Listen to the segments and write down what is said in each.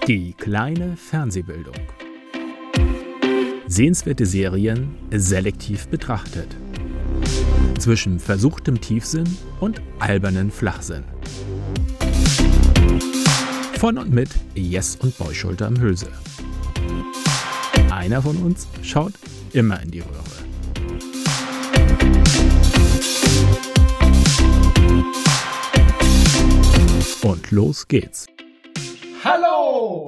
Die kleine Fernsehbildung. Sehenswerte Serien selektiv betrachtet. Zwischen versuchtem Tiefsinn und albernen Flachsinn. Von und mit Jess und Boyschulter am Hülse. Einer von uns schaut immer in die Röhre. Und los geht's. Hallo!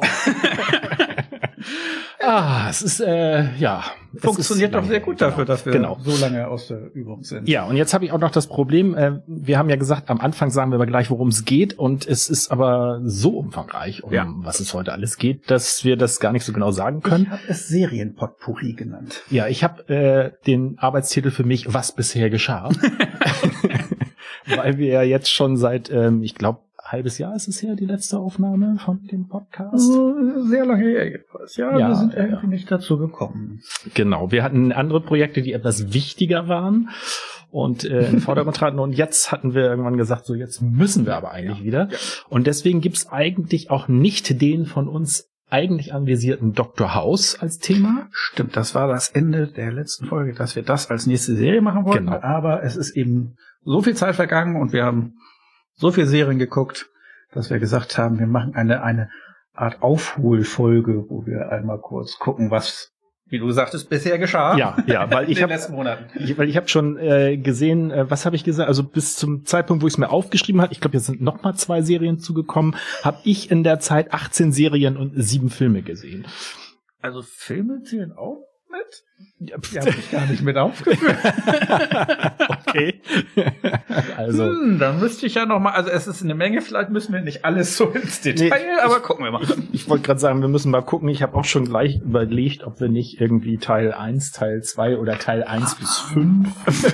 Es ist, Funktioniert doch sehr gut dafür, dass wir so lange aus der Übung sind. Ja, und jetzt habe ich auch noch das Problem, wir haben ja gesagt, am Anfang sagen wir aber gleich, worum es geht, und es ist aber so umfangreich, was es heute alles geht, dass wir das gar nicht so genau sagen können. Ich habe es Serienpotpourri genannt. Ja, ich habe den Arbeitstitel für mich, was bisher geschah. Weil wir ja jetzt schon seit, ich glaube, halbes Jahr ist es her, die letzte Aufnahme von dem Podcast. Sehr lange her jedenfalls. Ja, wir sind irgendwie nicht dazu gekommen. Genau, wir hatten andere Projekte, die etwas wichtiger waren und in den Vordergrund traten. Und jetzt hatten wir irgendwann gesagt, so jetzt müssen wir aber eigentlich wieder. Ja. Und deswegen gibt's eigentlich auch nicht den von uns eigentlich anvisierten Dr. House als Thema. Stimmt, das war das Ende der letzten Folge, dass wir das als nächste Serie machen wollten. Genau. Aber es ist eben so viel Zeit vergangen und wir haben so viele Serien geguckt, dass wir gesagt haben, wir machen eine Art Aufholfolge, wo wir einmal kurz gucken, was, wie du sagtest, bisher geschah. Ja, weil ich in den letzten Monaten. Weil ich habe schon gesehen, was habe ich gesagt? Also bis zum Zeitpunkt, wo ich es mir aufgeschrieben habe, ich glaube, jetzt sind noch mal 2 Serien zugekommen, habe ich in der Zeit 18 Serien und 7 Filme gesehen. Also Filme zählen auch mit? Ja, die habe ich gar nicht mit aufgeführt. Okay. Also dann müsste ich ja noch mal, also es ist eine Menge, vielleicht müssen wir nicht alles so ins Detail, aber gucken wir mal. Ich wollte gerade sagen, wir müssen mal gucken. Ich habe auch schon gleich überlegt, ob wir nicht irgendwie Teil 1, Teil 2 oder Teil 1 bis 5.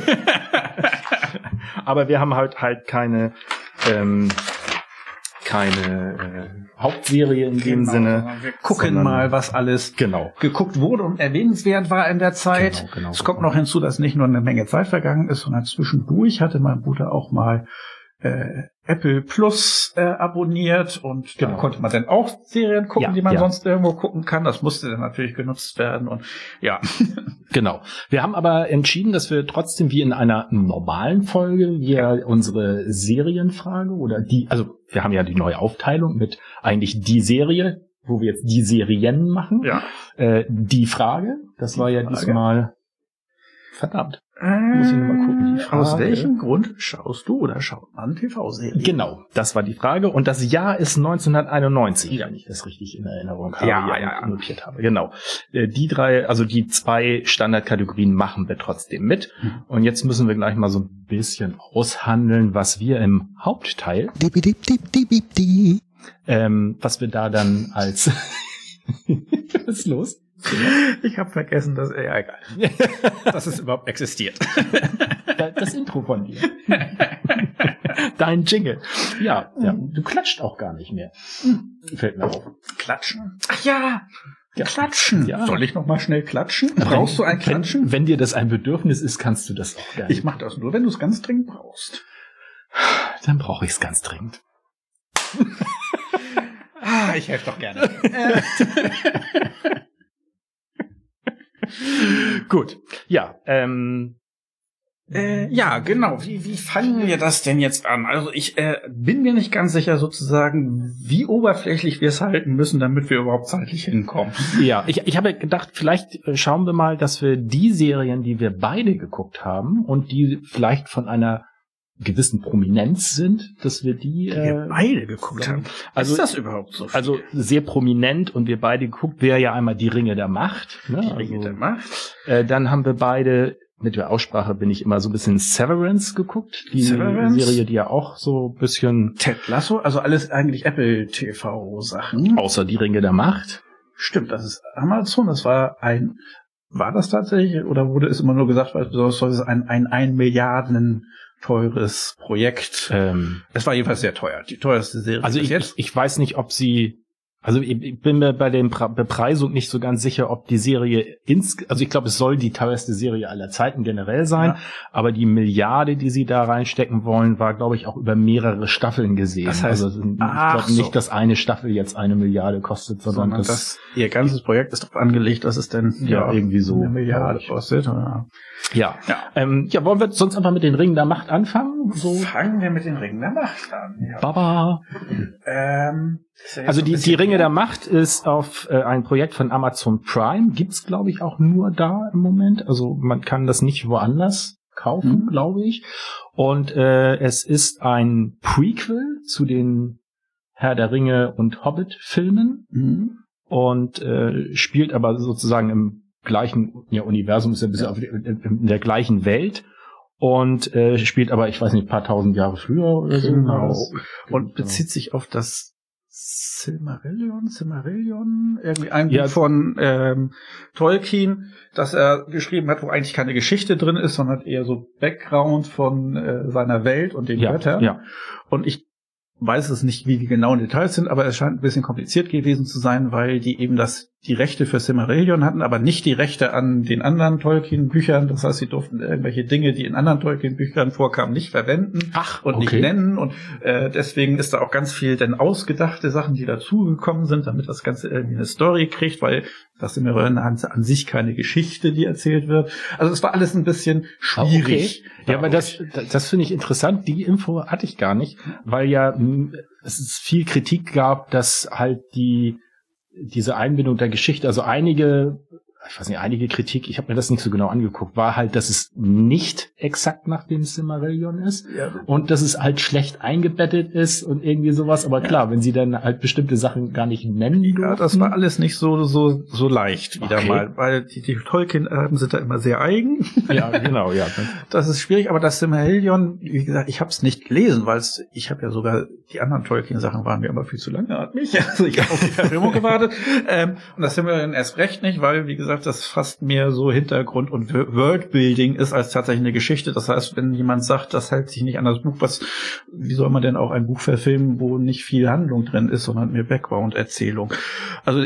Aber wir haben halt keine Hauptserie in dem Sinne. Wir gucken mal, was alles geguckt wurde und erwähnenswert war in der Zeit. Genau, es kommt noch hinzu, dass nicht nur eine Menge Zeit vergangen ist, sondern zwischendurch hatte mein Bruder auch mal Apple Plus abonniert und da konnte man dann auch Serien gucken, die man sonst irgendwo gucken kann. Das musste dann natürlich genutzt werden und ja. Genau. Wir haben aber entschieden, dass wir trotzdem wie in einer normalen Folge unsere Serienfrage wir haben ja die neue Aufteilung mit eigentlich die Serie, wo wir jetzt die Serien machen. Ja. Die Frage, das war ja diesmal verdammt. Muss ich mal gucken. Die Frage. Aus welchem Grund schaust du oder schaut man TV-Serien? Genau, das war die Frage. Und das Jahr ist 1991, wenn ich das richtig in Erinnerung habe, notiert habe. Genau. Die 2 Standardkategorien machen wir trotzdem mit. Und jetzt müssen wir gleich mal so ein bisschen aushandeln, was wir im Hauptteil, was wir da dann als was ist los? Ich habe vergessen, dass egal. Dass es überhaupt existiert. Das Intro von dir. Dein Jingle. Ja, du klatscht auch gar nicht mehr. Fällt mir auf. Klatschen? Ach ja, klatschen. Ja. Soll ich noch mal schnell klatschen? Brauchst du ein Klatschen? Wenn dir das ein Bedürfnis ist, kannst du das auch gerne. Ich mache das nur, wenn du es ganz dringend brauchst. Dann brauche ich es ganz dringend. Ich helfe doch gerne. Gut, ja, ja, genau. Wie fangen wir das denn jetzt an? Also ich bin mir nicht ganz sicher sozusagen, wie oberflächlich wir es halten müssen, damit wir überhaupt zeitlich hinkommen. Ja, ich habe gedacht, vielleicht schauen wir mal, dass wir die Serien, die wir beide geguckt haben und die vielleicht von einer gewissen Prominenz sind, dass wir die beide geguckt haben. Also, ist das überhaupt so viel? Also sehr prominent und wir beide geguckt, wäre ja einmal die Ringe der Macht. Ne? Die Ringe der Macht. Dann haben wir beide, mit der Aussprache bin ich immer so ein bisschen Severance geguckt. Die Serie, die ja auch so ein bisschen... Ted Lasso, also alles eigentlich Apple TV-Sachen. Außer die Ringe der Macht. Stimmt, das ist Amazon, das war das tatsächlich, oder wurde es immer nur gesagt, weil es ein Milliarden teures Projekt. Es war jedenfalls sehr teuer. Die teuerste Serie. Also ich weiß nicht, ob sie Also ich bin mir bei der Bepreisung nicht so ganz sicher, ob die Serie also ich glaube, es soll die teuerste Serie aller Zeiten generell sein, aber die Milliarde, die sie da reinstecken wollen, war, glaube ich, auch über mehrere Staffeln gesehen. Das heißt, also ich glaube nicht, dass eine Staffel jetzt 1 Milliarde kostet, sondern ihr ganzes Projekt ist darauf angelegt, dass es denn irgendwie so 1 Milliarde kostet. Oder? Ja. Wollen wir sonst einfach mit den Ringen der Macht anfangen? So. Fangen wir mit den Ringen der Macht an. Ja. Baba. Also die Ringe der Macht ist auf ein Projekt von Amazon Prime. Gibt's, glaube ich, auch nur da im Moment. Also man kann das nicht woanders kaufen, glaube ich. Und es ist ein Prequel zu den Herr der Ringe und Hobbit-Filmen und spielt aber sozusagen im gleichen Universum, ist ja ein bisschen in der gleichen Welt. Und spielt aber, ich weiß nicht, ein paar tausend Jahre früher oder so. Genau. Und bezieht sich auf das Silmarillion, irgendwie ein Buch von Tolkien, das er geschrieben hat, wo eigentlich keine Geschichte drin ist, sondern eher so Background von seiner Welt und den Göttern. Ja. Und ich weiß es nicht, wie die genauen Details sind, aber es scheint ein bisschen kompliziert gewesen zu sein, weil die eben die Rechte für Silmarillion hatten, aber nicht die Rechte an den anderen Tolkien-Büchern. Das heißt, sie durften irgendwelche Dinge, die in anderen Tolkien-Büchern vorkamen, nicht verwenden und nicht nennen. Und deswegen ist da auch ganz viel denn ausgedachte Sachen, die dazugekommen sind, damit das Ganze irgendwie eine Story kriegt, weil das Silmarillion an sich keine Geschichte, die erzählt wird. Also es war alles ein bisschen schwierig. Ja, aber das finde ich interessant. Die Info hatte ich gar nicht, weil ja es viel Kritik gab, dass halt diese Einbindung der Geschichte, also einige Kritik, ich habe mir das nicht so genau angeguckt, war halt, dass es nicht exakt nach dem Silmarillion ist und dass es halt schlecht eingebettet ist und irgendwie sowas. Aber klar, wenn sie dann halt bestimmte Sachen gar nicht nennen durften. Ja, das war alles nicht so leicht wieder mal, weil die Tolkien-Erben sind da immer sehr eigen. Ja, genau, ja. Das ist schwierig, aber das Silmarillion, wie gesagt, ich habe es nicht gelesen, weil ich habe ja sogar, die anderen Tolkien-Sachen waren mir immer viel zu langatmig. Also ich habe auf die Verfilmung gewartet. Und das Silmarillion erst recht nicht, weil, wie gesagt, das fast mehr so Hintergrund und Worldbuilding ist als tatsächlich eine Geschichte. Das heißt, wenn jemand sagt, das hält sich nicht an das Buch, wie soll man denn auch ein Buch verfilmen, wo nicht viel Handlung drin ist, sondern mehr Background-Erzählung? Also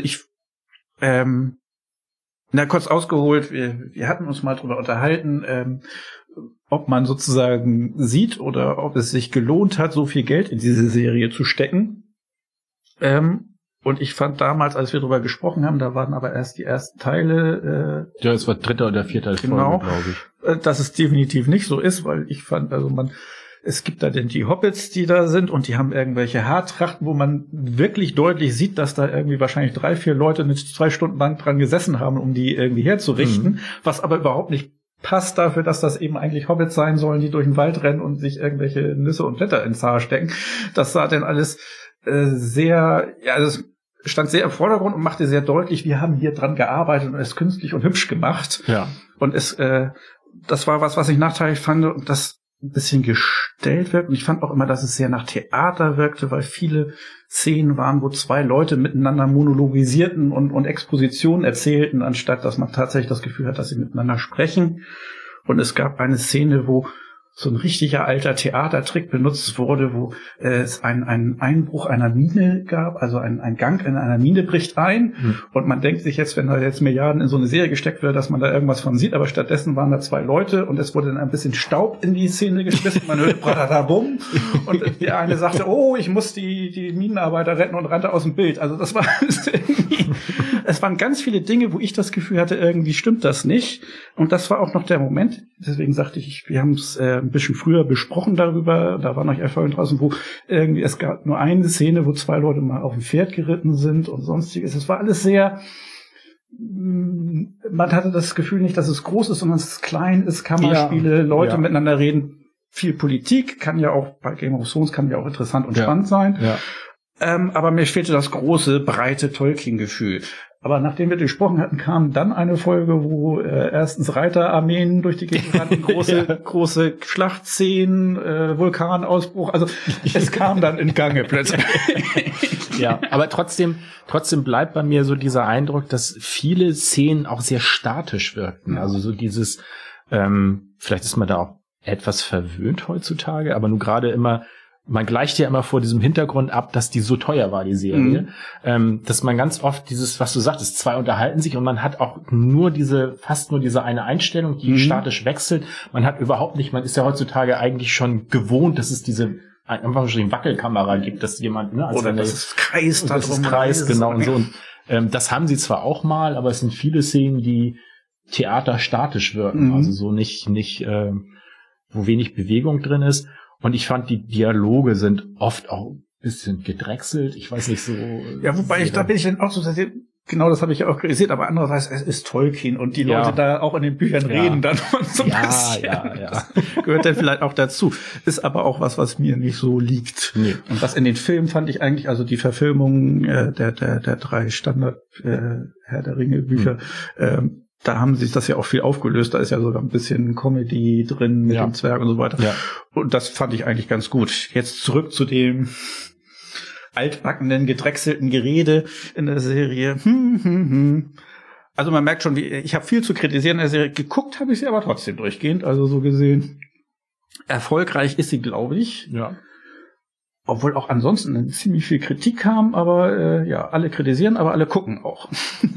kurz ausgeholt, wir hatten uns mal drüber unterhalten, ob man sozusagen sieht oder ob es sich gelohnt hat, so viel Geld in diese Serie zu stecken. Und ich fand damals, als wir darüber gesprochen haben, da waren aber erst die ersten Teile. Es war 3. oder 4. Folge, glaube ich. Dass es definitiv nicht so ist, weil ich fand, es gibt da denn die Hobbits, die da sind und die haben irgendwelche Haartrachten, wo man wirklich deutlich sieht, dass da irgendwie wahrscheinlich 3-4 Leute eine 2 Stunden lang dran gesessen haben, um die irgendwie herzurichten, was aber überhaupt nicht passt dafür, dass das eben eigentlich Hobbits sein sollen, die durch den Wald rennen und sich irgendwelche Nüsse und Blätter ins Haar stecken. Das sah denn alles das stand sehr im Vordergrund und machte sehr deutlich, wir haben hier dran gearbeitet und es künstlich und hübsch gemacht. Ja. Und das war was ich nachteilig fand und das ein bisschen gestellt wirkt. Und ich fand auch immer, dass es sehr nach Theater wirkte, weil viele Szenen waren, wo 2 Leute miteinander monologisierten und Expositionen erzählten, anstatt dass man tatsächlich das Gefühl hat, dass sie miteinander sprechen. Und es gab eine Szene, wo so ein richtiger alter Theatertrick benutzt wurde, wo es einen Einbruch einer Mine gab, also ein Gang in einer Mine bricht ein und man denkt sich jetzt, wenn da jetzt Milliarden in so eine Serie gesteckt wird, dass man da irgendwas von sieht, aber stattdessen waren da 2 Leute und es wurde dann ein bisschen Staub in die Szene geschmissen, man hört bradadabum und der eine sagte, ich muss die Minenarbeiter retten und rannte aus dem Bild. Also das war irgendwie, es waren ganz viele Dinge, wo ich das Gefühl hatte, irgendwie stimmt das nicht und das war auch noch der Moment, deswegen sagte ich, wir haben es ein bisschen früher besprochen darüber, da war noch Erfolg draußen, wo irgendwie, es gab nur eine Szene, wo 2 Leute mal auf dem Pferd geritten sind und sonstiges. Es war alles sehr, man hatte das Gefühl nicht, dass es groß ist, sondern dass es klein ist, Kammerspiele, Leute miteinander reden, viel Politik, kann ja auch, bei Game of Thrones kann ja auch interessant und spannend sein. Ja. Aber mir fehlte das große, breite Tolkien-Gefühl. Aber nachdem wir gesprochen hatten, kam dann eine Folge, wo erstens Reiterarmeen durch die Gegend rannten, große Schlachtszenen, Vulkanausbruch. Also es kam dann in Gange plötzlich. Ja, aber trotzdem bleibt bei mir so dieser Eindruck, dass viele Szenen auch sehr statisch wirkten. Also so dieses, vielleicht ist man da auch etwas verwöhnt heutzutage, aber nur gerade immer man gleicht ja immer vor diesem Hintergrund ab, dass die so teuer war, die Serie, dass man ganz oft dieses, was du sagtest, zwei unterhalten sich und man hat auch fast nur diese eine Einstellung, die statisch wechselt. Man hat überhaupt nicht, man ist ja heutzutage eigentlich schon gewohnt, dass es diese einfach schon die Wackelkamera gibt, dass jemand, ne, als oder dass es kreist, das ist Kreis, genau, und so. Und das haben sie zwar auch mal, aber es sind viele Szenen, die theaterstatisch wirken, also so nicht, wo wenig Bewegung drin ist. Und ich fand, die Dialoge sind oft auch ein bisschen gedrechselt. Ich weiß nicht so. Ja, wobei da bin ich dann auch so, genau das habe ich ja auch kritisiert, aber andererseits, es ist Tolkien und die Leute da auch in den Büchern reden dann so ein bisschen. Ja. Gehört dann vielleicht auch dazu. Ist aber auch was mir nicht so liegt. Nee. Und was in den Filmen fand ich eigentlich, also die Verfilmung der 3 Standard Herr der Ringe Bücher, da haben sich das ja auch viel aufgelöst. Da ist ja sogar ein bisschen Comedy drin mit dem Zwerg und so weiter. Ja. Und das fand ich eigentlich ganz gut. Jetzt zurück zu dem altbackenen, gedrechselten Gerede in der Serie. Also man merkt schon, ich habe viel zu kritisieren in der Serie. Geguckt habe ich sie aber trotzdem durchgehend. Also so gesehen, erfolgreich ist sie, glaube ich. Ja. Obwohl auch ansonsten ziemlich viel Kritik kam. Aber alle kritisieren, aber alle gucken auch.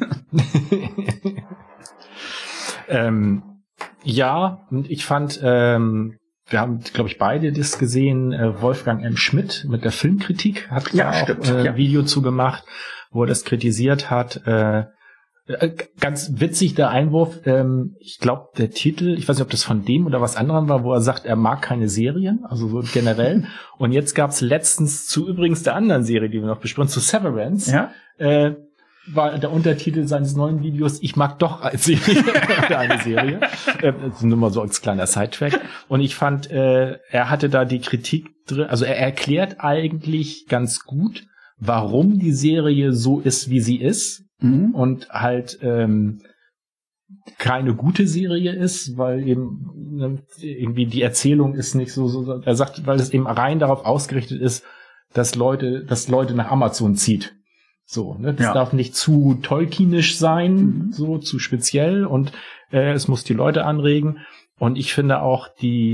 Ja, und ich fand, wir haben, glaube ich, beide das gesehen, Wolfgang M. Schmidt mit der Filmkritik hat ein Video zugemacht, wo er das kritisiert hat. Ganz witzig der Einwurf, ich glaube, der Titel, ich weiß nicht, ob das von dem oder was anderem war, wo er sagt, er mag keine Serien, also so generell. Und jetzt gab es letztens zu übrigens der anderen Serie, die wir noch besprechen, zu Severance, war der Untertitel seines neuen Videos, ich mag doch eine Serie. Nur mal so als kleiner Sidetrack. Und ich fand, er hatte da die Kritik drin, also er erklärt eigentlich ganz gut, warum die Serie so ist, wie sie ist. Und halt keine gute Serie ist, weil eben irgendwie die Erzählung ist nicht so, er sagt, weil es eben rein darauf ausgerichtet ist, dass Leute nach Amazon zieht. So, ne? Das darf nicht zu tolkienisch sein, so zu speziell, und es muss die Leute anregen. Und ich finde auch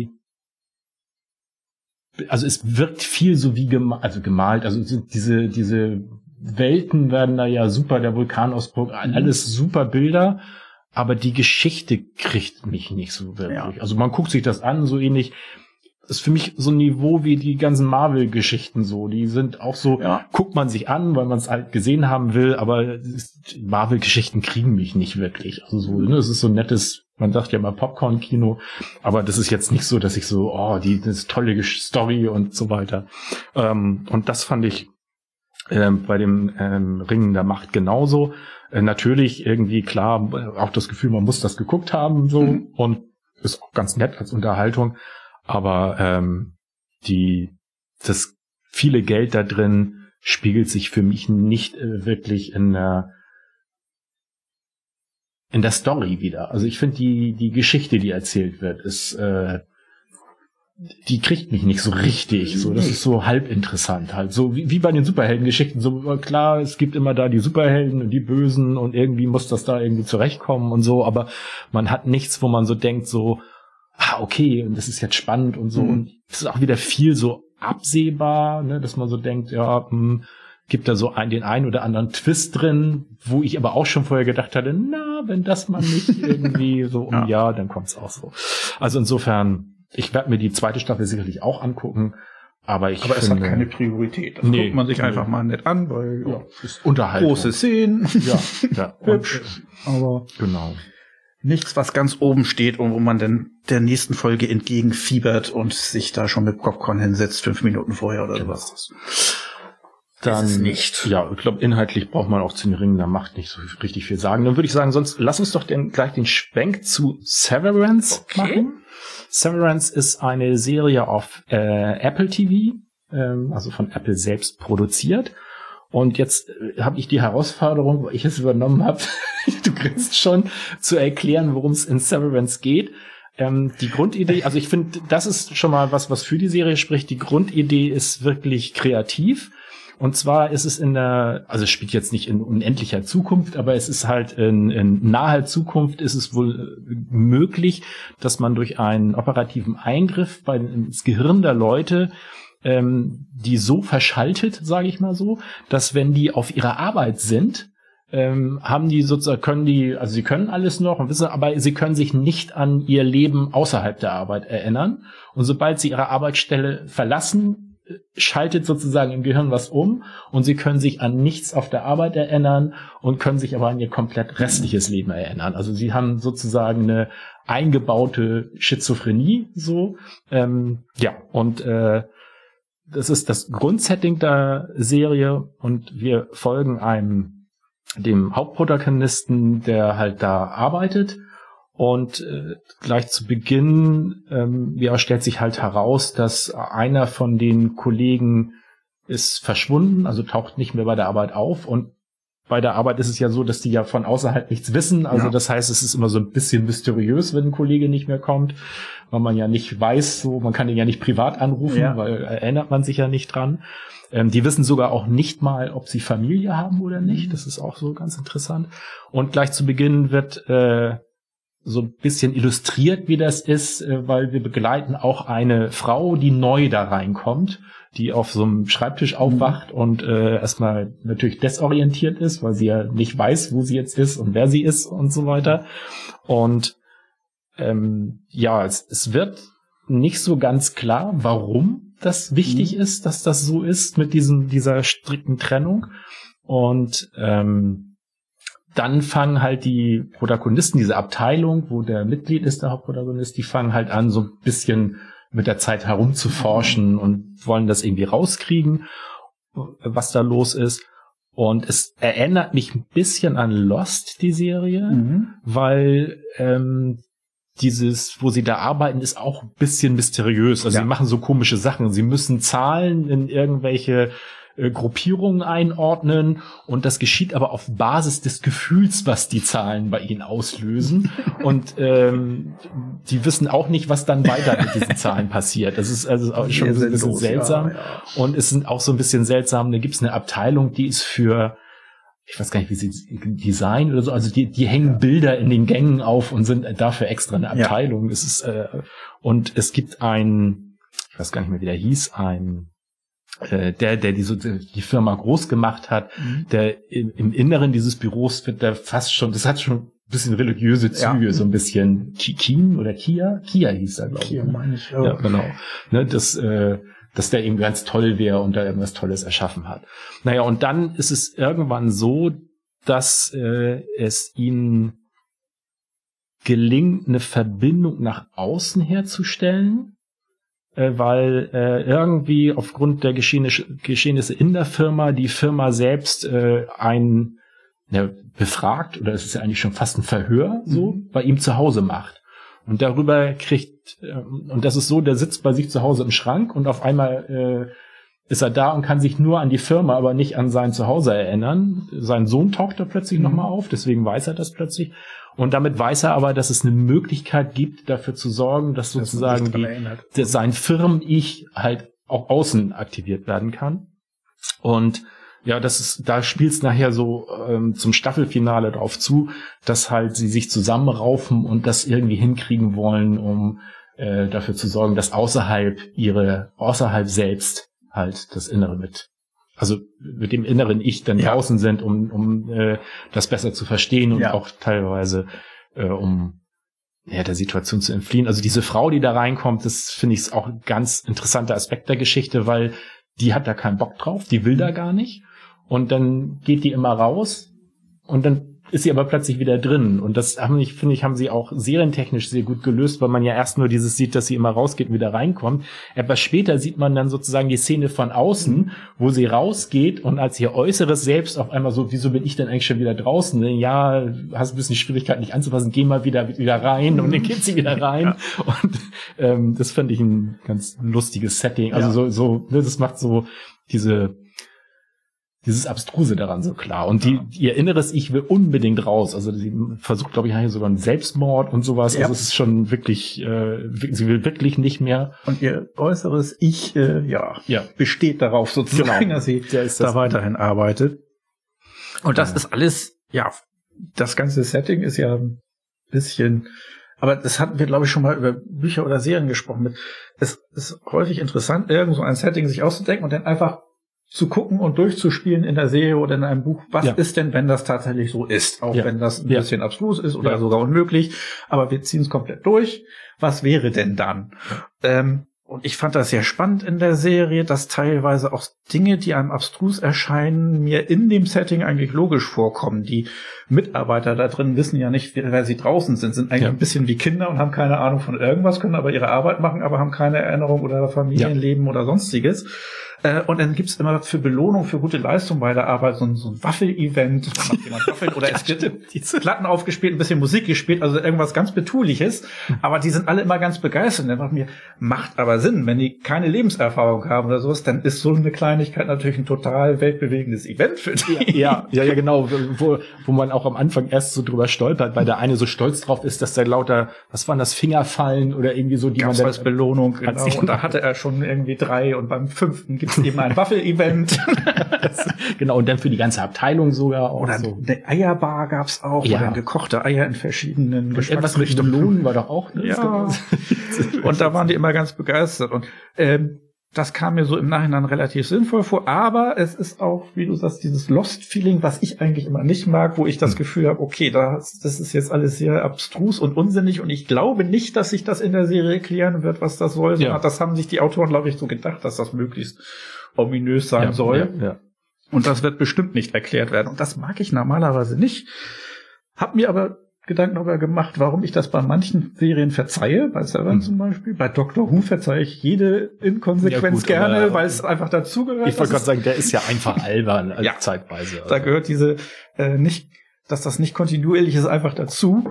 also es wirkt viel so wie gemalt, also diese Welten werden da ja super, der Vulkanausbruch, alles super Bilder, aber die Geschichte kriegt mich nicht so wirklich. Ja. Also man guckt sich das an, so ähnlich. Das ist für mich so ein Niveau wie die ganzen Marvel-Geschichten so. Die sind auch so, guckt man sich an, weil man es halt gesehen haben will, aber Marvel-Geschichten kriegen mich nicht wirklich. Also so, ne, es ist so ein nettes, man sagt ja mal Popcorn-Kino, aber das ist jetzt nicht so, dass ich so, das tolle Story und so weiter. Und das fand ich bei dem Ringen der Macht genauso. Natürlich irgendwie klar, auch das Gefühl, man muss das geguckt haben, so, und ist auch ganz nett als Unterhaltung. Aber das viele Geld da drin spiegelt sich für mich nicht wirklich in der Story wieder. Also ich finde die Geschichte, die erzählt wird, ist die kriegt mich nicht so richtig. So, das ist so halb interessant halt. So wie bei den Superheldengeschichten. So klar, es gibt immer da die Superhelden und die Bösen und irgendwie muss das da irgendwie zurechtkommen und so. Aber man hat nichts, wo man so denkt so, okay, und das ist jetzt spannend und so. Und es ist auch wieder viel so absehbar, ne, dass man so denkt, gibt da so den einen oder anderen Twist drin, wo ich aber auch schon vorher gedacht hatte, wenn das mal nicht irgendwie so dann kommt's auch so. Also insofern, ich werde mir die zweite Staffel sicherlich auch angucken, aber es hat keine Priorität. Das guckt man sich einfach mal nett an, weil ist Unterhaltung. Große Szenen, hübsch, aber genau. Nichts, was ganz oben steht und wo man dann der nächsten Folge entgegenfiebert und sich da schon mit Popcorn hinsetzt, 5 Minuten vorher oder sowas. Dann ist es nicht. Ja, ich glaube, inhaltlich braucht man auch zu den Ringen der Macht nicht so richtig viel sagen. Dann würde ich sagen, sonst lass uns doch gleich den Schwenk zu Severance machen. Severance ist eine Serie auf Apple TV, also von Apple selbst produziert. Und jetzt habe ich die Herausforderung, wo ich es übernommen habe, du grinst schon, zu erklären, worum es in Severance geht. Die Grundidee, also ich finde, das ist schon mal was für die Serie spricht. Die Grundidee ist wirklich kreativ. Und zwar ist es also es spielt jetzt nicht in unendlicher Zukunft, aber es ist halt in naher Zukunft ist es wohl möglich, dass man durch einen operativen Eingriff ins Gehirn der Leute die so verschaltet, sage ich mal so, dass wenn die auf ihrer Arbeit sind, haben die sozusagen, sie können alles noch und wissen, aber sie können sich nicht an ihr Leben außerhalb der Arbeit erinnern. Und sobald sie ihre Arbeitsstelle verlassen, schaltet sozusagen im Gehirn was um und sie können sich an nichts auf der Arbeit erinnern und können sich aber an ihr komplett restliches Leben erinnern. Also sie haben sozusagen eine eingebaute Schizophrenie, so. Das ist das Grundsetting der Serie und wir folgen dem Hauptprotagonisten, der halt da arbeitet und gleich zu Beginn stellt sich halt heraus, dass einer von den Kollegen ist verschwunden, also taucht nicht mehr bei der Arbeit auf und bei der Arbeit ist es ja so, dass die ja von außerhalb nichts wissen, also das heißt, es ist immer so ein bisschen mysteriös, wenn ein Kollege nicht mehr kommt, weil man ja nicht weiß, man kann ihn ja nicht privat anrufen, weil erinnert man sich ja nicht dran. Die wissen sogar auch nicht mal, ob sie Familie haben oder nicht. Das ist auch so ganz interessant. Und gleich zu Beginn wird so ein bisschen illustriert, wie das ist, weil wir begleiten auch eine Frau, die neu da reinkommt, die auf so einem Schreibtisch aufwacht und erstmal natürlich desorientiert ist, weil sie ja nicht weiß, wo sie jetzt ist und wer sie ist und so weiter. Und es wird nicht so ganz klar, warum das wichtig ist, dass das so ist mit dieser strikten Trennung. Und dann fangen halt die Protagonisten, diese Abteilung, wo der Mitglied ist, der Hauptprotagonist, die fangen halt an, so ein bisschen mit der Zeit herumzuforschen und wollen das irgendwie rauskriegen, was da los ist. Und es erinnert mich ein bisschen an Lost, die Serie, weil wo sie da arbeiten, ist auch ein bisschen mysteriös. Also sie machen so komische Sachen. Sie müssen Zahlen in irgendwelche Gruppierungen einordnen und das geschieht aber auf Basis des Gefühls, was die Zahlen bei ihnen auslösen. Und die wissen auch nicht, was dann weiter mit diesen Zahlen passiert. Das ist also auch schon ein bisschen seltsam. Ja. Und es sind auch so ein bisschen seltsam. Da gibt es eine Abteilung, die ist für, ich weiß gar nicht, wie sie Design oder so, also die hängen Bilder in den Gängen auf und sind dafür extra eine Abteilung. Es ist und es gibt ich weiß gar nicht mehr, wie der hieß, der die Firma groß gemacht hat, der im Inneren dieses Büros wird da fast schon, das hat schon ein bisschen religiöse Züge, so ein bisschen Kia hieß er, glaube ich. Kia meine ich, ja, genau. Ne, dass der eben ganz toll wäre und da irgendwas Tolles erschaffen hat. Naja, und dann ist es irgendwann so, dass es ihnen gelingt, eine Verbindung nach außen herzustellen, weil irgendwie aufgrund der Geschehnisse in der Firma die Firma selbst befragt, oder es ist ja eigentlich schon fast ein Verhör, so bei ihm zu Hause macht. Und darüber und das ist so, der sitzt bei sich zu Hause im Schrank und auf einmal ist er da und kann sich nur an die Firma, aber nicht an sein Zuhause erinnern. Sein Sohn taucht da plötzlich nochmal auf, deswegen weiß er das plötzlich. Und damit weiß er aber, dass es eine Möglichkeit gibt, dafür zu sorgen, dass sozusagen sein Firmen-Ich halt auch außen aktiviert werden kann. Und ja, da spielt es nachher so zum Staffelfinale drauf zu, dass halt sie sich zusammenraufen und das irgendwie hinkriegen wollen, um dafür zu sorgen, dass außerhalb selbst halt das Innere mit dem inneren Ich dann draußen sind, um das besser zu verstehen und auch teilweise um der Situation zu entfliehen. Also diese Frau, die da reinkommt, das finde ich auch ein ganz interessanter Aspekt der Geschichte, weil die hat da keinen Bock drauf, die will da gar nicht. Und dann geht die immer raus und dann ist sie aber plötzlich wieder drin. Und das haben sie auch serientechnisch sehr gut gelöst, weil man ja erst nur dieses sieht, dass sie immer rausgeht und wieder reinkommt. Aber später sieht man dann sozusagen die Szene von außen, wo sie rausgeht und als ihr äußeres Selbst auf einmal so, wieso bin ich denn eigentlich schon wieder draußen? Ja, hast ein bisschen Schwierigkeit nicht anzufassen, geh mal wieder rein und dann geht sie wieder rein. Und das fand ich ein ganz lustiges Setting. Also das macht so dieses Abstruse daran so klar. Und ihr inneres Ich will unbedingt raus. Also sie versucht, glaube ich, hier sogar einen Selbstmord und sowas. Ja. Also es ist schon wirklich, sie will wirklich nicht mehr. Und ihr äußeres Ich, besteht darauf sozusagen, dass sie da weiterhin arbeitet. Und das ist alles, das ganze Setting ist ja ein bisschen Aber das hatten wir, glaube ich, schon mal über Bücher oder Serien gesprochen. Es ist häufig interessant, irgend so ein Setting sich auszudenken und dann einfach zu gucken und durchzuspielen in der Serie oder in einem Buch. Was ist denn, wenn das tatsächlich so ist? Auch wenn das ein bisschen abstrus ist oder sogar unmöglich. Aber wir ziehen es komplett durch. Was wäre denn dann? Und ich fand das sehr spannend in der Serie, dass teilweise auch Dinge, die einem abstrus erscheinen, mir in dem Setting eigentlich logisch vorkommen. Die Mitarbeiter da drin wissen ja nicht, wer sie draußen sind eigentlich ein bisschen wie Kinder und haben keine Ahnung von irgendwas, können aber ihre Arbeit machen, aber haben keine Erinnerung oder Familienleben oder sonstiges. Und dann gibt's immer für Belohnung für gute Leistung bei der Arbeit so ein Waffel-Event. Da macht jemand Waffeln oder es wird Platten aufgespielt, ein bisschen Musik gespielt, also irgendwas ganz Betuliches. Aber die sind alle immer ganz begeistert. Und dann dachte ich mir, macht aber Sinn, wenn die keine Lebenserfahrung haben oder sowas, dann ist so eine Kleinigkeit natürlich ein total weltbewegendes Event für die. Ja, genau, wo man auch am Anfang erst so drüber stolpert, weil der eine so stolz drauf ist, dass da lauter, was waren das, Fingerfallen oder irgendwie so, die gab's man dann als Belohnung, genau. Und da hatte er schon irgendwie 3 und beim 5. gibt's eben ein Waffel-Event. Genau, und dann für die ganze Abteilung sogar auch. Oder so. Eine Eierbar gab's auch, oder gekochte Eier in verschiedenen Geschmacksrichtungen. Belohnen war doch auch. Ne? Ja. Und da waren die immer ganz begeistert. Und das kam mir so im Nachhinein relativ sinnvoll vor. Aber es ist auch, wie du sagst, dieses Lost-Feeling, was ich eigentlich immer nicht mag, wo ich das Gefühl habe, okay, das ist jetzt alles sehr abstrus und unsinnig. Und ich glaube nicht, dass sich das in der Serie erklären wird, was das soll. Sondern das haben sich die Autoren, glaube ich, so gedacht, dass das möglichst ominös sein soll. Ja. Und das wird bestimmt nicht erklärt werden. Und das mag ich normalerweise nicht. Hab mir aber Gedanken darüber gemacht, warum ich das bei manchen Serien verzeihe, bei Severance zum Beispiel. Bei Doctor Who verzeihe ich jede Inkonsequenz gerne, weil es einfach dazugehört. Ich wollte gerade sagen, der ist ja einfach albern zeitweise. Also. Da gehört diese dass das nicht kontinuierlich ist, einfach dazu.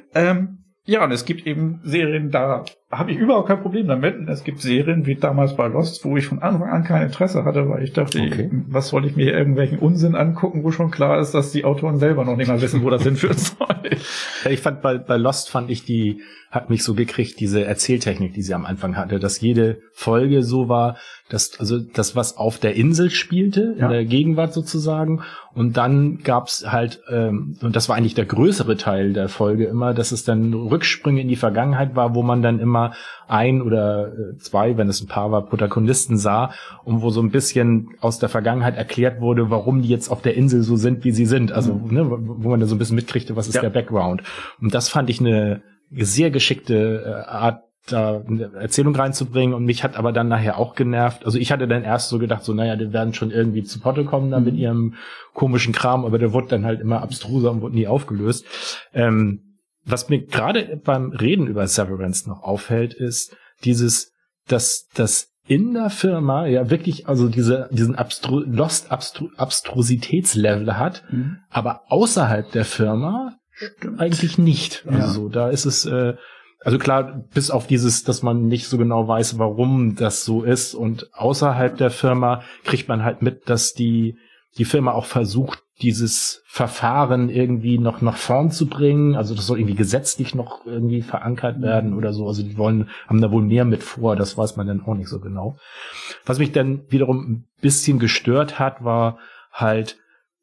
Und es gibt eben Serien, da habe ich überhaupt kein Problem damit. Und es gibt Serien, wie damals bei Lost, wo ich von Anfang an kein Interesse hatte, weil ich dachte, was soll ich mir hier irgendwelchen Unsinn angucken, wo schon klar ist, dass die Autoren selber noch nicht mal wissen, wo das hinführen soll. Ich fand, bei Lost hat mich so gekriegt, diese Erzähltechnik, die sie am Anfang hatte, dass jede Folge so war, dass das, was auf der Insel spielte, in der Gegenwart sozusagen, und dann gab's halt, und das war eigentlich der größere Teil der Folge immer, dass es dann Rücksprünge in die Vergangenheit war, wo man dann immer ein oder zwei, wenn es ein Paar war, Protagonisten sah und wo so ein bisschen aus der Vergangenheit erklärt wurde, warum die jetzt auf der Insel so sind, wie sie sind. Also, wo man dann so ein bisschen mitkriegte, was ist der Background. Und das fand ich eine sehr geschickte Art, da eine Erzählung reinzubringen, und mich hat aber dann nachher auch genervt. Also ich hatte dann erst so gedacht, so naja, die werden schon irgendwie zu Potte kommen da mit ihrem komischen Kram, aber der wurde dann halt immer abstruser und wurde nie aufgelöst. Was mir gerade beim Reden über Severance noch auffällt, ist dass in der Firma ja wirklich also diesen Abstrusitätslevel hat, aber außerhalb der Firma eigentlich nicht. Also so, da ist es also klar, bis auf dieses, dass man nicht so genau weiß, warum das so ist, und außerhalb der Firma kriegt man halt mit, dass die Firma auch versucht, dieses Verfahren irgendwie noch nach vorn zu bringen. Also das soll irgendwie gesetzlich noch irgendwie verankert werden oder so. Also die haben da wohl mehr mit vor. Das weiß man dann auch nicht so genau. Was mich dann wiederum ein bisschen gestört hat, war halt,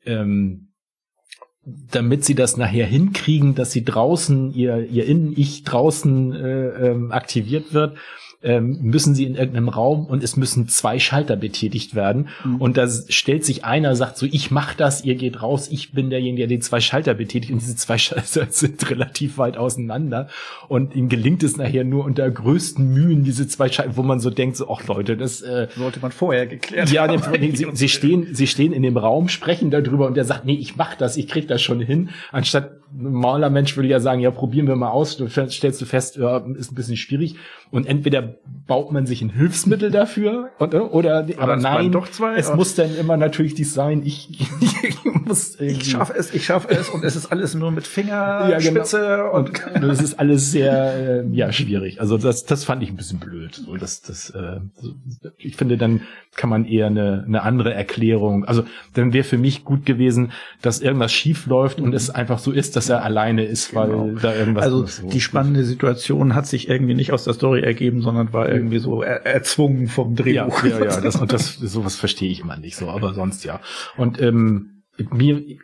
damit sie das nachher hinkriegen, dass sie draußen, ihr Innen-Ich draußen aktiviert wird, müssen sie in irgendeinem Raum, und es müssen 2 Schalter betätigt werden. Und da stellt sich einer, sagt so, ich mach das, ihr geht raus, ich bin derjenige, der den 2 Schalter betätigt, und diese 2 Schalter sind relativ weit auseinander, und ihm gelingt es nachher nur unter größten Mühen, diese 2 Schalter, wo man so denkt, so, ach Leute, das sollte man vorher geklärt haben. Ja, sie stehen in dem Raum, sprechen darüber, und der sagt, nee, ich mach das, ich krieg das schon hin, anstatt ein normaler Mensch würde ja sagen, ja, probieren wir mal aus, stellst du fest, ja, ist ein bisschen schwierig, und entweder baut man sich ein Hilfsmittel dafür, oder aber nein, doch 2, es muss dann immer natürlich dies sein, ich schaffe es, und es ist alles nur mit Fingerspitze, ja, genau. Und das ist alles sehr schwierig. Also das fand ich ein bisschen blöd. So, ich finde, dann kann man eher eine andere Erklärung. Also dann wäre für mich gut gewesen, dass irgendwas schief läuft und es einfach so ist, dass er alleine ist, weil da irgendwas. Also die spannende Situation hat sich irgendwie nicht aus der Story ergeben, sondern war irgendwie so erzwungen vom Drehbuch. Ja, sowas verstehe ich immer nicht so, aber sonst ja. Und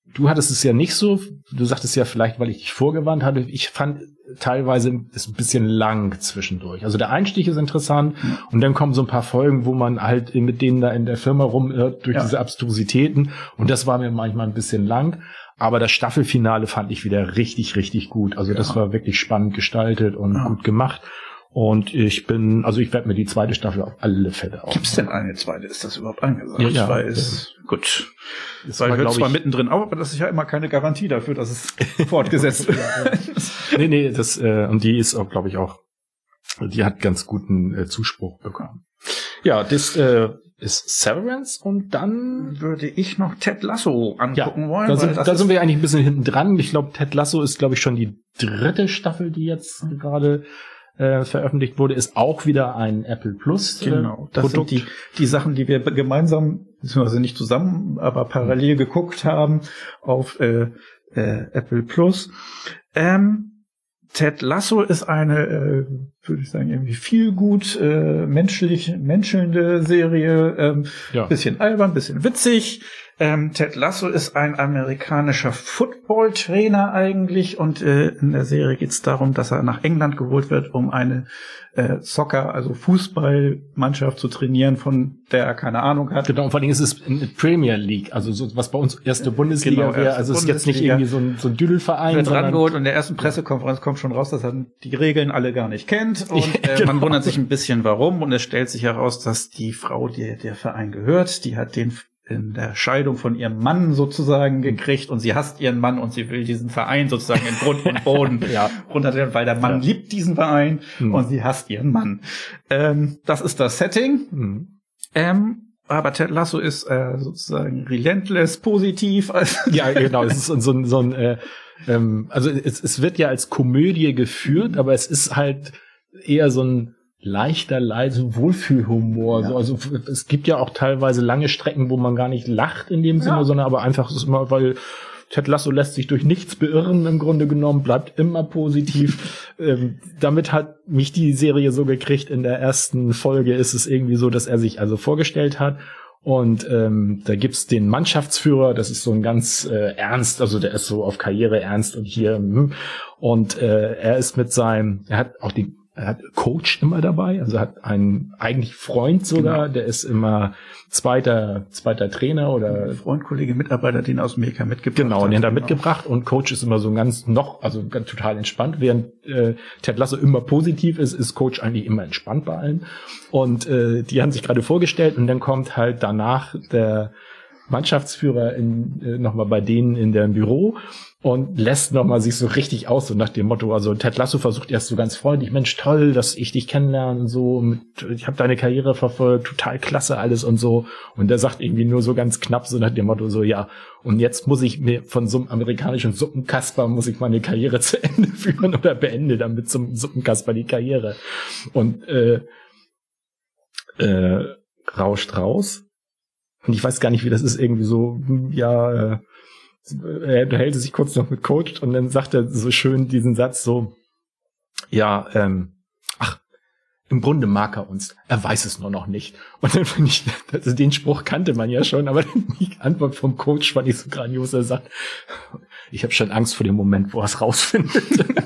du hattest es ja nicht so, du sagtest ja vielleicht, weil ich dich vorgewarnt hatte, ich fand teilweise ist ein bisschen lang zwischendurch. Also der Einstieg ist interessant und dann kommen so ein paar Folgen, wo man halt mit denen da in der Firma rumirrt durch diese Abstrusitäten und das war mir manchmal ein bisschen lang. Aber das Staffelfinale fand ich wieder richtig, richtig gut. Also das war wirklich spannend gestaltet und gut gemacht. Und ich werde mir die zweite Staffel auf alle Fälle auf. Gibt's denn eine zweite? Ist das überhaupt angesagt? Ja, weil gut. Es hört zwar mittendrin auf, aber das ist ja immer keine Garantie dafür, dass es fortgesetzt wird. Nee, und die ist auch, glaube ich, die hat ganz guten Zuspruch bekommen. Ja, das ist Severance und dann würde ich noch Ted Lasso angucken wollen. Da sind wir eigentlich ein bisschen hinten dran. Ich glaube, Ted Lasso ist, glaube ich, schon die 3. Staffel, die jetzt gerade veröffentlicht wurde, ist auch wieder ein Apple Plus das Produkt. Sind die Sachen, die wir gemeinsam, beziehungsweise nicht zusammen, aber parallel geguckt haben auf Apple Plus. Ted Lasso ist eine, würde ich sagen, irgendwie viel gut menschelnde Serie, bisschen albern, bisschen witzig. Ted Lasso ist ein amerikanischer Football-Trainer eigentlich und in der Serie geht es darum, dass er nach England geholt wird, um eine Soccer, also Fußballmannschaft zu trainieren, von der er keine Ahnung hat. Genau, und vor allem ist es eine Premier League, also so, was bei uns erste Bundesliga wäre, also es ist jetzt nicht irgendwie so ein Düdelverein. Wird rangeholt und in der ersten Pressekonferenz kommt schon raus, dass er die Regeln alle gar nicht kennt und man wundert sich ein bisschen warum und es stellt sich heraus, dass die Frau, der Verein gehört, die hat den in der Scheidung von ihrem Mann sozusagen gekriegt und sie hasst ihren Mann und sie will diesen Verein sozusagen in Grund und Boden runterstellen, weil der Mann liebt diesen Verein und sie hasst ihren Mann. Das ist das Setting. Aber Ted Lasso ist sozusagen relentless positiv. Ja, genau. Es ist so ein also es wird ja als Komödie geführt, aber es ist halt eher so ein leichter, leise Wohlfühlhumor. So, also es gibt ja auch teilweise lange Strecken, wo man gar nicht lacht in dem Sinne, sondern aber einfach ist immer, weil Ted Lasso lässt sich durch nichts beirren im Grunde genommen, bleibt immer positiv. Damit hat mich die Serie so gekriegt. In der ersten Folge ist es irgendwie so, dass er sich also vorgestellt hat. Und da gibt's den Mannschaftsführer, das ist so ein ganz ernst, also der ist so auf Karriere ernst und hier und er ist er hat Coach immer dabei, also hat einen eigentlich Freund sogar, der ist immer zweiter Trainer oder Freund, Kollege, Mitarbeiter, den aus Amerika mitgebracht. Genau, den hat er mitgebracht und Coach ist immer so ganz total entspannt, während Ted Lasso immer positiv ist Coach eigentlich immer entspannt bei allen. Und die haben sich gerade vorgestellt und dann kommt halt danach der Mannschaftsführer nochmal bei denen in deren Büro und lässt nochmal sich so richtig aus, so nach dem Motto, also Ted Lasso versucht erst so ganz freundlich, Mensch, toll, dass ich dich kennenlerne und so, ich habe deine Karriere verfolgt, total klasse alles und so. Und der sagt irgendwie nur so ganz knapp so nach dem Motto so, ja, und jetzt muss ich mir von so einem amerikanischen Suppenkasper, muss ich meine Karriere zu Ende führen oder beende damit zum Suppenkasper die Karriere. Und rauscht raus. Und ich weiß gar nicht, wie das ist, irgendwie so, er hält sich kurz noch mit Coach und dann sagt er so schön diesen Satz so, im Grunde mag er uns, er weiß es nur noch nicht. Und dann finde ich, also den Spruch kannte man ja schon, aber die Antwort vom Coach fand ich so grandios, er sagt, ich habe schon Angst vor dem Moment, wo er es rausfindet.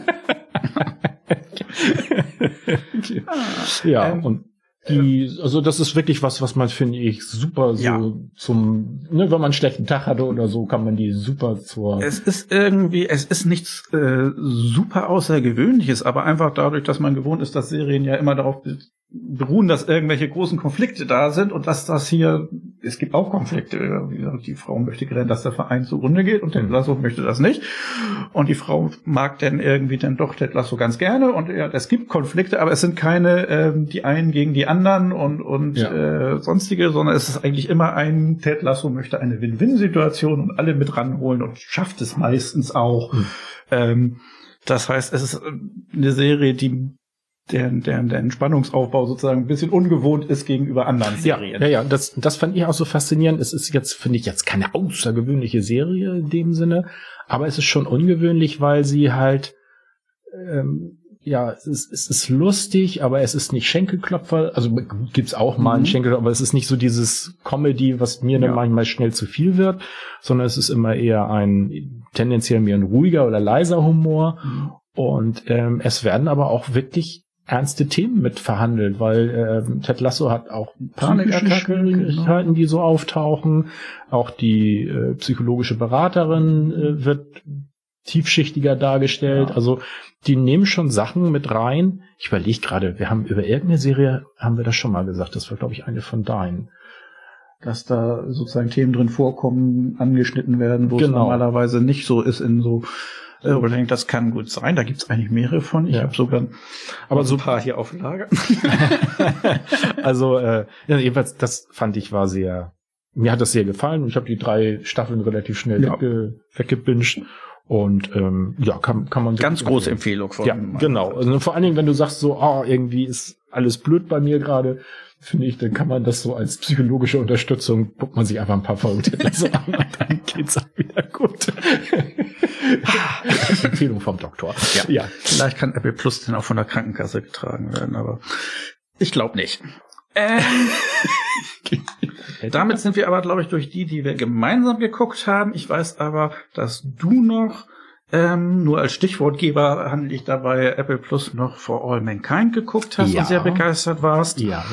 Und also das ist wirklich was man, finde ich, super so zum, wenn man einen schlechten Tag hatte oder so, kann man die super es ist nichts super Außergewöhnliches, aber einfach dadurch, dass man gewohnt ist, dass Serien ja immer darauf beruhen, dass irgendwelche großen Konflikte da sind und dass das hier, es gibt auch Konflikte, wie gesagt, die Frau möchte gerne, dass der Verein zugrunde geht und Ted Lasso möchte das nicht und die Frau mag dann irgendwie dann doch Ted Lasso ganz gerne und es gibt Konflikte, aber es sind keine die einen gegen die anderen und sonstige, sondern es ist eigentlich immer ein Ted Lasso möchte eine Win-Win-Situation und alle mit ranholen und schafft es meistens auch. Das heißt, es ist eine Serie, die der Entspannungsaufbau sozusagen ein bisschen ungewohnt ist gegenüber anderen Serien. Ja, das fand ich auch so faszinierend. Es ist jetzt, finde ich, jetzt keine außergewöhnliche Serie in dem Sinne, aber es ist schon ungewöhnlich, weil sie halt ja, es ist lustig, aber es ist nicht Schenkelklopfer. Also gibt's auch mal einen Schenkelklopfer, aber es ist nicht so dieses Comedy, was mir dann manchmal schnell zu viel wird, sondern es ist immer eher tendenziell mehr ein ruhiger oder leiser Humor. Und es werden aber auch wirklich ernste Themen mit verhandelt, weil Ted Lasso hat auch Panikschwierigkeiten, die so auftauchen. Auch die psychologische Beraterin wird tiefschichtiger dargestellt. Ja. Also die nehmen schon Sachen mit rein. Ich überlege gerade, wir haben über irgendeine Serie, haben wir das schon mal gesagt, das war, glaube ich, eine von deinen. Dass da sozusagen Themen drin vorkommen, angeschnitten werden, wo es normalerweise nicht so ist in so. Oder ich denke, das kann gut sein. Da gibt's eigentlich mehrere von. Ich habe sogar ein paar hier auf Lager. Also jedenfalls, das fand ich mir hat das sehr gefallen und ich habe die 3 Staffeln relativ schnell weggebinged. Und kann man ganz große Empfehlung von. Ja, genau. Also vor allen Dingen, wenn du sagst so, irgendwie ist alles blöd bei mir gerade, finde ich, dann kann man das so als psychologische Unterstützung, guckt man sich einfach ein paar Folgen so an und dann geht's auch wieder gut. Empfehlung vom Doktor. Ja. Vielleicht kann Apple Plus dann auch von der Krankenkasse getragen werden, aber ich glaube nicht. Damit sind wir aber, glaube ich, durch die wir gemeinsam geguckt haben. Ich weiß aber, dass du noch, nur als Stichwortgeber handle ich dabei, Apple Plus noch For All Mankind geguckt hast und sehr begeistert warst. Ja.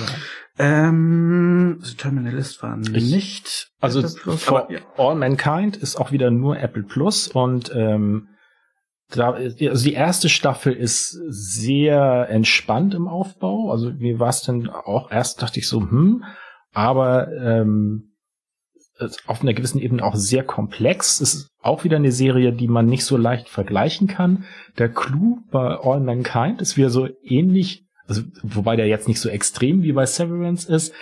Terminalist war nicht also Apple Plus. For All Mankind ist auch wieder nur Apple Plus und also die erste Staffel ist sehr entspannt im Aufbau. Also mir war es dann auch erst, dachte ich so, aber auf einer gewissen Ebene auch sehr komplex. Es ist auch wieder eine Serie, die man nicht so leicht vergleichen kann. Der Clou bei All Mankind ist wieder so ähnlich, also wobei der jetzt nicht so extrem wie bei Severance ist.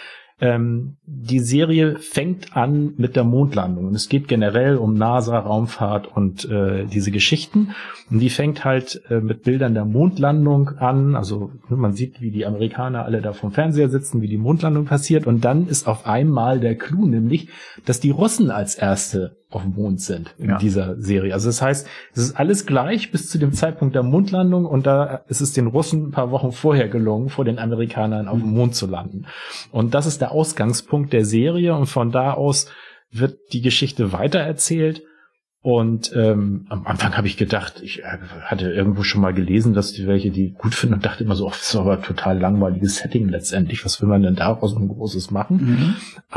Die Serie fängt an mit der Mondlandung und es geht generell um NASA, Raumfahrt und diese Geschichten. Und die fängt halt mit Bildern der Mondlandung an. Also man sieht, wie die Amerikaner alle da vom Fernseher sitzen, wie die Mondlandung passiert. Und dann ist auf einmal der Clou, nämlich, dass die Russen als Erste auf dem Mond sind in dieser Serie. Also das heißt, es ist alles gleich bis zu dem Zeitpunkt der Mondlandung und da ist es den Russen ein paar Wochen vorher gelungen, vor den Amerikanern auf dem Mond zu landen. Und das ist der Ausgangspunkt der Serie und von da aus wird die Geschichte weitererzählt. Und am Anfang habe ich gedacht, ich hatte irgendwo schon mal gelesen, dass die welche die gut finden und dachte immer so, das ist aber ein total langweiliges Setting letztendlich. Was will man denn daraus ein Großes machen?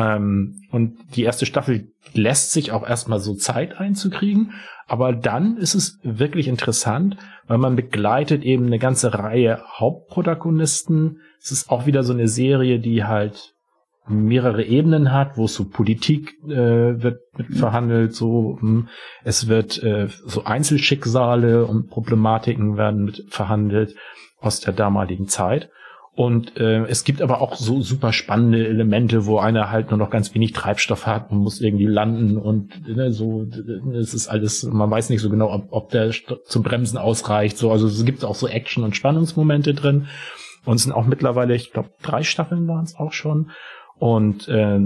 Und die erste Staffel lässt sich auch erstmal so Zeit einzukriegen, aber dann ist es wirklich interessant, weil man begleitet eben eine ganze Reihe Hauptprotagonisten. Es ist auch wieder so eine Serie, die halt mehrere Ebenen hat, wo es so Politik wird mit verhandelt, so es wird so Einzelschicksale und Problematiken werden mit verhandelt aus der damaligen Zeit. Und es gibt aber auch so super spannende Elemente, wo einer halt nur noch ganz wenig Treibstoff hat und muss irgendwie landen und so, es ist alles, man weiß nicht so genau, ob der zum Bremsen ausreicht. So, also es gibt auch so Action- und Spannungsmomente drin. Und es sind auch mittlerweile, ich glaube, 3 Staffeln waren es auch schon. Und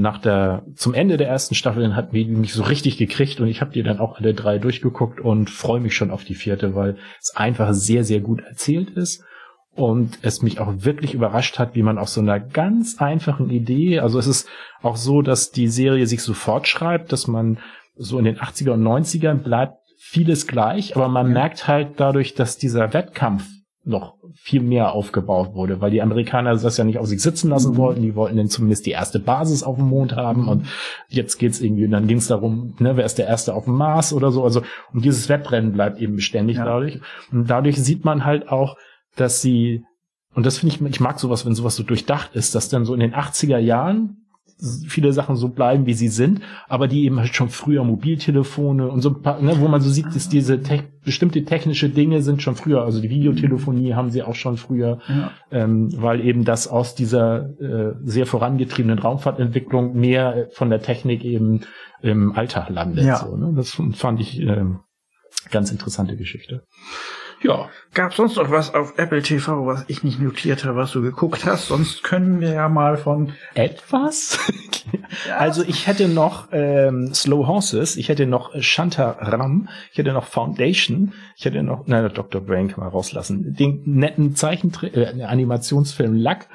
zum Ende der ersten Staffel hat mich so richtig gekriegt und ich habe die dann auch alle 3 durchgeguckt und freue mich schon auf die 4., weil es einfach sehr, sehr gut erzählt ist und es mich auch wirklich überrascht hat, wie man auf so einer ganz einfachen Idee, also es ist auch so, dass die Serie sich so fortschreibt, dass man so in den 80er und 90ern bleibt vieles gleich, aber man merkt halt dadurch, dass dieser Wettkampf noch viel mehr aufgebaut wurde, weil die Amerikaner das ja nicht auf sich sitzen lassen wollten, die wollten dann zumindest die erste Basis auf dem Mond haben und jetzt geht's irgendwie, und dann ging's darum, wer ist der Erste auf dem Mars oder so, also und dieses Wettrennen bleibt eben beständig dadurch und dadurch sieht man halt auch, dass sie, und das finde ich mag sowas, wenn sowas so durchdacht ist, dass dann so in den 80er Jahren viele Sachen so bleiben, wie sie sind, aber die eben halt schon früher Mobiltelefone und so ein paar, wo man so sieht, dass diese bestimmte technische Dinge sind schon früher, also die Videotelefonie haben sie auch schon früher, weil eben das aus dieser sehr vorangetriebenen Raumfahrtentwicklung mehr von der Technik eben im Alltag landet. Ja. So, ne? Das fand ich ganz interessante Geschichte. Ja. Gab sonst noch was auf Apple TV, was ich nicht notiert habe, was du geguckt hast? Sonst können wir ja mal von etwas? Ja. Also ich hätte noch Slow Horses, ich hätte noch Shantaram, ich hätte noch Foundation, ich hätte noch, Dr. Brain kann man rauslassen, den netten Animationsfilm Luck.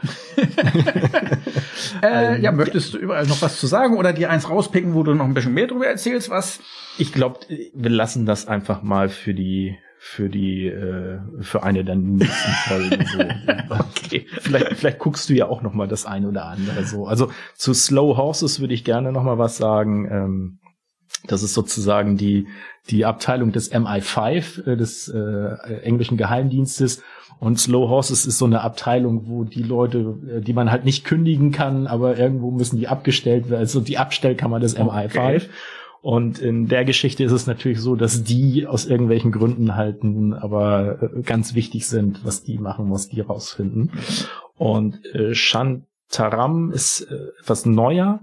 Ja, möchtest du überall noch was zu sagen oder dir eins rauspicken, wo du noch ein bisschen mehr drüber erzählst, was? Ich glaube, wir lassen das einfach mal für eine der nächsten Folgen so. Okay. Vielleicht guckst du ja auch noch mal das eine oder andere so. Also zu Slow Horses würde ich gerne noch mal was sagen. Das ist sozusagen die Abteilung des MI5, des englischen Geheimdienstes. Und Slow Horses ist so eine Abteilung, wo die Leute, die man halt nicht kündigen kann, aber irgendwo müssen die abgestellt werden. Also die Abstellkammer des MI5. Und in der Geschichte ist es natürlich so, dass die aus irgendwelchen Gründen halt nun aber ganz wichtig sind, was die machen, was die rausfinden. Und Shantaram ist etwas neuer.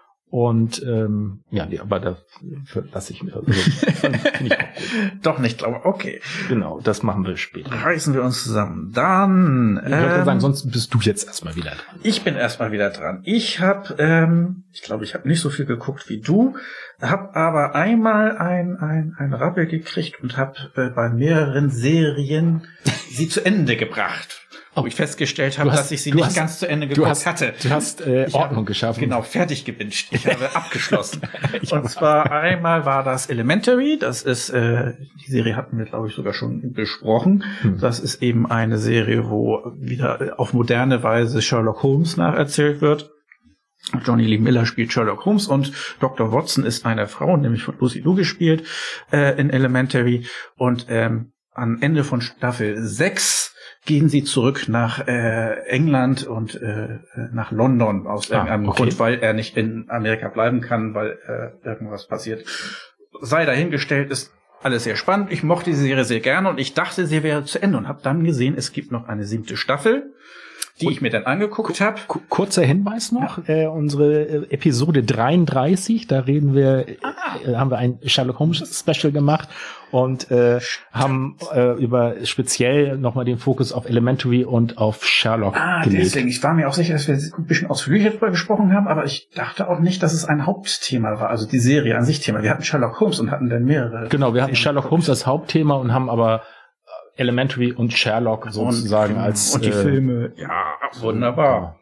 Und aber da lasse ich mir finde ich auch gut. Doch nicht, glaube okay. Genau, das machen wir später. Reißen wir uns zusammen. Dann ich würde sagen, sonst bist du jetzt erstmal wieder dran. Ich bin erstmal wieder dran. Ich glaube, ich habe nicht so viel geguckt wie du, habe aber einmal ein Rappel gekriegt und habe bei mehreren Serien sie zu Ende gebracht. Wo ich festgestellt habe, dass ich sie nicht ganz zu Ende geguckt hatte. Du hast Ordnung geschaffen. Genau, fertig gebinged. Ich habe abgeschlossen. Und zwar einmal war das Elementary. Das ist, die Serie hatten wir, glaube ich, sogar schon besprochen. Das ist eben eine Serie, wo wieder auf moderne Weise Sherlock Holmes nacherzählt wird. Johnny Lee Miller spielt Sherlock Holmes und Dr. Watson ist eine Frau, nämlich von Lucy Liu gespielt, in Elementary. Und am Ende von Staffel 6 gehen sie zurück nach England und nach London aus irgendeinem Grund, weil er nicht in Amerika bleiben kann, weil irgendwas passiert. Sei dahingestellt, ist alles sehr spannend. Ich mochte die Serie sehr gerne und ich dachte, sie wäre zu Ende und habe dann gesehen, es gibt noch eine 7. Staffel, die ich mir dann angeguckt habe. Kurzer Hinweis noch, unsere Episode 33, da haben wir ein Sherlock Holmes Special gemacht und haben über speziell nochmal den Fokus auf Elementary und auf Sherlock gelegt. Deswegen, ich war mir auch sicher, dass wir ein bisschen ausführlicher darüber gesprochen haben, aber ich dachte auch nicht, dass es ein Hauptthema war, also die Serie an sich Thema. Wir hatten Sherlock Holmes und hatten dann mehrere. Genau, wir hatten Sherlock Holmes als Hauptthema und haben aber Elementary und Sherlock sozusagen als und die Filme, ja, wunderbar.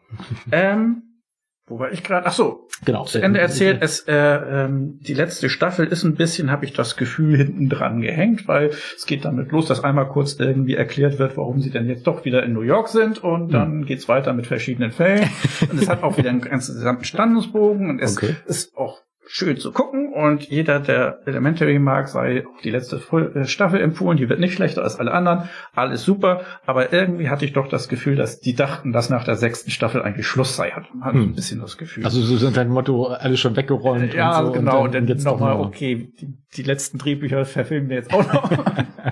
Wo war ich gerade? Ach so, genau. Zu Ende erzählt. Die letzte Staffel ist ein bisschen, habe ich das Gefühl, hinten dran gehängt, weil es geht damit los, dass einmal kurz irgendwie erklärt wird, warum sie denn jetzt doch wieder in New York sind und dann geht's weiter mit verschiedenen Fällen und es hat auch wieder einen ganzen gesamten Standesbogen und es ist auch schön zu gucken und jeder, der Elementary mag, sei auch die letzte Staffel empfohlen. Die wird nicht schlechter als alle anderen. Alles super. Aber irgendwie hatte ich doch das Gefühl, dass die dachten, dass nach der 6. Staffel eigentlich Schluss sei. Hatte ein bisschen das Gefühl. Also so sind dein Motto, alles schon weggeräumt. Ja, und so, genau. Und dann jetzt nochmal, okay, die letzten Drehbücher verfilmen wir jetzt auch noch.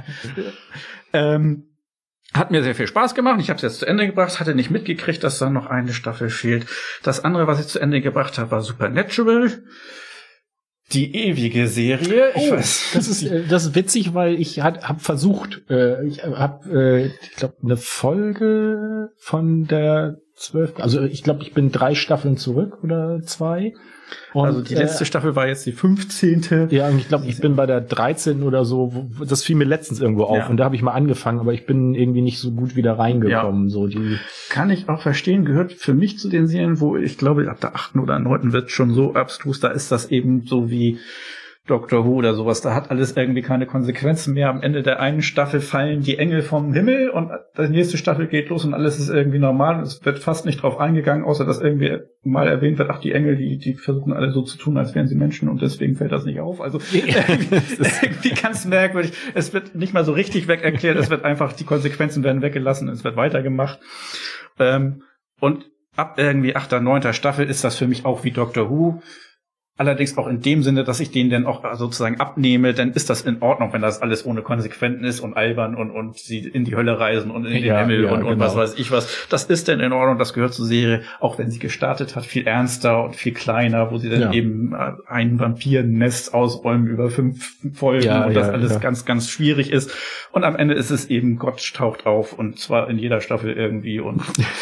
Hat mir sehr viel Spaß gemacht. Ich habe es jetzt zu Ende gebracht, hatte nicht mitgekriegt, dass da noch eine Staffel fehlt. Das andere, was ich zu Ende gebracht habe, war Supernatural. Die ewige Serie. Ich weiß. Das ist witzig, weil ich habe versucht, ich glaube, eine Folge von der 12. Also ich glaube, ich bin 3 Staffeln zurück oder 2. Und, also die letzte Staffel war jetzt die 15. Ja, und ich glaube, ich bin bei der 13 oder so. Das fiel mir letztens irgendwo auf und da habe ich mal angefangen, aber ich bin irgendwie nicht so gut wieder reingekommen. Ja. So kann ich auch verstehen, gehört für mich zu den Serien, wo ich glaube, ab der 8. oder 9. wird schon so abstrus, da ist das eben so wie Doctor Who oder sowas, da hat alles irgendwie keine Konsequenzen mehr. Am Ende der einen Staffel fallen die Engel vom Himmel und die nächste Staffel geht los und alles ist irgendwie normal und es wird fast nicht drauf eingegangen, außer dass irgendwie mal erwähnt wird, ach, die Engel, die versuchen alle so zu tun, als wären sie Menschen und deswegen fällt das nicht auf. Also irgendwie ganz merkwürdig. Es wird nicht mal so richtig weg erklärt, es wird einfach, die Konsequenzen werden weggelassen und es wird weitergemacht. Und ab irgendwie 8., 9. Staffel ist das für mich auch wie Doctor Who. Allerdings auch in dem Sinne, dass ich denen dann auch sozusagen abnehme, dann ist das in Ordnung, wenn das alles ohne Konsequenzen ist und albern und sie in die Hölle reisen und in den Himmel und was weiß ich was. Das ist dann in Ordnung, das gehört zur Serie, auch wenn sie gestartet hat, viel ernster und viel kleiner, wo sie dann eben ein Vampirnest ausräumen über 5 Folgen und das alles ganz, ganz schwierig ist. Und am Ende ist es eben, Gott taucht auf und zwar in jeder Staffel irgendwie und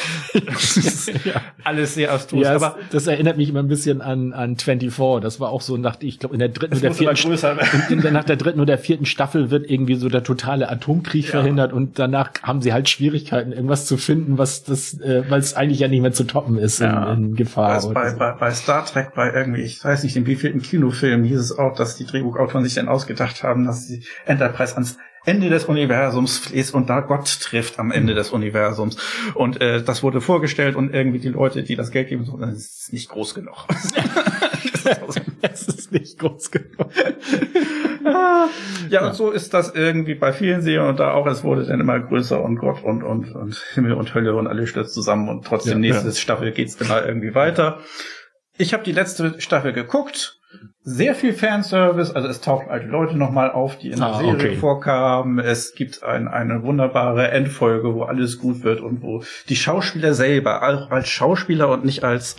alles sehr abstrus. Ja, aber das erinnert mich immer ein bisschen an 24. Das war auch so ich glaube in der dritten oder vierten nach der dritten oder vierten Staffel wird irgendwie so der totale Atomkrieg verhindert und danach haben sie halt Schwierigkeiten, irgendwas zu finden, was das, weil es eigentlich ja nicht mehr zu toppen ist in Gefahr. Also bei Star Trek, bei irgendwie, ich weiß nicht, in wievielten Kinofilm hieß es auch, dass die Drehbuchautoren sich dann ausgedacht haben, dass die Enterprise ans Ende des Universums fließt und da Gott trifft am Ende des Universums. Und das wurde vorgestellt und irgendwie die Leute, die das Geld geben, so, das ist nicht groß genug. Es ist nicht groß genug. Und so ist das irgendwie bei vielen Serien und da auch, es wurde dann immer größer und Gott und Himmel und Hölle und alles stürzt zusammen und trotzdem nächste Staffel geht's immer irgendwie weiter. Ich habe die letzte Staffel geguckt. Sehr viel Fanservice, also es tauchen alte Leute nochmal auf, die in der Serie vorkamen. Es gibt eine wunderbare Endfolge, wo alles gut wird und wo die Schauspieler selber, auch als Schauspieler und nicht als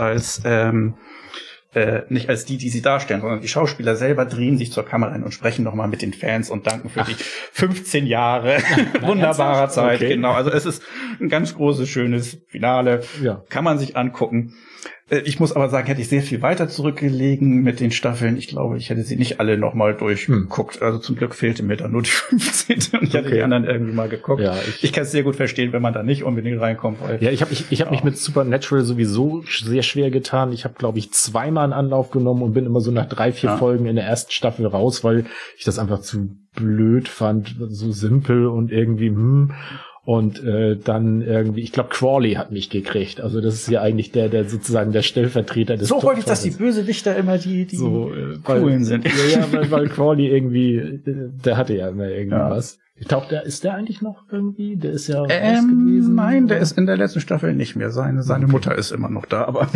die sie darstellen, sondern die Schauspieler selber drehen sich zur Kamera ein und sprechen nochmal mit den Fans und danken für die 15 Jahre wunderbarer Zeit. Okay. Genau, also es ist ein ganz großes, schönes Finale. Ja. Kann man sich angucken. Ich muss aber sagen, hätte ich sehr viel weiter zurückgelegen mit den Staffeln. Ich glaube, ich hätte sie nicht alle nochmal durchgeguckt. Also zum Glück fehlte mir da nur die 15. Und ich hatte die anderen irgendwie mal geguckt. Ja, ich kann es sehr gut verstehen, wenn man da nicht unbedingt reinkommt. Weil, ich hab mich mit Supernatural sowieso sehr schwer getan. Ich habe, glaube ich, 2-mal einen Anlauf genommen und bin immer so nach 3-4 Folgen in der ersten Staffel raus, weil ich das einfach zu blöd fand, so simpel und irgendwie Und dann irgendwie, ich glaube, Crawley hat mich gekriegt. Also das ist ja eigentlich der sozusagen der Stellvertreter des So wollte ich, dass die Bösewichter immer die so, coolen sind. Weil Crawley irgendwie, der hatte ja immer irgendwas. Ist der eigentlich noch irgendwie? Der ist ja raus gewesen. Nein, der ist in der letzten Staffel nicht mehr. Seine Mutter ist immer noch da, aber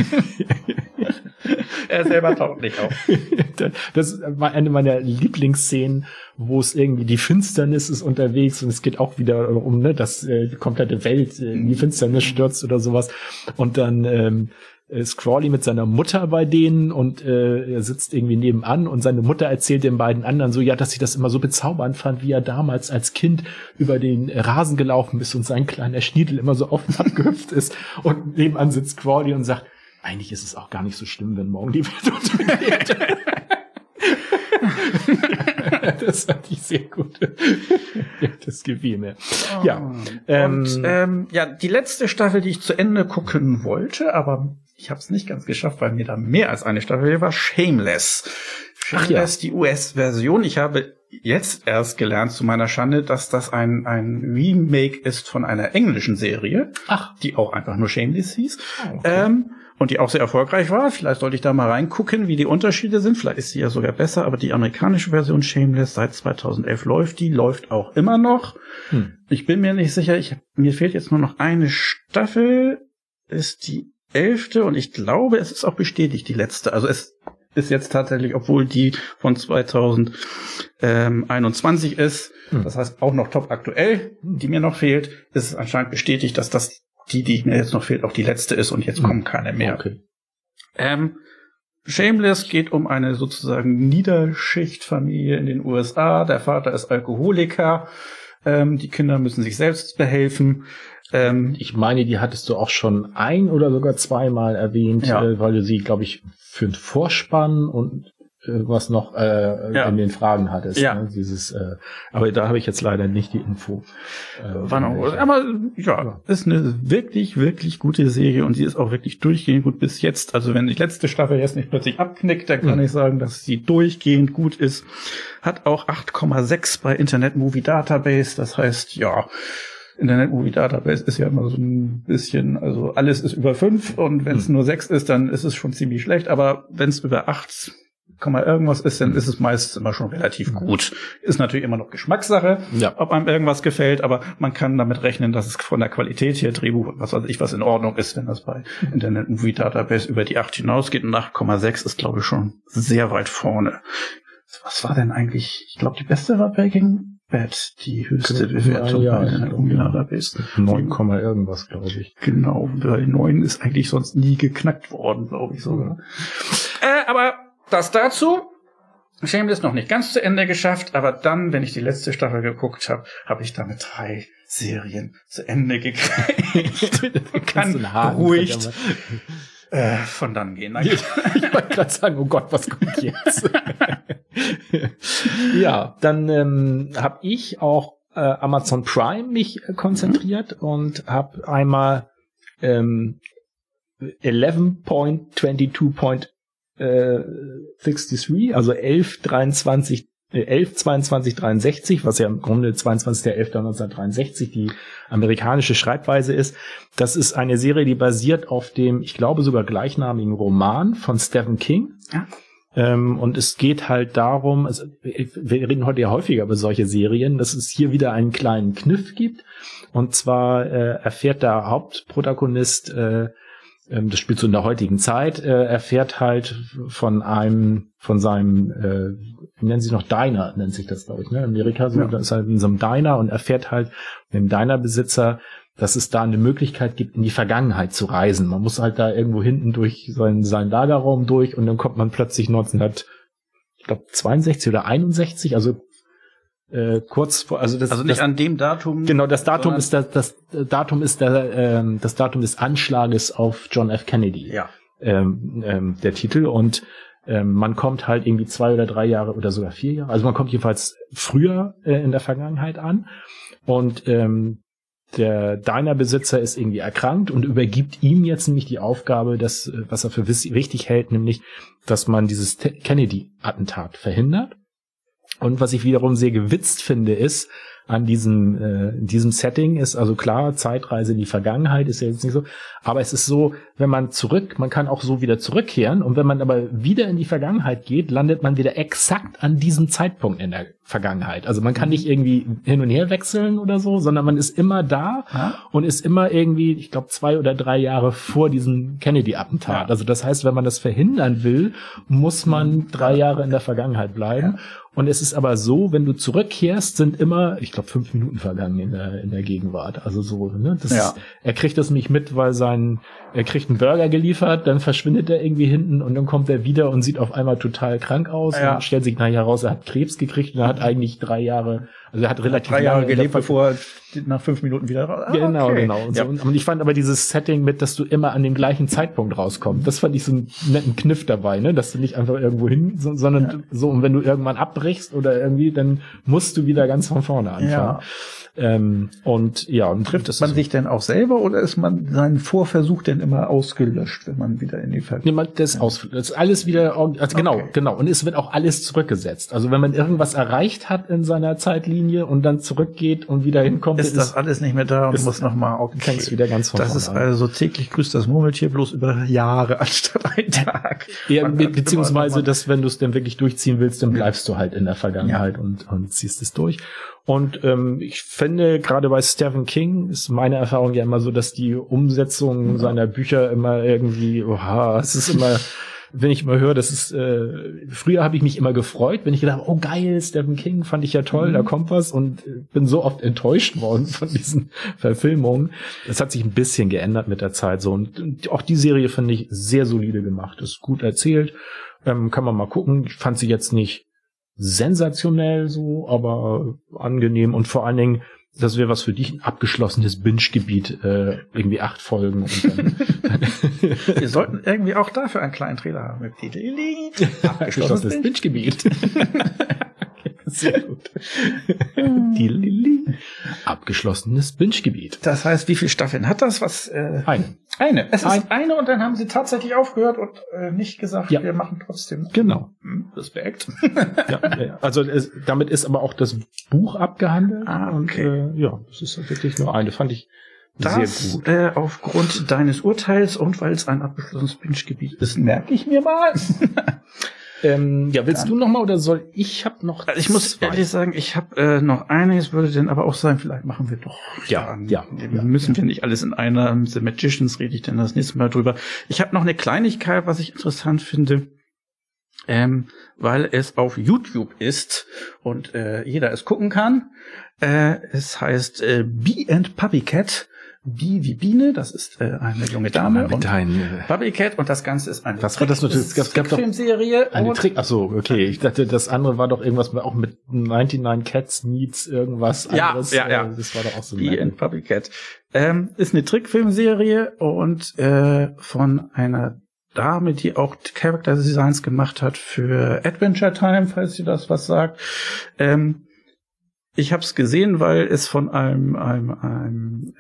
er selber taucht nicht auf. Das war eine meiner Lieblingsszenen, wo es irgendwie die Finsternis ist unterwegs und es geht auch wieder um, dass die komplette Welt in die Finsternis stürzt oder sowas. Und dann ist Crawley mit seiner Mutter bei denen und er sitzt irgendwie nebenan und seine Mutter erzählt den beiden anderen so, dass sie das immer so bezaubernd fand, wie er damals als Kind über den Rasen gelaufen ist und sein kleiner Schniedel immer so auf und ab gehüpft ist und nebenan sitzt Crawley und sagt, eigentlich ist es auch gar nicht so schlimm, wenn morgen die Welt untergeht. Das fand ich sehr gut. Das gefiel mir. Die letzte Staffel, die ich zu Ende gucken wollte, aber ich habe es nicht ganz geschafft, weil mir da mehr als eine Staffel war, Shameless. Shameless, die US-Version. Ich habe jetzt erst gelernt, zu meiner Schande, dass das ein Remake ist von einer englischen Serie, die auch einfach nur Shameless hieß. Und die auch sehr erfolgreich war. Vielleicht sollte ich da mal reingucken, wie die Unterschiede sind. Vielleicht ist sie ja sogar besser, aber die amerikanische Version Shameless seit 2011 läuft auch immer noch. Ich bin mir nicht sicher, mir fehlt jetzt nur noch eine Staffel, ist die 11. und ich glaube, es ist auch bestätigt, die letzte. Also es ist jetzt tatsächlich, obwohl die von 2021 ist, das heißt auch noch top aktuell, die mir noch fehlt, ist es anscheinend bestätigt, dass das die mir jetzt noch fehlt, auch die letzte ist und jetzt kommen keine mehr. Okay. Shameless geht um eine sozusagen Niederschichtfamilie in den USA. Der Vater ist Alkoholiker. Die Kinder müssen sich selbst behelfen. Ich meine, die hattest du auch schon 1 oder sogar 2-mal erwähnt, weil du sie, glaube ich, für den Vorspann und was noch in den Fragen hattest. Ja. Ne? Aber da habe ich jetzt leider nicht die Info. Ist eine wirklich, wirklich gute Serie und sie ist auch wirklich durchgehend gut bis jetzt. Also wenn die letzte Staffel jetzt nicht plötzlich abknickt, dann kann ich sagen, dass sie durchgehend gut ist. Hat auch 8,6 bei Internet Movie Database. Das heißt, Internet Movie Database ist ja immer so ein bisschen, also alles ist über 5 und wenn es nur 6 ist, dann ist es schon ziemlich schlecht. Aber wenn es über 8 irgendwas ist, dann ist es meistens immer schon relativ gut. Ist natürlich immer noch Geschmackssache, ob einem irgendwas gefällt, aber man kann damit rechnen, dass es von der Qualität her, Drehbuch, was weiß ich, was in Ordnung ist, wenn das bei Internet Movie Database über die 8 hinausgeht. Und 8,6 ist, glaube ich, schon sehr weit vorne. Was war denn eigentlich? Ich glaube, die beste war Breaking Bad, die höchste Bewertung bei Internet Movie Database. 9, irgendwas, glaube ich. Genau, weil 9 ist eigentlich sonst nie geknackt worden, glaube ich sogar. Aber das dazu. Shameless noch nicht ganz zu Ende geschafft, aber dann, wenn ich die letzte Staffel geguckt habe, habe ich damit 3 Serien zu Ende gekriegt. Kann beruhigt von dann gehen. Ich wollte gerade sagen, oh Gott, was kommt jetzt? Ja, dann habe ich auch Amazon Prime mich konzentriert und habe einmal 11.22.63, also 11.22.63, was ja im Grunde 22.11.1963 die amerikanische Schreibweise ist. Das ist eine Serie, die basiert auf dem, ich glaube sogar gleichnamigen Roman von Stephen King. Ja. Und es geht halt darum, wir reden heute ja häufiger über solche Serien, dass es hier wieder einen kleinen Kniff gibt. Und zwar erfährt der Hauptprotagonist, das spielt so in der heutigen Zeit, erfährt halt von seinem, wie nennen sie noch, Diner, nennt sich das, glaube ich, ne? In Amerika so, da ist halt in so einem Diner und erfährt halt dem Dinerbesitzer, dass es da eine Möglichkeit gibt, in die Vergangenheit zu reisen. Man muss halt da irgendwo hinten durch seinen Lagerraum durch und dann kommt man plötzlich 1962 oder 61, also kurz vor, also nicht an dem Datum. Genau, das Datum ist das Datum des Anschlages auf John F. Kennedy. Ja. Der Titel und man kommt halt irgendwie 2 oder 3 Jahre oder sogar 4 Jahre, also man kommt jedenfalls früher in der Vergangenheit an und der Dinerbesitzer ist irgendwie erkrankt und übergibt ihm jetzt nämlich die Aufgabe, das, was er für wichtig hält, nämlich, dass man dieses Kennedy-Attentat verhindert. Und was ich wiederum sehr gewitzt finde, ist, an diesem Setting ist, also klar, Zeitreise in die Vergangenheit ist ja jetzt nicht so, aber es ist so, wenn man kann auch so wieder zurückkehren und wenn man aber wieder in die Vergangenheit geht, landet man wieder exakt an diesem Zeitpunkt in der Vergangenheit. Also man kann nicht irgendwie hin und her wechseln oder so, sondern man ist immer da und ist immer irgendwie, ich glaube, 2 oder 3 Jahre vor diesem Kennedy-Attentat. Ja. Also das heißt, wenn man das verhindern will, muss man 3 Jahre in der Vergangenheit bleiben. Ja. Und es ist aber so, wenn du zurückkehrst, sind immer, ich glaube, 5 Minuten vergangen in der Gegenwart. Also so, ne? Er kriegt das nicht mit, weil er kriegt einen Burger geliefert, dann verschwindet er irgendwie hinten und dann kommt er wieder und sieht auf einmal total krank aus und stellt sich nachher heraus, er hat Krebs gekriegt und er hat eigentlich 3 Jahre, also er hat relativ 3 Jahre gelebt, bevor er nach 5 Minuten wieder raus. Genau. Und, so. Und ich fand aber dieses Setting mit, dass du immer an dem gleichen Zeitpunkt rauskommst, das fand ich so einen netten Kniff dabei, ne, dass du nicht einfach irgendwo hin, sondern so, und wenn du irgendwann abbrichst oder irgendwie, dann musst du wieder ganz von vorne anfangen. Ja. Und trifft es man sich denn auch selber oder ist man seinen Vorversuch denn immer ausgelöscht, wenn man wieder in die Vergangenheit? Das ist alles wieder, also genau. Und es wird auch alles zurückgesetzt. Also wenn man irgendwas erreicht hat in seiner Zeitlinie und dann zurückgeht und wieder hinkommt, ist das alles nicht mehr da und muss nochmal fängst wieder ganz von vorne an. Das ist also täglich grüßt das Murmeltier bloß über Jahre anstatt einen Tag. Ja, beziehungsweise, dass wenn du es denn wirklich durchziehen willst, dann bleibst du halt in der Vergangenheit und ziehst es durch. Und ich finde, gerade bei Stephen King ist meine Erfahrung ja immer so, dass die Umsetzung seiner Bücher immer irgendwie, es ist immer, wenn ich mal höre, das ist, früher habe ich mich immer gefreut, wenn ich gedacht habe, oh geil, Stephen King, fand ich ja toll, da kommt was und bin so oft enttäuscht worden von diesen Verfilmungen. Das hat sich ein bisschen geändert mit der Zeit so und auch die Serie finde ich sehr solide gemacht, ist gut erzählt, kann man mal gucken, ich fand sie jetzt nicht sensationell so, aber angenehm und vor allen Dingen, das wäre was für dich, ein abgeschlossenes Binge-Gebiet, irgendwie 8 Folgen. Und dann wir sollten irgendwie auch dafür einen kleinen Trailer haben mit Titel abgeschlossenes Binge-Gebiet. Sehr gut. Abgeschlossenes Binge-Gebiet. Das heißt, wie viele Staffeln hat das? Eine. Es ist eine und dann haben sie tatsächlich aufgehört und nicht gesagt, wir machen trotzdem. Genau. Respekt. Also damit ist aber auch das Buch abgehandelt. Okay. Und das ist wirklich nur eine. Fand ich sehr gut. Aufgrund deines Urteils und weil es ein abgeschlossenes Binge-Gebiet ist, merke ich mir mal. willst du noch mal oder soll ich? Hab noch. Also ich muss ehrlich sagen, ich habe noch einiges, würde denn aber auch sagen, vielleicht machen wir doch. Müssen wir nicht alles in einer. The Magicians rede ich denn das nächste Mal drüber. Ich habe noch eine Kleinigkeit, was ich interessant finde. Weil es auf YouTube ist und jeder es gucken kann. Es heißt Bee and Puppycat. Bee wie Biene, das ist eine junge Dame. Und Puppycat und das Ganze ist eine Trickfilmserie. Eine Trick. Ach so, okay. Ich dachte, das andere war doch irgendwas auch mit 99 Cats Meets irgendwas anderes. Ja. Das war doch auch so. Bee and Puppycat. Ist eine Trickfilmserie und von einer Dame, die auch Character Designs gemacht hat für Adventure Time, falls ihr das was sagt. Ich habe es gesehen, weil es von einem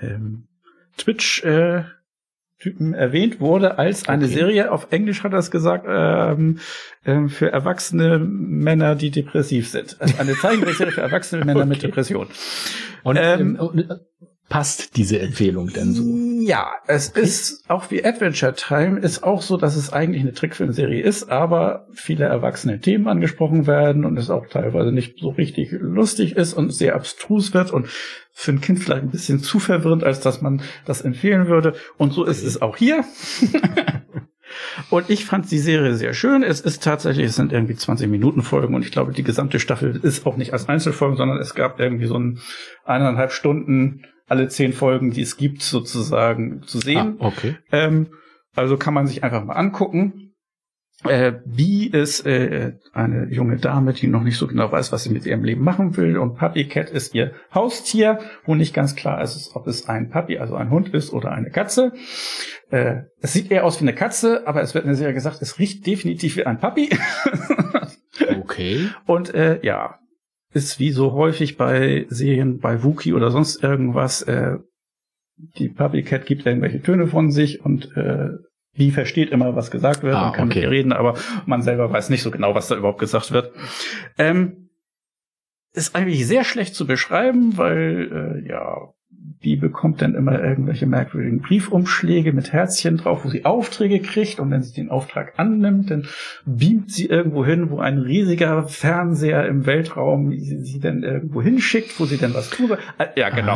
Twitch-Typen erwähnt wurde als eine Serie. Auf Englisch hat er es gesagt, für erwachsene Männer, die depressiv sind. Also eine Zeichentrickserie für erwachsene Männer mit Depression. Und passt diese Empfehlung denn so? Ja, es ist auch wie Adventure Time, ist auch so, dass es eigentlich eine Trickfilmserie ist, aber viele erwachsene Themen angesprochen werden und es auch teilweise nicht so richtig lustig ist und sehr abstrus wird und für ein Kind vielleicht ein bisschen zu verwirrend, als dass man das empfehlen würde. Und so ist es auch hier. Und ich fand die Serie sehr schön. Es sind irgendwie 20-Minuten-Folgen und ich glaube, die gesamte Staffel ist auch nicht als Einzelfolgen, sondern es gab irgendwie so 1,5 Stunden alle 10 Folgen, die es gibt, sozusagen zu sehen. Okay. Also kann man sich einfach mal angucken. Bee ist eine junge Dame, die noch nicht so genau weiß, was sie mit ihrem Leben machen will. Und Puppycat ist ihr Haustier, wo nicht ganz klar ist, ob es ein Puppy, also ein Hund ist oder eine Katze. Es sieht eher aus wie eine Katze, aber es wird in der Serie gesagt, es riecht definitiv wie ein Puppy. Okay. Und ist wie so häufig bei Serien, bei Wookie oder sonst irgendwas, die Puppycat gibt irgendwelche Töne von sich und Bee versteht immer, was gesagt wird und kann mit ihr reden, aber man selber weiß nicht so genau, was da überhaupt gesagt wird. Ist eigentlich sehr schlecht zu beschreiben, weil Bee bekommt dann immer irgendwelche merkwürdigen Briefumschläge mit Herzchen drauf, wo sie Aufträge kriegt und wenn sie den Auftrag annimmt, dann beamt sie irgendwo hin, wo ein riesiger Fernseher im Weltraum sie dann irgendwo hinschickt, wo sie dann was tut. Ja, genau.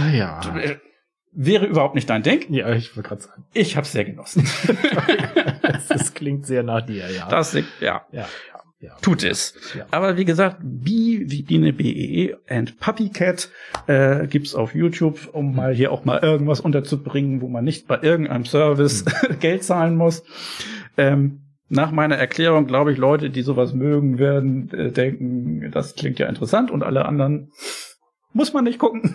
Wäre überhaupt nicht dein Ding. Ja, ich wollte gerade sagen. Ich hab's sehr genossen. Das klingt sehr nach dir, ja. Ja. Tut es. Ja. Aber wie gesagt, Bee wie Biene, B-E-E and Puppycat gibt's auf YouTube, um mal hier auch mal irgendwas unterzubringen, wo man nicht bei irgendeinem Service Geld zahlen muss. Nach meiner Erklärung glaube ich, Leute, die sowas mögen, werden denken, das klingt ja interessant und alle anderen muss man nicht gucken.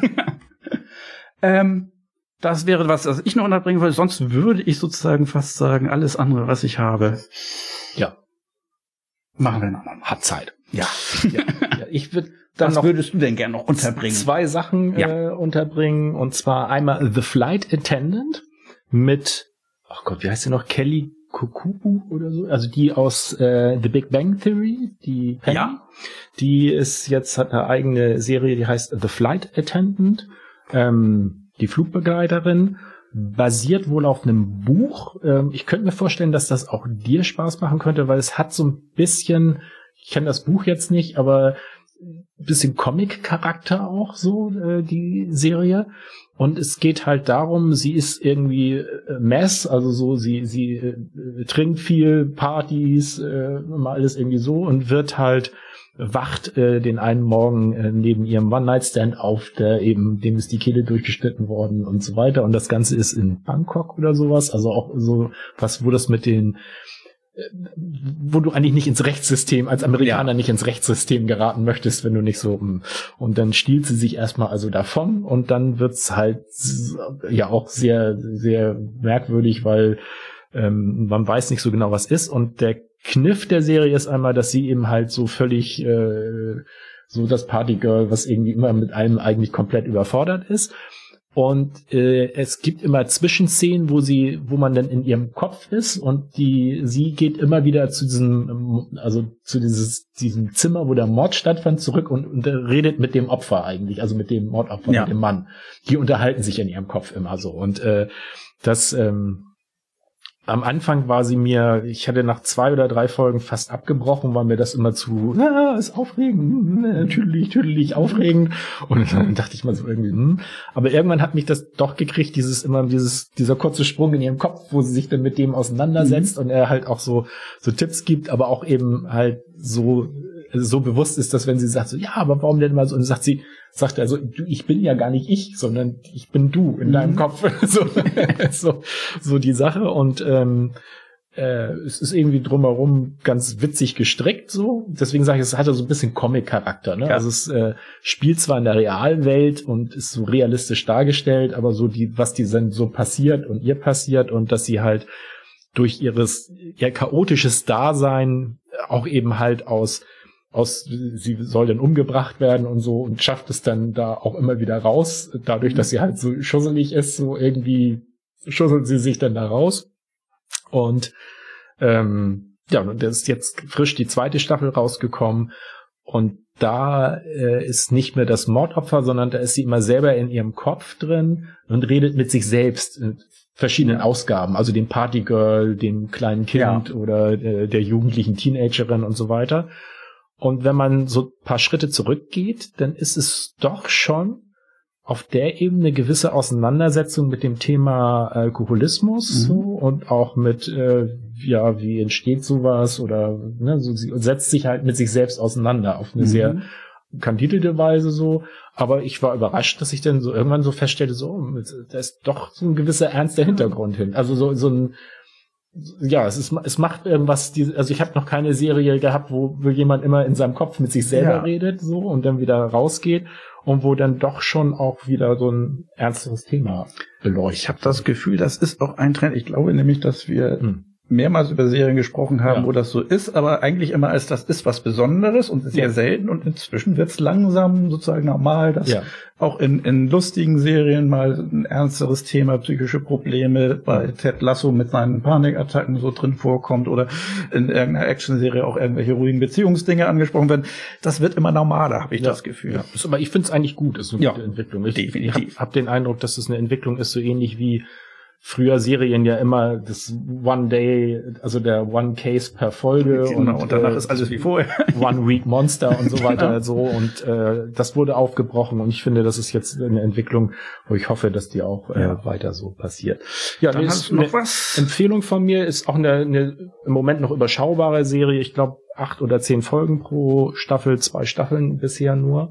Das wäre was ich noch unterbringen würde. Sonst würde ich sozusagen fast sagen, alles andere, was ich habe. Ja. Machen wir noch mal. Hat Zeit. Ja. Ich würde dann was würdest du denn gerne noch unterbringen? 2 Sachen unterbringen. Und zwar einmal The Flight Attendant mit, wie heißt sie noch? Kelly Kukubu oder so? Also die aus The Big Bang Theory, die Penny. Ja. Die hat eine eigene Serie, die heißt The Flight Attendant. Die Flugbegleiterin. Basiert wohl auf einem Buch. Ich könnte mir vorstellen, dass das auch dir Spaß machen könnte, weil es hat so ein bisschen, ich kenne das Buch jetzt nicht, aber ein bisschen Comic-Charakter auch so, die Serie. Und es geht halt darum, sie ist irgendwie Mess, also so, sie trinkt viel, Partys, immer alles irgendwie so und wird halt wacht den einen Morgen neben ihrem One-Night-Stand auf, dem ist die Kehle durchgeschnitten worden und so weiter. Und das Ganze ist in Bangkok oder sowas. Also auch so was, wo das mit wo du eigentlich nicht ins Rechtssystem, als Amerikaner nicht ins Rechtssystem geraten möchtest, wenn du nicht so, und dann stiehlt sie sich erstmal also davon und dann wird's halt auch sehr, sehr merkwürdig, weil man weiß nicht so genau, was ist. Und der Kniff der Serie ist einmal, dass sie eben halt so völlig so das Partygirl, was irgendwie immer mit allem eigentlich komplett überfordert ist. Und es gibt immer Zwischenszenen, wo man dann in ihrem Kopf ist und sie geht immer wieder zu diesem Zimmer, wo der Mord stattfand, zurück und redet mit dem Opfer eigentlich, also mit dem Mordopfer, mit dem Mann. Die unterhalten sich in ihrem Kopf immer so. Und das am Anfang war sie mir, ich hatte nach 2 oder 3 Folgen fast abgebrochen, war mir das immer zu, ist aufregend, tüdelig, aufregend. Und dann dachte ich mal so irgendwie, Aber irgendwann hat mich das doch gekriegt, dieser kurze Sprung in ihrem Kopf, wo sie sich dann mit dem auseinandersetzt und er halt auch so Tipps gibt, aber auch eben halt so bewusst ist, dass wenn sie sagt, so, ja, aber warum denn mal so? Und sagt er so, ich bin ja gar nicht ich, sondern ich bin du in deinem Kopf. so die Sache. Und es ist irgendwie drumherum ganz witzig gestrickt so. Deswegen sage ich, es hat so ein bisschen Comic-Charakter. Ne? Ja. Also es spielt zwar in der realen Welt und ist so realistisch dargestellt, aber so was die dann so passiert und ihr passiert und dass sie halt durch ihr chaotisches Dasein auch eben halt sie soll dann umgebracht werden und so und schafft es dann da auch immer wieder raus, dadurch, dass sie halt so schusselig ist, so irgendwie schusselt sie sich dann da raus. Und und da ist jetzt frisch die 2. Staffel rausgekommen und da ist nicht mehr das Mordopfer, sondern da ist sie immer selber in ihrem Kopf drin und redet mit sich selbst in verschiedenen Ausgaben, also dem Partygirl, dem kleinen Kind oder der jugendlichen Teenagerin und so weiter. Und wenn man so ein paar Schritte zurückgeht, dann ist es doch schon auf der Ebene eine gewisse Auseinandersetzung mit dem Thema Alkoholismus so, und auch mit, wie entsteht sowas oder so, sie setzt sich halt mit sich selbst auseinander auf eine sehr kandidelte Weise so. Aber ich war überrascht, dass ich dann so irgendwann so feststellte, so, da ist doch so ein gewisser ernster Hintergrund hin. Also so ein es macht irgendwas, also ich habe noch keine Serie gehabt, wo jemand immer in seinem Kopf mit sich selber redet so und dann wieder rausgeht und wo dann doch schon auch wieder so ein ernsteres Thema beleuchtet. Ich habe das Gefühl, das ist auch ein Trend. Ich glaube nämlich, dass wir mehrmals über Serien gesprochen haben, wo das so ist, aber eigentlich immer als das ist was Besonderes und sehr selten und inzwischen wird's langsam sozusagen normal, dass auch in lustigen Serien mal ein ernsteres Thema, psychische Probleme bei Ted Lasso mit seinen Panikattacken so drin vorkommt oder in irgendeiner Actionserie auch irgendwelche ruhigen Beziehungsdinge angesprochen werden. Das wird immer normaler, habe ich das Gefühl. Ja. Aber ich finde es eigentlich gut, ist eine gute Entwicklung. Ich hab den Eindruck, dass es eine Entwicklung ist, so ähnlich wie früher Serien ja immer das One Day, also der One Case per Folge und danach ist alles wie vorher. One Week Monster und so weiter so und das wurde aufgebrochen und ich finde, das ist jetzt eine Entwicklung, wo ich hoffe, dass die auch weiter so passiert. Ja, dann hast du noch was? Empfehlung von mir ist auch eine im Moment noch überschaubare Serie, ich glaube 8 oder 10 Folgen pro Staffel, 2 Staffeln bisher nur.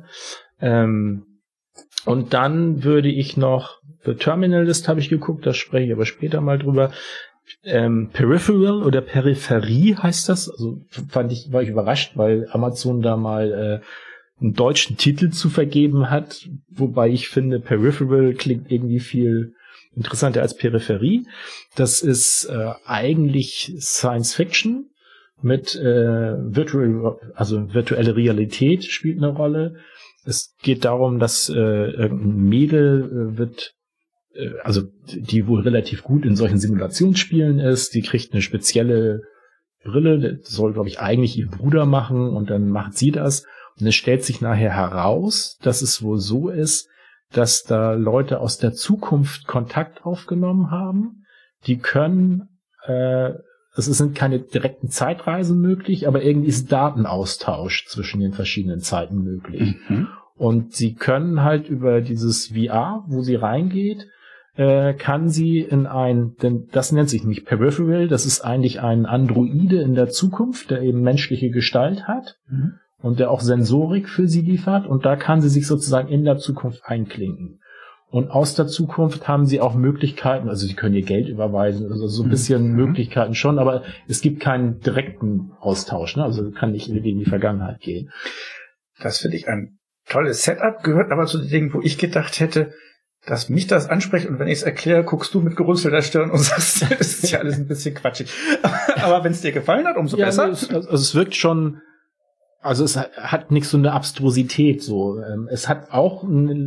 Und dann würde ich noch The Terminalist habe ich geguckt, das spreche ich aber später mal drüber. Peripheral oder Peripherie heißt das. Also war ich überrascht, weil Amazon da mal einen deutschen Titel zu vergeben hat, wobei ich finde, Peripheral klingt irgendwie viel interessanter als Peripherie. Das ist eigentlich Science Fiction mit virtuelle Realität spielt eine Rolle. Es geht darum, dass irgendein Mädel die wohl relativ gut in solchen Simulationsspielen ist, die kriegt eine spezielle Brille, das soll, glaube ich, eigentlich ihr Bruder machen und dann macht sie das. Und es stellt sich nachher heraus, dass es wohl so ist, dass da Leute aus der Zukunft Kontakt aufgenommen haben. Die können, es sind keine direkten Zeitreisen möglich, aber irgendwie ist Datenaustausch zwischen den verschiedenen Zeiten möglich. Und sie können halt über dieses VR, wo sie reingeht, kann sie denn das nennt sich nicht Peripheral, das ist eigentlich ein Androide in der Zukunft, der eben menschliche Gestalt hat und der auch Sensorik für sie liefert und da kann sie sich sozusagen in der Zukunft einklinken. Und aus der Zukunft haben sie auch Möglichkeiten, also sie können ihr Geld überweisen, also so ein bisschen Möglichkeiten schon, aber es gibt keinen direkten Austausch, ne? Also kann nicht in die Vergangenheit gehen. Das finde ich ein tolles Setup, gehört aber zu den Dingen, wo ich gedacht hätte, dass mich das anspricht und wenn ich es erkläre, guckst du mit gerunzelter Stirn und sagst, das ist ja alles ein bisschen quatschig. Aber wenn es dir gefallen hat, umso besser. Also es wirkt schon, also es hat nicht so eine Abstrusität so. Es hat auch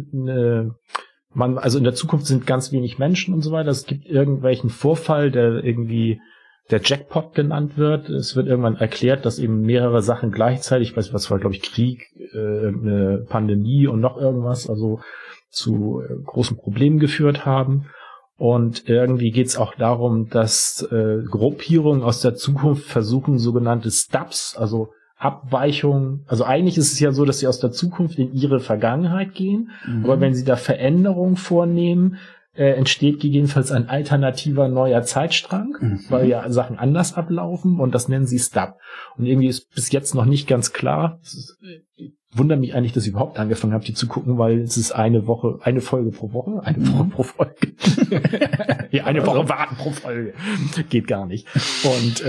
also in der Zukunft sind ganz wenig Menschen und so weiter. Es gibt irgendwelchen Vorfall, der irgendwie der Jackpot genannt wird. Es wird irgendwann erklärt, dass eben mehrere Sachen gleichzeitig, ich weiß was war, glaube ich, Krieg, eine Pandemie und noch irgendwas, also zu großen Problemen geführt haben. Und irgendwie geht's auch darum, dass Gruppierungen aus der Zukunft versuchen, sogenannte Stubs, also Abweichungen, also eigentlich ist es ja so, dass sie aus der Zukunft in ihre Vergangenheit gehen, aber wenn sie da Veränderungen vornehmen, entsteht gegebenenfalls ein alternativer neuer Zeitstrang, weil ja Sachen anders ablaufen und das nennen sie Stub. Und irgendwie ist bis jetzt noch nicht ganz klar. Wundert mich eigentlich, dass ich überhaupt angefangen habe, die zu gucken, weil es ist eine Folge pro Woche, eine Woche pro Folge. Ja, eine Woche warten pro Folge. Geht gar nicht. Und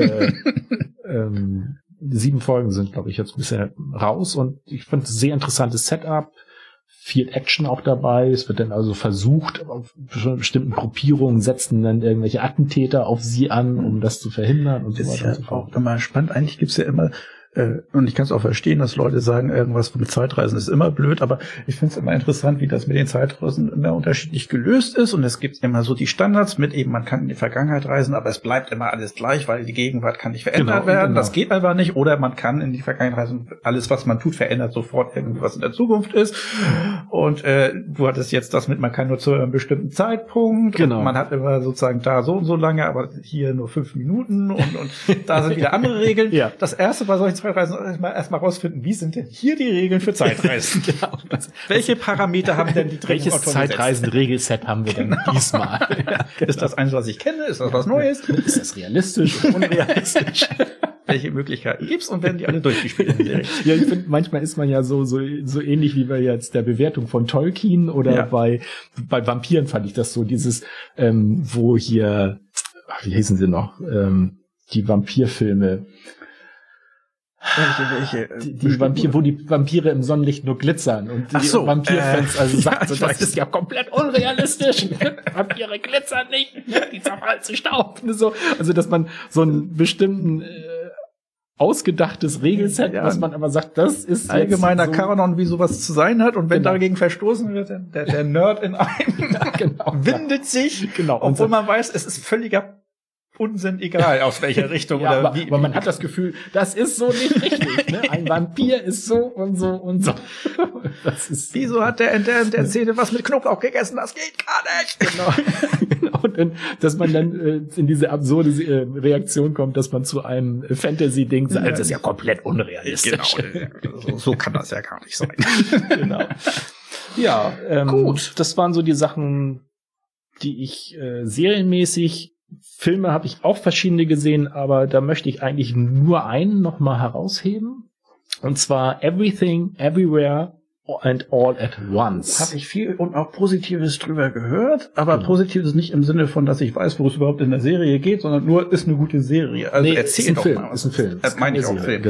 7 Folgen sind, glaube ich, jetzt bisher raus und ich fand es ein sehr interessantes Setup. Viel Action auch dabei. Es wird dann also versucht, auf bestimmten Gruppierungen setzen dann irgendwelche Attentäter auf sie an, um das zu verhindern und so weiter. Das ist ja auch immer spannend. Eigentlich gibt's ja immer, und ich kann es auch verstehen, dass Leute sagen, irgendwas mit Zeitreisen ist immer blöd, aber ich finde es immer interessant, wie das mit den Zeitreisen immer unterschiedlich gelöst ist und es gibt immer so die Standards mit eben, man kann in die Vergangenheit reisen, aber es bleibt immer alles gleich, weil die Gegenwart kann nicht verändert werden, genau. Das geht einfach nicht, oder man kann in die Vergangenheit reisen, alles was man tut, verändert sofort irgendwas in der Zukunft ist und du hattest jetzt das mit, man kann nur zu einem bestimmten Zeitpunkt, genau. Man hat immer sozusagen da so und so lange, aber hier nur 5 Minuten und da sind wieder andere Regeln. Ja. Das erste bei solchen Zeitreisen erstmal rausfinden, wie sind denn hier die Regeln für Zeitreisen? Genau. Welche Parameter haben denn die Welches Zeitreisen-Regelset haben wir denn diesmal? Ja, ist das eins, was ich kenne? Ist das was Neues? Ist das realistisch oder unrealistisch? Welche Möglichkeiten gibt's und werden die alle durchgespielt? Ja, ich finde, manchmal ist man ja so ähnlich wie bei jetzt der Bewertung von Tolkien oder bei Vampiren fand ich das so, dieses, wo hier, wie hießen sie noch, die Vampirfilme. Welche? Die Vampire, wo die Vampire im Sonnenlicht nur glitzern und die Vampirfans sagen, so, das ist ja komplett unrealistisch. Vampire glitzern nicht, die zerfallen zu Staub. So, also, dass man so einen bestimmten ausgedachtes Regelset, was man aber sagt, das ist allgemeiner so Kanon, wie sowas zu sein hat. Und wenn dagegen verstoßen wird, der Nerd in einem windet sich, obwohl man weiß, es ist völliger Unsinn, egal aus welcher Richtung oder aber, wie. Aber man hat das Gefühl, das ist so nicht richtig. Ne? Ein Vampir ist so und so und so. Das ist wieso hat der in der Szene was mit Knoblauch gegessen? Das geht gar nicht. Genau. Und dann, dass man dann in diese absurde Reaktion kommt, dass man zu einem Fantasy-Ding sagt, das ist ja komplett unrealistisch. Genau. So kann das ja gar nicht sein. Genau. Ja, gut. Das waren so die Sachen, die ich serienmäßig. Filme habe ich auch verschiedene gesehen, aber da möchte ich eigentlich nur einen nochmal herausheben. Und zwar Everything, Everywhere and All at Once. Habe ich viel und auch Positives drüber gehört, aber Positives nicht im Sinne von, dass ich weiß, worum es überhaupt in der Serie geht, sondern nur, ist eine gute Serie. Also erzähl doch mal. Ist ein Film. Das meine ich auch Film.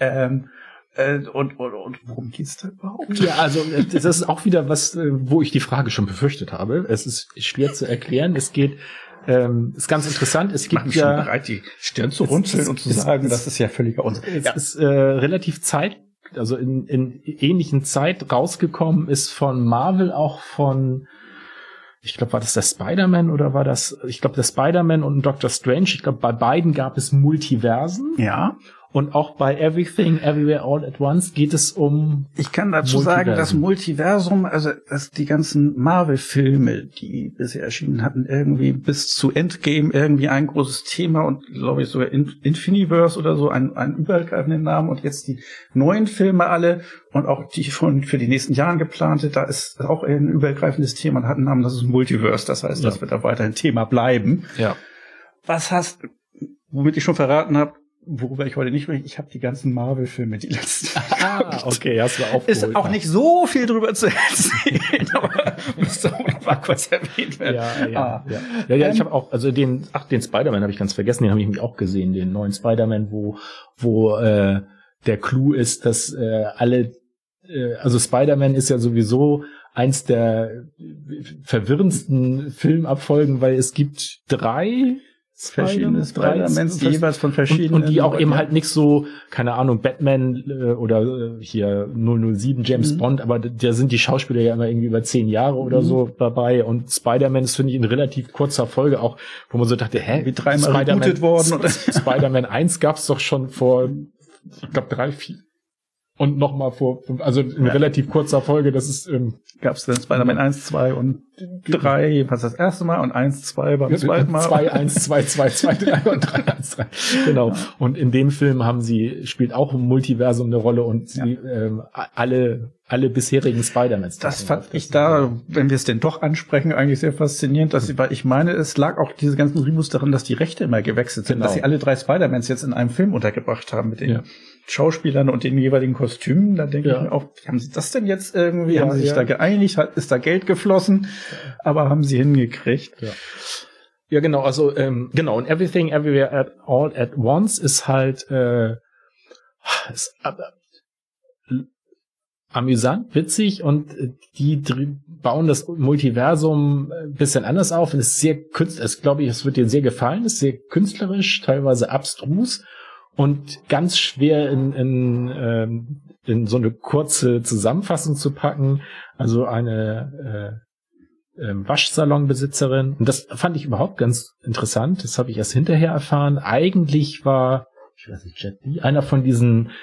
Genau. Und worum geht's da überhaupt? Ja, also das ist auch wieder was, wo ich die Frage schon befürchtet habe. Es ist schwer zu erklären. Es geht ist ganz interessant. Es gibt ja bereit, die Stirn zu runzeln und zu sagen, das ist ja völliger Unsinn. Es ist relativ also in ähnlichen Zeit rausgekommen ist von Marvel auch von, ich glaube, war das der Spider-Man oder war das, ich glaube, der Spider-Man und Doctor Strange. Ich glaube, bei beiden gab es Multiversen. Ja. Und auch bei Everything, Everywhere, All at Once geht es um ich kann dazu sagen, das Multiversum, also die ganzen Marvel-Filme, die bisher erschienen hatten, irgendwie bis zu Endgame irgendwie ein großes Thema und glaube ich sogar Infiniverse oder so, einen übergreifenden Namen und jetzt die neuen Filme alle und auch die für die nächsten Jahren geplante, da ist auch ein übergreifendes Thema und hat einen Namen, das ist Multiverse, das heißt, das wird da weiterhin Thema bleiben. Ja. Womit ich schon verraten habe, worüber ich heute nicht spreche, ich habe die ganzen Marvel-Filme, die letzten. Okay, hast du aufgeholt. Ist auch nicht so viel drüber zu erzählen, aber muss doch mal kurz erwähnt werden. Ja, ich habe auch, also den Spider-Man habe ich ganz vergessen, den habe ich nämlich auch gesehen, den neuen Spider-Man, wo der Clou ist, dass also Spider-Man ist ja sowieso eins der verwirrendsten Filmabfolgen, weil es gibt 3 verschiedene Spider-Mans, die jeweils von verschiedenen und die auch eben halt nicht so, keine Ahnung, Batman oder hier 007 James Bond, aber da sind die Schauspieler ja immer irgendwie über 10 Jahre oder so dabei und Spider-Man ist, finde ich, in relativ kurzer Folge auch, wo man so dachte, wie 3-mal rebootet worden. Spider-Man 1 gab's doch schon vor, ich glaube 3, 4. Und nochmal also in relativ kurzer Folge, das ist, gab es dann Spider-Man 1, 2 und 3, was das erste Mal, und 1, 2 beim zweiten Mal. 2, 1, 2, 2, 2, 3 und 3, 1, 3. Genau. Ja. Und in dem Film spielt auch ein Multiversum eine Rolle und sie, alle bisherigen Spider-Mans. Das fand ich da, wenn wir es denn doch ansprechen, eigentlich sehr faszinierend, weil ich meine, es lag auch diese ganzen Reboots daran, dass die Rechte immer gewechselt sind, dass sie alle 3 Spider-Mans jetzt in einem Film untergebracht haben mit den Schauspielern und den jeweiligen Kostümen. Da denke ich mir auch, wie haben sie das denn jetzt irgendwie? Haben sie sich da geeinigt? Ist da Geld geflossen? Aber haben sie hingekriegt. Ja, genau. Also, genau. Und Everything, Everywhere, All at Once ist halt amüsant, witzig, und die bauen das Multiversum ein bisschen anders auf. Und es ist sehr künstlerisch, glaube ich, es wird dir sehr gefallen. Es ist sehr künstlerisch, teilweise abstrus und ganz schwer in so eine kurze Zusammenfassung zu packen. Also eine Waschsalonbesitzerin, und das fand ich überhaupt ganz interessant. Das habe ich erst hinterher erfahren. Eigentlich war, ich weiß nicht, Jet Li, einer von diesen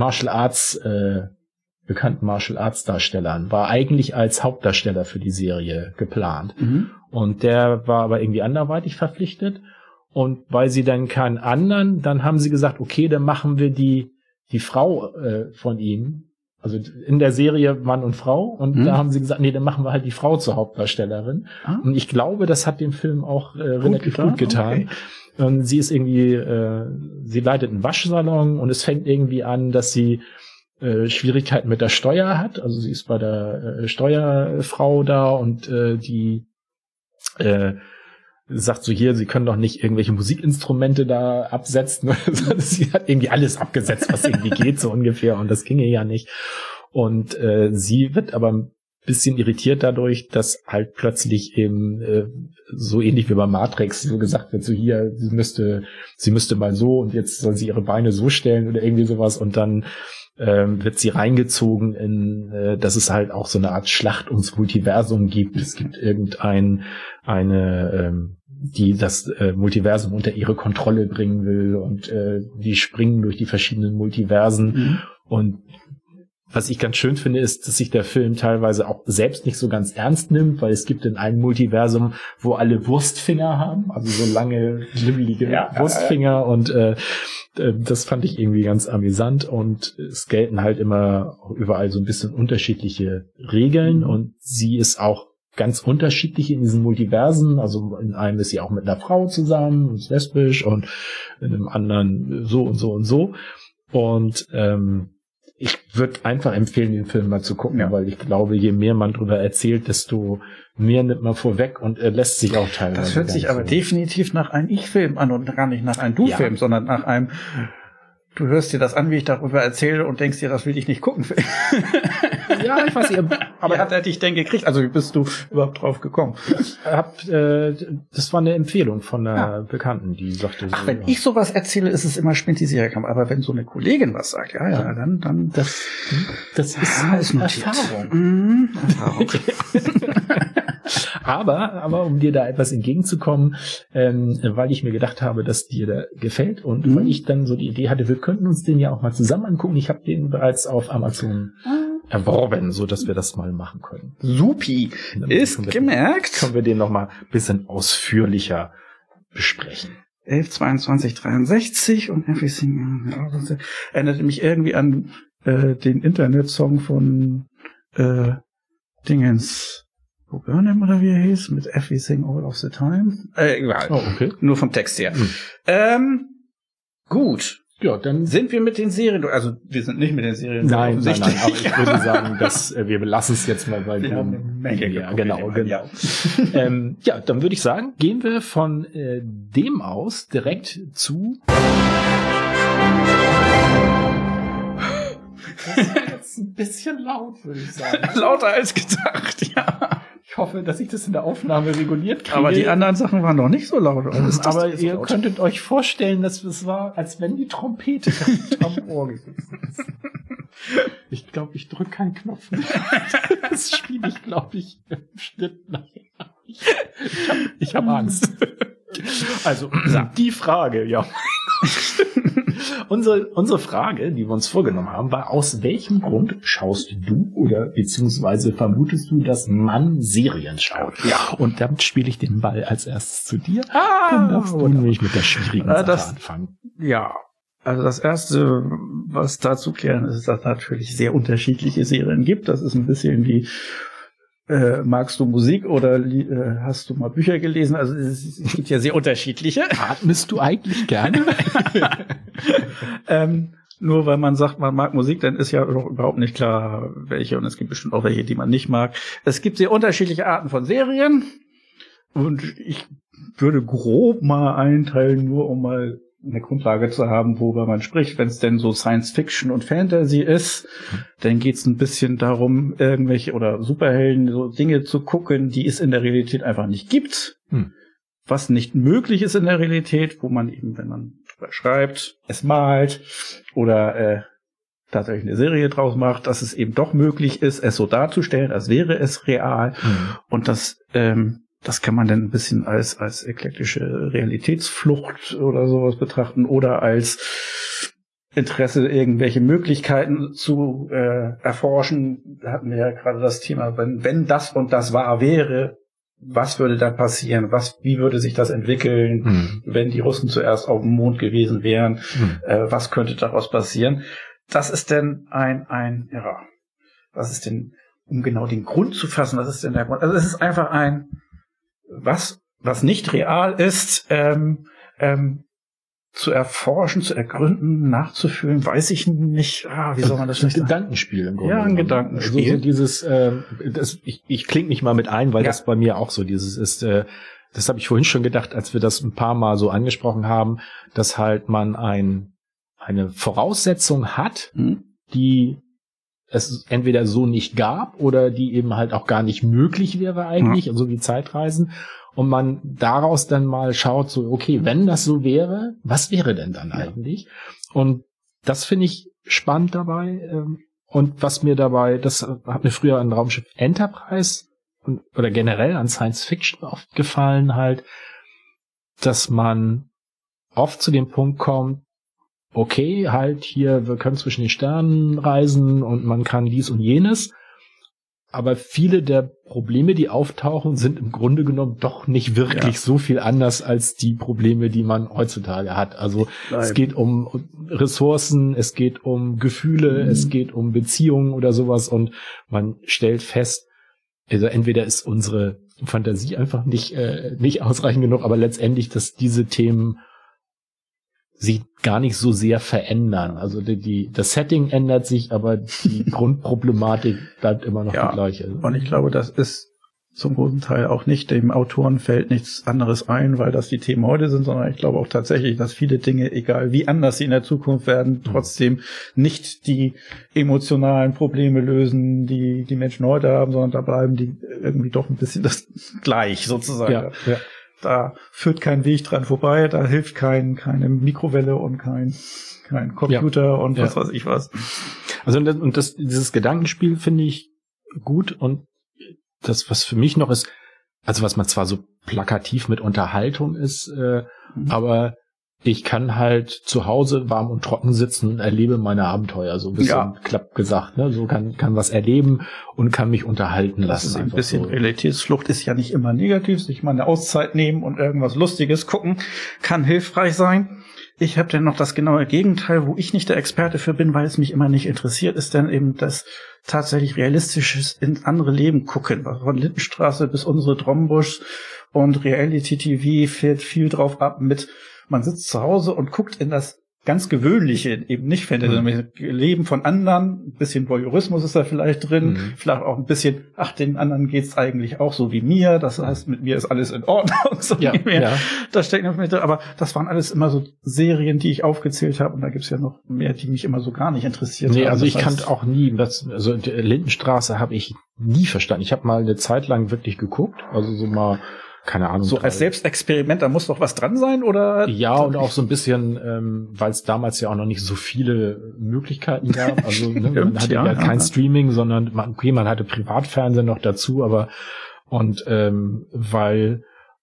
bekannten Martial Arts Darstellern, war eigentlich als Hauptdarsteller für die Serie geplant. Und der war aber irgendwie anderweitig verpflichtet. Und weil sie dann keinen anderen, dann haben sie gesagt, okay, dann machen wir die Frau von ihm, also in der Serie Mann und Frau, und da haben sie gesagt, nee, dann machen wir halt die Frau zur Hauptdarstellerin. Und ich glaube, das hat dem Film auch relativ gut getan. Okay. Und sie ist irgendwie, sie leitet einen Waschsalon, und es fängt irgendwie an, dass sie Schwierigkeiten mit der Steuer hat. Also sie ist bei der Steuerfrau da, und die sagt so, hier, sie können doch nicht irgendwelche Musikinstrumente da absetzen. Sie hat irgendwie alles abgesetzt, was irgendwie geht, so ungefähr, und das ginge ja nicht. Und sie wird aber ein bisschen irritiert dadurch, dass halt plötzlich eben so ähnlich wie bei Matrix so gesagt wird, so hier, sie müsste mal so, und jetzt soll sie ihre Beine so stellen oder irgendwie sowas, und dann wird sie reingezogen in, dass es halt auch so eine Art Schlacht ums Multiversum gibt. Es gibt die das Multiversum unter ihre Kontrolle bringen will, und die springen durch die verschiedenen Multiversen. Und was ich ganz schön finde, ist, dass sich der Film teilweise auch selbst nicht so ganz ernst nimmt, weil es gibt in einem Multiversum, wo alle Wurstfinger haben, also so lange, glibblige Wurstfinger, und das fand ich irgendwie ganz amüsant, und es gelten halt immer überall so ein bisschen unterschiedliche Regeln, und sie ist auch ganz unterschiedlich in diesen Multiversen. Also in einem ist sie auch mit einer Frau zusammen, ist lesbisch, und in einem anderen so und so und so. Und ich würde einfach empfehlen, den Film mal zu gucken, weil ich glaube, je mehr man drüber erzählt, desto mehr nimmt man vorweg, und er lässt sich auch teilweise. Das hört sich aber definitiv nach einem Ich-Film an und gar nicht nach einem Du-Film, sondern nach einem, du hörst dir das an, wie ich darüber erzähle, und denkst dir, das will ich nicht gucken. Ja, ich weiß nicht, aber hat er dich denn gekriegt? Also wie bist du überhaupt drauf gekommen? Das war eine Empfehlung von einer Bekannten, die sagte, ach, wenn ich sowas erzähle, ist es immer Spinti-Serie. Aber wenn so eine Kollegin was sagt, dann das ist Erfahrung. Erfahrung. Aber um dir da etwas entgegenzukommen, weil ich mir gedacht habe, dass dir der gefällt, und weil ich dann so die Idee hatte, wir könnten uns den ja auch mal zusammen angucken. Ich habe den bereits auf Amazon erworben, so dass wir das mal machen können. Supi. Ist gemerkt. Können wir den noch mal ein bisschen ausführlicher besprechen. 11/22/63 und Everything. Erinnerte mich irgendwie an den Internetsong von Dingens. Burnham oder wie er hieß, mit Everything All of the Time. Egal. Oh, okay. Nur vom Text her. Gut. Ja, dann sind wir mit den Serien, also wir sind nicht mit den Serien. Nein, aber ich würde sagen, dass wir belassen es jetzt mal bei dem. Ja, genau. Ja, dann würde ich sagen, gehen wir von dem aus direkt zu. Das ist jetzt ein bisschen laut, würde ich sagen. Lauter als gedacht, ja. Ich hoffe, dass ich das in der Aufnahme reguliert kriege. Aber die anderen Sachen waren noch nicht so laut. Aber ihr könntet euch vorstellen, dass es war, als wenn die Trompete am Ohr gesessen ist. Ich glaube, ich drücke keinen Knopf mehr. Das spiele ich, glaube ich, im Schnitt nachher. Ich hab Angst. Also, die Frage, ja. Unsere Frage, die wir uns vorgenommen haben, war, aus welchem Grund schaust du oder beziehungsweise vermutest du, dass man Serien schaut? Ja. Und damit spiele ich den Ball als erstes zu dir. Dann darfst du nämlich mit der schwierigen Sache anfangen. Ja. Also das Erste, was da zu klären ist, dass es natürlich sehr unterschiedliche Serien gibt. Das ist ein bisschen wie, magst du Musik oder hast du mal Bücher gelesen? Also es gibt ja sehr unterschiedliche. Atmest du eigentlich gerne? Nur weil man sagt, man mag Musik, dann ist ja doch überhaupt nicht klar, welche. Und es gibt bestimmt auch welche, die man nicht mag. Es gibt sehr unterschiedliche Arten von Serien. Und ich würde grob mal einteilen, nur um mal eine Grundlage zu haben, worüber man spricht. Wenn es denn so Science Fiction und Fantasy ist, dann geht es ein bisschen darum, irgendwelche oder Superhelden, so Dinge zu gucken, die es in der Realität einfach nicht gibt. Was nicht möglich ist in der Realität, wo man eben, wenn man drüber schreibt, es malt oder tatsächlich eine Serie draus macht, dass es eben doch möglich ist, es so darzustellen, als wäre es real. Und das kann man dann ein bisschen als eklektische Realitätsflucht oder sowas betrachten oder als Interesse, irgendwelche Möglichkeiten zu erforschen. Da hatten wir ja gerade das Thema, wenn das und das wahr wäre, was würde dann passieren? Wie würde sich das entwickeln, wenn die Russen zuerst auf dem Mond gewesen wären? Was könnte daraus passieren? Das ist denn was ist denn, um genau den Grund zu fassen, was ist denn der Grund? Also es ist einfach was nicht real ist, zu erforschen, zu ergründen, nachzufühlen, weiß ich nicht. Wie soll man das nicht sagen? Gedankenspiel im Grunde. Ja, ein Gedankenspiel. So dieses, ich klinge mich mal mit ein, weil das bei mir auch so dieses ist, das habe ich vorhin schon gedacht, als wir das ein paar Mal so angesprochen haben, dass halt man eine Voraussetzung hat, die es entweder so nicht gab oder die eben halt auch gar nicht möglich wäre eigentlich, also wie Zeitreisen. Und man daraus dann mal schaut, so, okay, wenn das so wäre, was wäre denn dann eigentlich? Und das finde ich spannend dabei. Und was mir dabei, das hat mir früher an Raumschiff Enterprise oder generell an Science Fiction oft gefallen halt, dass man oft zu dem Punkt kommt, okay, halt hier, wir können zwischen den Sternen reisen und man kann dies und jenes, aber viele der Probleme, die auftauchen, sind im Grunde genommen doch nicht wirklich so viel anders als die Probleme, die man heutzutage hat. Also es geht um Ressourcen, es geht um Gefühle, es geht um Beziehungen oder sowas und man stellt fest, also entweder ist unsere Fantasie einfach nicht ausreichend genug, aber letztendlich, dass diese Themen sich gar nicht so sehr verändern. Also das Setting ändert sich, aber die Grundproblematik bleibt immer noch die gleiche. Und ich glaube, das ist zum großen Teil auch nicht, dem Autoren fällt nichts anderes ein, weil das die Themen heute sind, sondern ich glaube auch tatsächlich, dass viele Dinge, egal wie anders sie in der Zukunft werden, trotzdem nicht die emotionalen Probleme lösen, die die Menschen heute haben, sondern da bleiben die irgendwie doch ein bisschen das gleich sozusagen. Ja. Da führt kein Weg dran vorbei, da hilft keine Mikrowelle und kein Computer und was weiß ich was. Also dieses Gedankenspiel finde ich gut und das, was für mich noch ist, also was man zwar so plakativ mit Unterhaltung ist, aber ich kann halt zu Hause warm und trocken sitzen und erlebe meine Abenteuer, so ein bisschen klapp gesagt, ne? So kann was erleben und kann mich unterhalten lassen. Das ist ein bisschen so. Realitätsflucht ist ja nicht immer negativ, sich mal eine Auszeit nehmen und irgendwas Lustiges gucken, kann hilfreich sein. Ich habe dann noch das genaue Gegenteil, wo ich nicht der Experte für bin, weil es mich immer nicht interessiert, ist dann eben das tatsächlich realistisches in andere Leben gucken. Von Lindenstraße bis unsere Drombusch und Reality TV fällt viel drauf ab mit, man sitzt zu Hause und guckt in das ganz gewöhnliche, eben nicht Fantasy, Leben von anderen, ein bisschen Voyeurismus ist da vielleicht drin, vielleicht auch ein bisschen, den anderen geht's eigentlich auch so wie mir, das heißt, mit mir ist alles in Ordnung, so das steckt nämlich drin, aber das waren alles immer so Serien, die ich aufgezählt habe und da gibt's ja noch mehr, die mich immer so gar nicht interessiert haben. Also ich kannte auch nie, also Lindenstraße habe ich nie verstanden. Ich habe mal eine Zeit lang wirklich geguckt, also so mal keine Ahnung. So als Selbstexperiment, da muss doch was dran sein, oder? Ja, und auch so ein bisschen, weil es damals ja auch noch nicht so viele Möglichkeiten gab. Also man hatte ja kein Streaming, sondern man hatte Privatfernsehen noch dazu, aber weil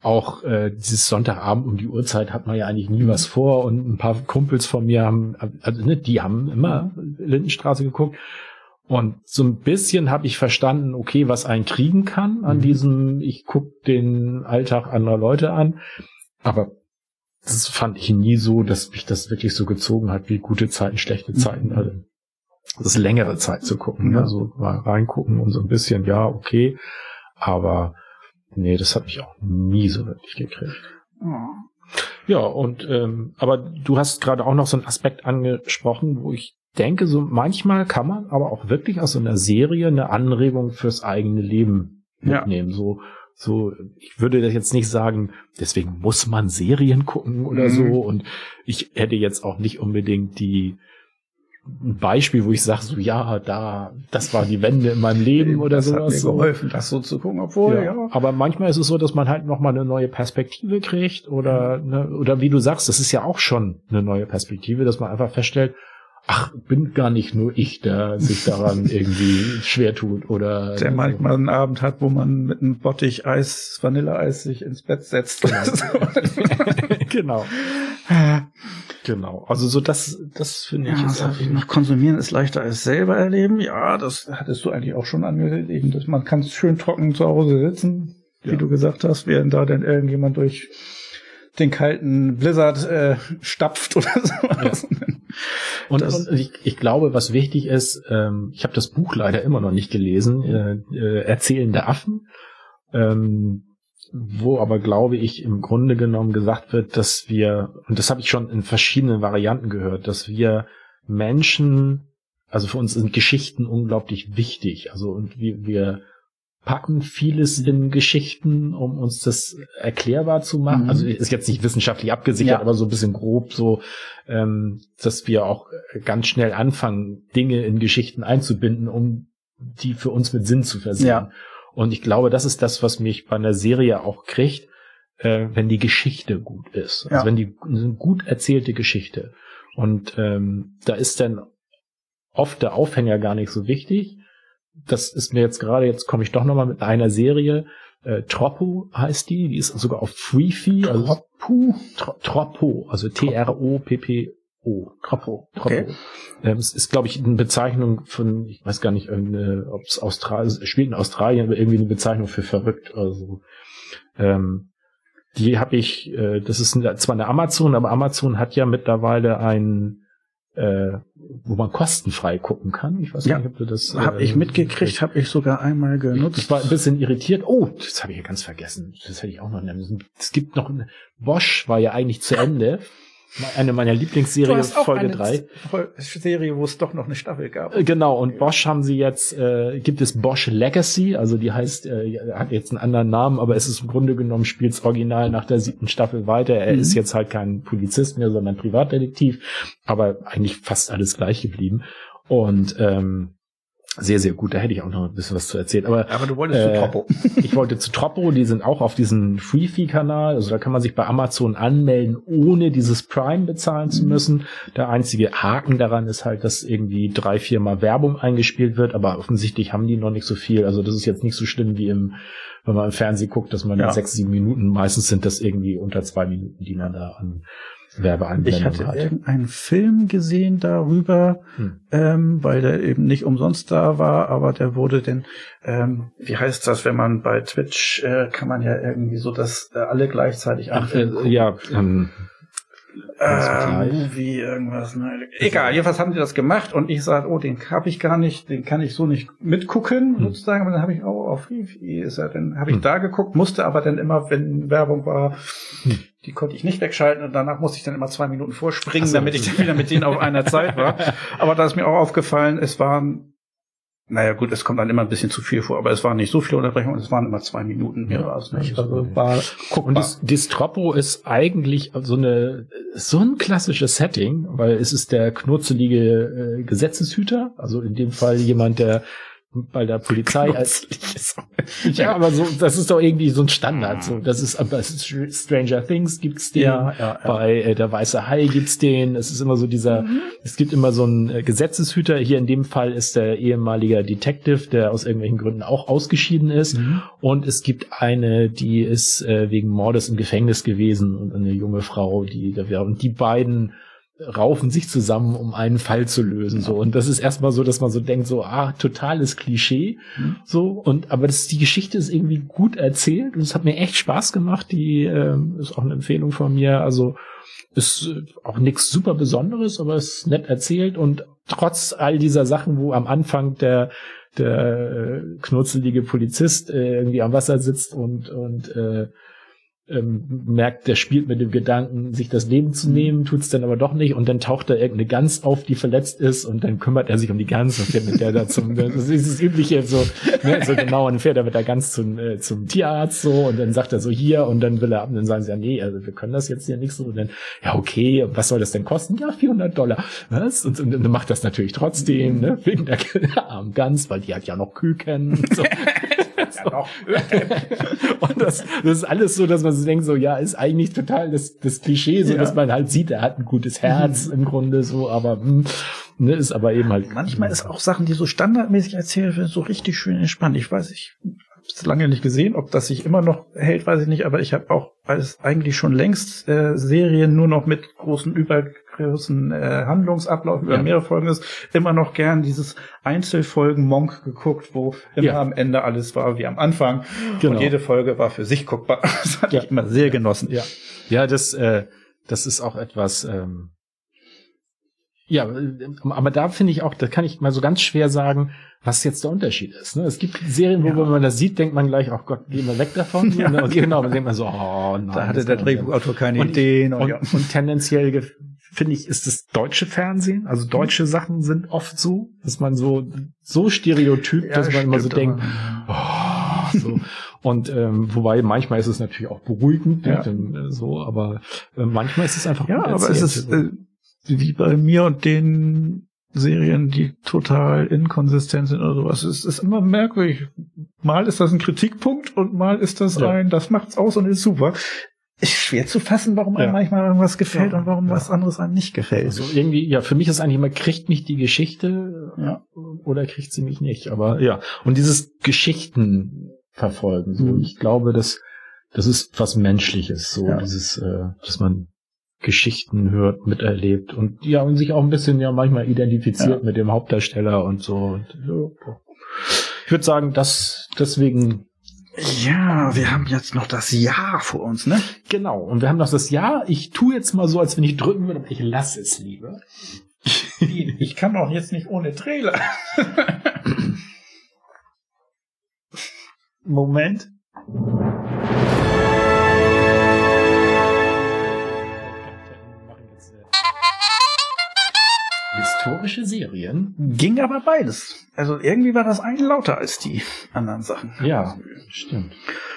auch dieses Sonntagabend um die Uhrzeit hat man ja eigentlich nie was vor und ein paar Kumpels von mir haben, also ne, die haben immer Lindenstraße geguckt und so ein bisschen habe ich verstanden, okay, was einen kriegen kann an diesem, ich guck den Alltag anderer Leute an, aber das fand ich nie so, dass mich das wirklich so gezogen hat wie gute Zeiten, schlechte Zeiten, also das ist längere Zeit zu gucken, also mal reingucken und so ein bisschen, ja, okay, aber nee, das hat mich auch nie so wirklich gekriegt. Ja, und aber du hast gerade auch noch so einen Aspekt angesprochen, wo ich denke, so manchmal kann man aber auch wirklich aus so einer Serie eine Anregung fürs eigene Leben mitnehmen. So, ich würde das jetzt nicht sagen, deswegen muss man Serien gucken oder so. Und ich hätte jetzt auch nicht unbedingt ein Beispiel, wo ich sage, so ja, das war die Wende in meinem Leben oder sowas. Das hat mir geholfen, das so zu gucken, obwohl, Aber manchmal ist es so, dass man halt nochmal eine neue Perspektive kriegt oder wie du sagst, das ist ja auch schon eine neue Perspektive, dass man einfach feststellt, ach, bin gar nicht nur ich, der sich daran irgendwie schwer tut oder der manchmal einen Abend hat, wo man mit einem Bottich Eis, Vanilleeis sich ins Bett setzt. Genau. Genau. Also so das finde ich ist auch noch konsumieren ist leichter als selber erleben. Ja, das hattest du eigentlich auch schon angegeben, dass man kann schön trocken zu Hause sitzen, wie du gesagt hast, während da dann irgendjemand durch den kalten Blizzard stapft oder so. Ja. Und ich glaube, was wichtig ist, ich habe das Buch leider immer noch nicht gelesen, Erzählende Affen, wo aber, glaube ich, im Grunde genommen gesagt wird, dass wir, und das habe ich schon in verschiedenen Varianten gehört, dass wir Menschen, also für uns sind Geschichten unglaublich wichtig, also und wir packen vieles in Geschichten, um uns das erklärbar zu machen. Also ist jetzt nicht wissenschaftlich abgesichert, aber so ein bisschen grob so, dass wir auch ganz schnell anfangen, Dinge in Geschichten einzubinden, um die für uns mit Sinn zu versehen. Ja. Und ich glaube, das ist das, was mich bei einer Serie auch kriegt, wenn die Geschichte gut ist. Also wenn eine gut erzählte Geschichte. Und da ist dann oft der Aufhänger gar nicht so wichtig. Das ist mir jetzt komme ich doch nochmal mit einer Serie, Troppo heißt die ist sogar auf Freefee. Troppo, also T-R-O-P-P-O. Troppo. Okay. Es ist, glaube ich, eine Bezeichnung von, ich weiß gar nicht, ob es spielt in Australien, aber irgendwie eine Bezeichnung für verrückt. Also die habe ich, das ist zwar eine Amazon, aber Amazon hat ja mittlerweile wo man kostenfrei gucken kann. Ich weiß nicht, ob du das... Habe ich mitgekriegt, habe ich sogar einmal genutzt. Ich war ein bisschen irritiert. Oh, das habe ich ja ganz vergessen. Das hätte ich auch noch nennen müssen. Es gibt noch Bosch, war ja eigentlich zu Ende. Eine meiner Lieblingsserien, Folge 3. Serie, wo es doch noch eine Staffel gab. Genau, und Bosch haben sie jetzt, gibt es Bosch Legacy, also die heißt, hat jetzt einen anderen Namen, aber es ist im Grunde genommen, spielt's original nach der 7. Staffel weiter. Er ist jetzt halt kein Polizist mehr, sondern Privatdetektiv, aber eigentlich fast alles gleich geblieben. Und sehr, sehr gut. Da hätte ich auch noch ein bisschen was zu erzählen. Aber du wolltest zu Troppo. Ich wollte zu Troppo. Die sind auch auf diesem Freefee-Kanal. Also da kann man sich bei Amazon anmelden, ohne dieses Prime bezahlen zu müssen. Der einzige Haken daran ist halt, dass irgendwie 3-4 Mal Werbung eingespielt wird. Aber offensichtlich haben die noch nicht so viel. Also das ist jetzt nicht so schlimm wie wenn man im Fernsehen guckt, dass man 6-7 Minuten, meistens sind das irgendwie unter 2 Minuten, die man da an Werbeeinblendung hat. Ich hatte irgendeinen Film gesehen darüber, weil der eben nicht umsonst da war, aber der wurde denn, wie heißt das, wenn man bei Twitch, kann man ja irgendwie so, dass alle gleichzeitig Movie, irgendwas. Egal, jedenfalls haben die das gemacht und ich sage, den habe ich gar nicht, den kann ich so nicht mitgucken, sozusagen, aber dann habe ich auf Freefee ist er, dann habe ich da geguckt, musste aber dann immer, wenn Werbung war, die konnte ich nicht wegschalten und danach musste ich dann immer 2 Minuten vorspringen, damit ich dann wieder mit denen auf einer Zeit war. Aber da ist mir auch aufgefallen, es waren, naja gut, es kommt dann immer ein bisschen zu viel vor, aber es waren nicht so viele Unterbrechungen, es waren immer 2 Minuten, mehr war es nicht. Also war guckbar. Und das Troppo ist eigentlich so ein klassisches Setting, weil es ist der knurzelige Gesetzeshüter, also in dem Fall jemand, der bei der Polizei. Ja, aber so, das ist doch irgendwie so ein Standard. So, das ist Stranger Things gibt's den, bei der Weiße Hai gibt's den. Es ist immer so es gibt immer so einen Gesetzeshüter. Hier in dem Fall ist der ehemalige Detective, der aus irgendwelchen Gründen auch ausgeschieden ist. Und es gibt eine, die ist wegen Mordes im Gefängnis gewesen und eine junge Frau, die da wäre. Und die beiden raufen sich zusammen, um einen Fall zu lösen, so. Und das ist erstmal so, dass man so denkt, so, totales Klischee, so. Aber die Geschichte ist irgendwie gut erzählt und es hat mir echt Spaß gemacht. Die ist auch eine Empfehlung von mir. Also ist auch nichts super Besonderes, aber ist nett erzählt und trotz all dieser Sachen, wo am Anfang der knurzelige Polizist irgendwie am Wasser sitzt und merkt, der spielt mit dem Gedanken, sich das Leben zu nehmen, tut's dann aber doch nicht und dann taucht da irgendeine Gans auf, die verletzt ist und dann kümmert er sich um die Gans und fährt mit der da das ist das Übliche so, ne, so genau, und dann fährt er mit der Gans zum Tierarzt so und dann sagt er so hier und dann will er ab und dann sagen sie ja, nee, also wir können das jetzt hier nicht so und dann, ja okay, was soll das denn kosten? Ja, $400. Was? Und dann macht das natürlich trotzdem, ne, wegen der armen Gans, weil die hat ja noch Küken und so. Und das ist alles so, dass man so denkt, so, ja, ist eigentlich total das Klischee, so, dass man halt sieht, er hat ein gutes Herz im Grunde, so, aber, ne, ist aber eben halt. Manchmal ist auch Sachen, die so standardmäßig erzählt werden, so richtig schön entspannt. Ich weiß, ich habe es lange nicht gesehen, ob das sich immer noch hält, weiß ich nicht, aber ich habe auch eigentlich schon längst Serien nur noch mit großen Handlungsablauf über mehrere Folgen ist, immer noch gern dieses Einzelfolgen Monk geguckt, wo immer am Ende alles war wie am Anfang. Genau. Und jede Folge war für sich guckbar. Das hatte ich immer sehr genossen. Ja, das ist auch etwas, aber da finde ich auch, da kann ich mal so ganz schwer sagen, was jetzt der Unterschied ist. Ne? Es gibt Serien, wo wenn man das sieht, denkt man gleich, ach Gott, gehen wir weg davon. Und genau, dann denkt man so, oh nein. Da hatte der Drehbuchautor keine Ideen. Und tendenziell finde ich, ist das deutsche Fernsehen, also deutsche Sachen sind oft so, dass man so stereotyp, dass man immer so denkt, so. Und wobei manchmal ist es natürlich auch beruhigend, so, aber manchmal ist es einfach aber es ist wie bei mir und den Serien, die total inkonsistent sind oder sowas. Es ist immer merkwürdig. Mal ist das ein Kritikpunkt und mal ist das das macht's aus und ist super. Ist schwer zu fassen, warum einem manchmal irgendwas gefällt und warum was anderes einem nicht gefällt. Also irgendwie, für mich ist eigentlich immer, kriegt mich die Geschichte oder kriegt sie mich nicht. Aber und dieses Geschichten verfolgen, so, ich glaube, das ist was Menschliches, so dieses, dass man Geschichten hört, miterlebt und sich auch ein bisschen manchmal identifiziert mit dem Hauptdarsteller und so. Und, ich würde sagen, deswegen. Ja, wir haben jetzt noch das Jahr vor uns, ne? Genau. Und wir haben noch das Jahr. Ich tue jetzt mal so, als wenn ich drücken würde, aber ich lasse es lieber. Ich kann auch jetzt nicht ohne Trailer. Moment. Historische Serien. Ging aber beides. Also irgendwie war das eine lauter als die anderen Sachen. Ja, stimmt.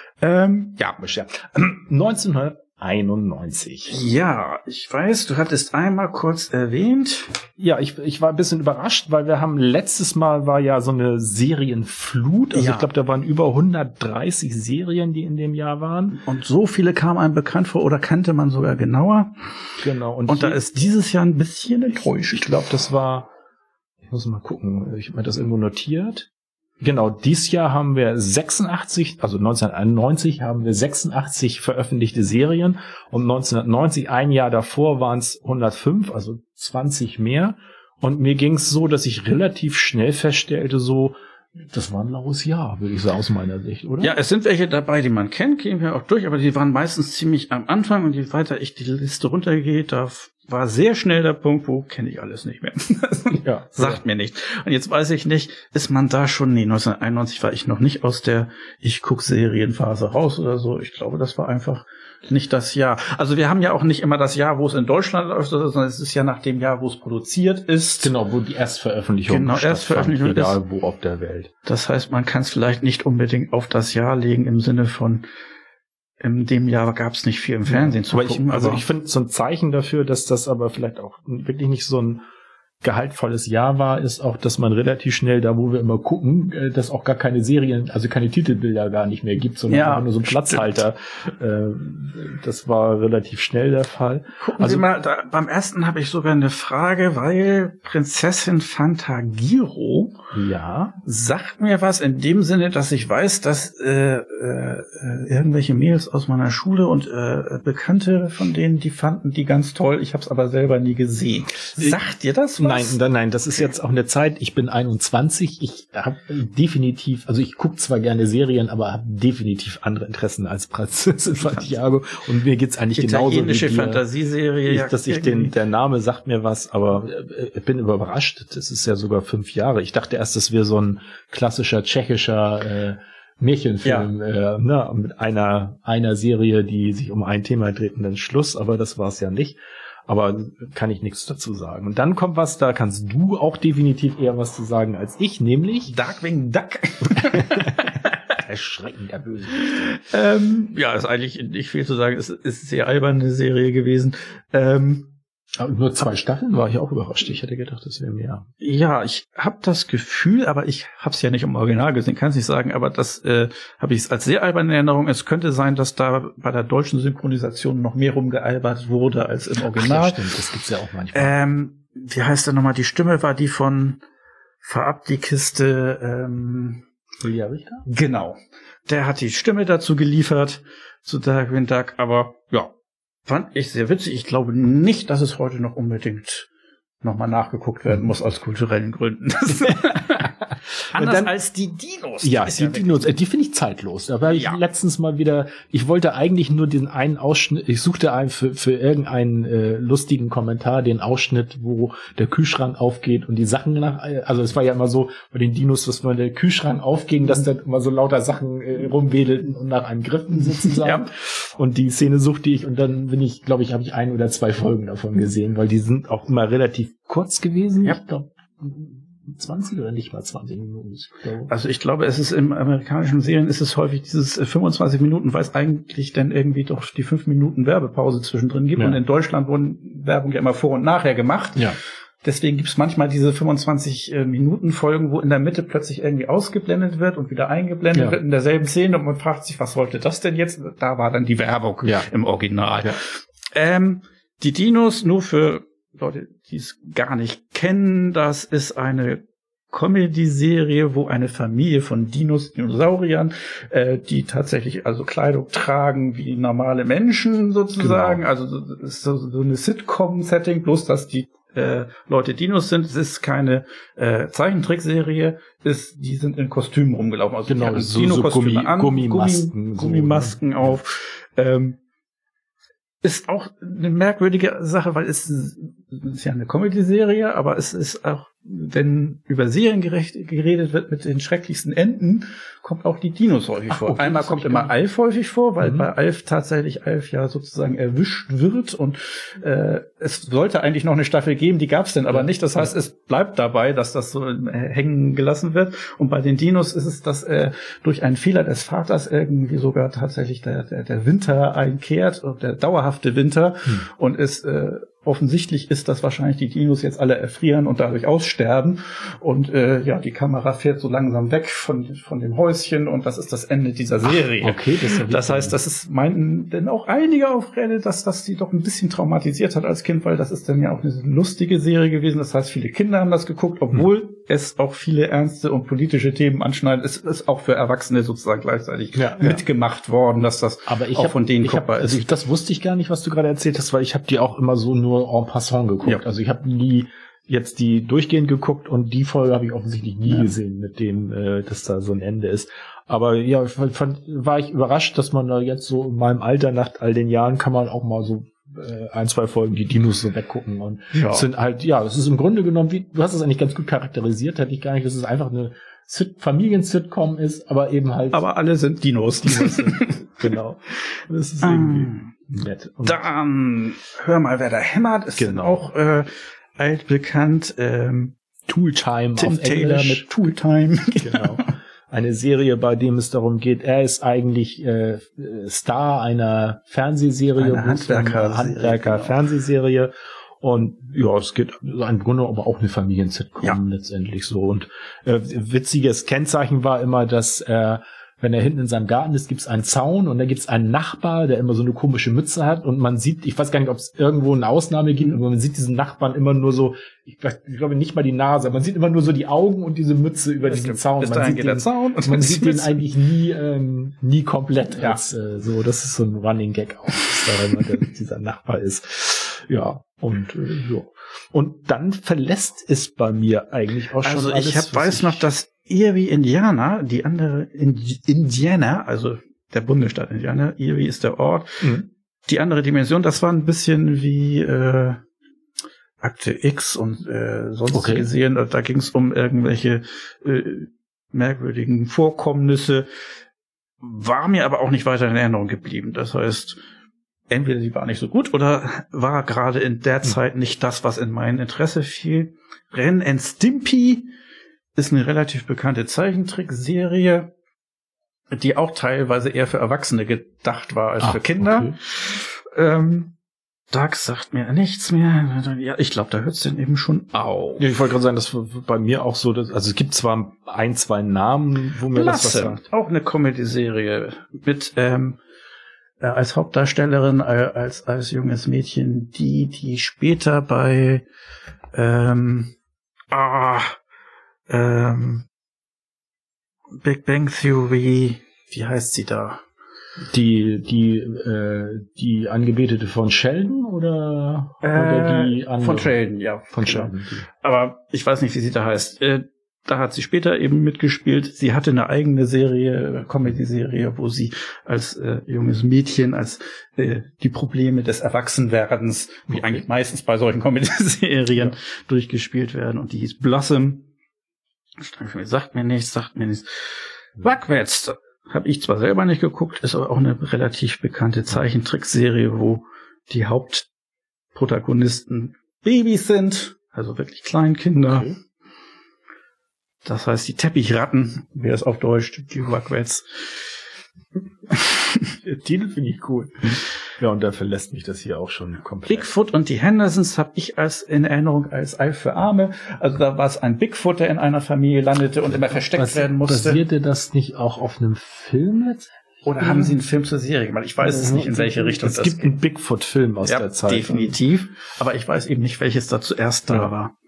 1991. Ja, ich weiß, du hattest einmal kurz erwähnt. Ja, ich war ein bisschen überrascht, weil wir haben letztes Mal war ja so eine Serienflut. Also ich glaube, da waren über 130 Serien, die in dem Jahr waren. Und so viele kamen einem bekannt vor oder kannte man sogar genauer. Genau. Und da ist dieses Jahr ein bisschen enttäuscht. Ich glaube, das war, ich muss mal gucken, ich habe mir das irgendwo notiert. Genau, dieses Jahr haben wir 1991 haben wir 86 veröffentlichte Serien und 1990, ein Jahr davor, waren es 105, also 20 mehr. Und mir ging es so, dass ich relativ schnell feststellte, so, das war ein laues Jahr, würde ich sagen, aus meiner Sicht, oder? Ja, es sind welche dabei, die man kennt, gehen wir auch durch, aber die waren meistens ziemlich am Anfang und je weiter ich die Liste runtergehe, da war sehr schnell der Punkt, wo kenne ich alles nicht mehr. Sagt mir nicht. Und jetzt weiß ich nicht, ist man da schon, 1991 war ich noch nicht aus der Ich-Guck-Serienphase raus oder so. Ich glaube, das war einfach nicht das Jahr. Also wir haben ja auch nicht immer das Jahr, wo es in Deutschland läuft, sondern es ist ja nach dem Jahr, wo es produziert ist. Genau, wo die Erstveröffentlichung Erstveröffentlichung ist. Egal wo auf der Welt. Das heißt, man kann es vielleicht nicht unbedingt auf das Jahr legen im Sinne von, in dem Jahr gab es nicht viel im Fernsehen zu gucken. Ich finde so ein Zeichen dafür, dass das aber vielleicht auch wirklich nicht so ein gehaltvolles Jahr war, ist auch, dass man relativ schnell, da wo wir immer gucken, dass auch gar keine Serien, also keine Titelbilder gar nicht mehr gibt, sondern einfach nur so ein Platzhalter. Das war relativ schnell der Fall. Gucken Sie mal, beim ersten habe ich sogar eine Frage, weil Prinzessin Fantagiro sagt mir was in dem Sinne, dass ich weiß, dass irgendwelche Mädels aus meiner Schule und Bekannte von denen, die fanden die ganz toll. Ich habe es aber selber nie gesehen. Sagt dir das was? Nein, das ist jetzt auch eine Zeit, ich bin 21, ich habe definitiv, also ich gucke zwar gerne Serien, aber habe definitiv andere Interessen als Prinzessin Fantagiro und mir geht's eigentlich genauso wie italienische Fantasieserie. Der Name sagt mir was, aber ich bin überrascht, das ist ja sogar 5 Jahre. Ich dachte erst, das wäre so ein klassischer tschechischer Märchenfilm, mit einer Serie, die sich um ein Thema dreht und dann Schluss, aber das war es ja nicht. Aber kann ich nichts dazu sagen. Und dann kommt was, da kannst du auch definitiv eher was zu sagen als ich, nämlich Darkwing Duck. Erschreckend, der Böse. Ist eigentlich nicht viel zu sagen. Es ist sehr alberne Serie gewesen. Aber nur 2 Staffeln war ich auch überrascht. Ich hätte gedacht, das wäre mehr. Ja, ich habe das Gefühl, aber ich habe es ja nicht im Original gesehen, kann es nicht sagen, aber das habe ich als sehr alberne Erinnerung. Es könnte sein, dass da bei der deutschen Synchronisation noch mehr rumgealbert wurde als im Original. Ja, stimmt, das gibt's ja auch manchmal. Wie heißt der nochmal? Die Stimme war die von Verab die Kiste. Julia Richter? Genau. Der hat die Stimme dazu geliefert, zu Darkwing Duck, aber ja. Fand ich sehr witzig. Ich glaube nicht, dass es heute noch unbedingt nochmal nachgeguckt werden muss aus kulturellen Gründen. Anders als die Dinos. Ja, die Dinos, die finde ich zeitlos. Da war ich letztens mal wieder, ich wollte eigentlich nur den einen Ausschnitt, ich suchte einen für irgendeinen lustigen Kommentar, den Ausschnitt, wo der Kühlschrank aufgeht und die Sachen also es war ja immer so bei den Dinos, dass wenn der Kühlschrank aufging, dass dann immer so lauter Sachen rumwedelten und nach einem griffen sozusagen. Ja. Und die Szene suchte ich und dann habe ich 1 oder 2 Folgen davon gesehen, weil die sind auch immer relativ kurz gewesen. Ja. Ich glaube 20 oder nicht mal 20 Minuten. Also ich glaube, es ist im amerikanischen Serien ist es häufig dieses 25 Minuten, weil es eigentlich dann irgendwie doch die 5 Minuten Werbepause zwischendrin gibt. Ja. Und in Deutschland wurden Werbung ja immer vor und nachher gemacht. Ja. Deswegen gibt es manchmal diese 25 Minuten Folgen, wo in der Mitte plötzlich irgendwie ausgeblendet wird und wieder eingeblendet wird in derselben Szene und man fragt sich, was sollte das denn jetzt? Da war dann die Werbung im Original. Ja. Die Dinos, nur für Leute, die es gar nicht kennen, das ist eine Comedy-Serie, wo eine Familie von Dinosauriern, die tatsächlich also Kleidung tragen wie normale Menschen sozusagen. Genau. Also das ist so eine Sitcom-Setting, bloß dass die Leute Dinos sind. Es ist keine Zeichentrickserie, die sind in Kostümen rumgelaufen. Also genau, die so Dino-Kostüme an, Gummimasken auf. Ist auch eine merkwürdige Sache, weil es ist ja eine Comedy-Serie, aber es ist auch, wenn über Serien geredet wird mit den schrecklichsten Enden, kommt auch die Dinos häufig vor. Okay, einmal kommt immer Alf häufig vor, weil bei Alf ja sozusagen erwischt wird und es sollte eigentlich noch eine Staffel geben, die gab's denn aber nicht. Das heißt, es bleibt dabei, dass das so hängen gelassen wird. Und bei den Dinos ist es, dass durch einen Fehler des Vaters irgendwie sogar tatsächlich der Winter einkehrt, der dauerhafte Winter und es offensichtlich ist, dass wahrscheinlich die Dinos jetzt alle erfrieren und dadurch aussterben. Und die Kamera fährt so langsam weg von dem Häuschen und das ist das Ende dieser Serie. Okay, das heißt, meinten denn auch einige auf Reddit, dass das sie doch ein bisschen traumatisiert hat als Kind, weil das ist dann ja auch eine lustige Serie gewesen. Das heißt, viele Kinder haben das geguckt, obwohl es auch viele ernste und politische Themen anschneidet. Es ist auch für Erwachsene sozusagen gleichzeitig mitgemacht worden, dass das auch von denen guckbar ist. Also das wusste ich gar nicht, was du gerade erzählt hast, weil ich habe die auch immer so nur en passant geguckt. Ja. Also ich habe nie jetzt die durchgehend geguckt und die Folge habe ich offensichtlich nie gesehen, mit dem, dass da so ein Ende ist. Aber ja, war ich überrascht, dass man da jetzt so in meinem Alter, nach all den Jahren, kann man auch mal so 1, 2 Folgen die Dinos so weggucken und es sind halt, es ist im Grunde genommen, du hast es eigentlich ganz gut charakterisiert, hätte ich gar nicht, dass es einfach eine Familien-Sitcom ist, aber eben halt. Aber alle sind Dinos. Genau. Das ist irgendwie nett. Und dann hör mal, wer da hämmert, ist auch altbekannt. Tooltime Tim auf Taylor Englisch. Mit Tooltime. Genau. Eine Serie, bei dem es darum geht, er ist eigentlich Star einer Fernsehserie, eine Handwerker-Fernsehserie. Und ja, es geht im Grunde aber auch eine Familien-Sitcom letztendlich so. Und witziges Kennzeichen war immer, dass wenn er hinten in seinem Garten ist, gibt's einen Zaun und da gibt's einen Nachbar, der immer so eine komische Mütze hat und man sieht, ich weiß gar nicht, ob es irgendwo eine Ausnahme gibt, aber man sieht diesen Nachbarn immer nur so, ich glaube nicht mal die Nase, man sieht immer nur so die Augen und diese Mütze über diesen Zaun. Man sieht den eigentlich nie komplett. Ja. So, das ist so ein Running Gag auch, dass da immer dieser Nachbar ist. Ja, und ja. Und dann verlässt es bei mir eigentlich auch schon also alles. Ich weiß noch, dass Erie, Indiana, die andere Indiana, also der Bundesstaat Indiana, Erie ist der Ort, die andere Dimension, das war ein bisschen wie Akte X und sonstige Serien, da ging es um irgendwelche merkwürdigen Vorkommnisse, war mir aber auch nicht weiter in Erinnerung geblieben. Das heißt, entweder sie war nicht so gut oder war gerade in der Zeit nicht das, was in mein Interesse fiel. Ren and Stimpy ist eine relativ bekannte Zeichentrickserie, die auch teilweise eher für Erwachsene gedacht war als für Kinder. Okay. Doug sagt mir nichts mehr. Ja, ich glaube, da hört es denn eben schon auf. Ja, ich wollte gerade sagen, das war bei mir auch so, also es gibt zwar 1, 2 Namen, wo mir das was sagt. Auch eine Comedy-Serie mit als Hauptdarstellerin, als junges Mädchen, die später bei Big Bang Theory, wie heißt sie da? Die Angebetete von Sheldon oder die andere? Von Sheldon, ja. Von Sheldon. Aber ich weiß nicht, wie sie da heißt. Da hat sie später eben mitgespielt. Sie hatte eine eigene Serie, Comedy-Serie, wo sie als junges Mädchen, als die Probleme des Erwachsenwerdens, wie eigentlich meistens bei solchen Comedy-Serien durchgespielt werden. Und die hieß Blossom. Sagt mir nichts. Rugrats habe ich zwar selber nicht geguckt, ist aber auch eine relativ bekannte Zeichentrickserie, wo die Hauptprotagonisten Babys sind, also wirklich Kleinkinder. Okay. Das heißt, die Teppichratten, wie es auf Deutsch, die Rugrats. Der Titel finde ich cool. Ja, und da verlässt mich das hier auch schon komplett. Bigfoot und die Hendersons habe ich in Erinnerung als Ei für Arme. Also da war es ein Bigfoot, der in einer Familie landete und immer versteckt werden musste. Basierte das nicht auch auf einem Film letztendlich? Oder haben sie einen Film zur Serie gemacht? Ich weiß es nicht, in welche Richtung das geht. Es gibt einen Bigfoot-Film aus der Zeit. Definitiv. Aber ich weiß eben nicht, welches da zuerst da war.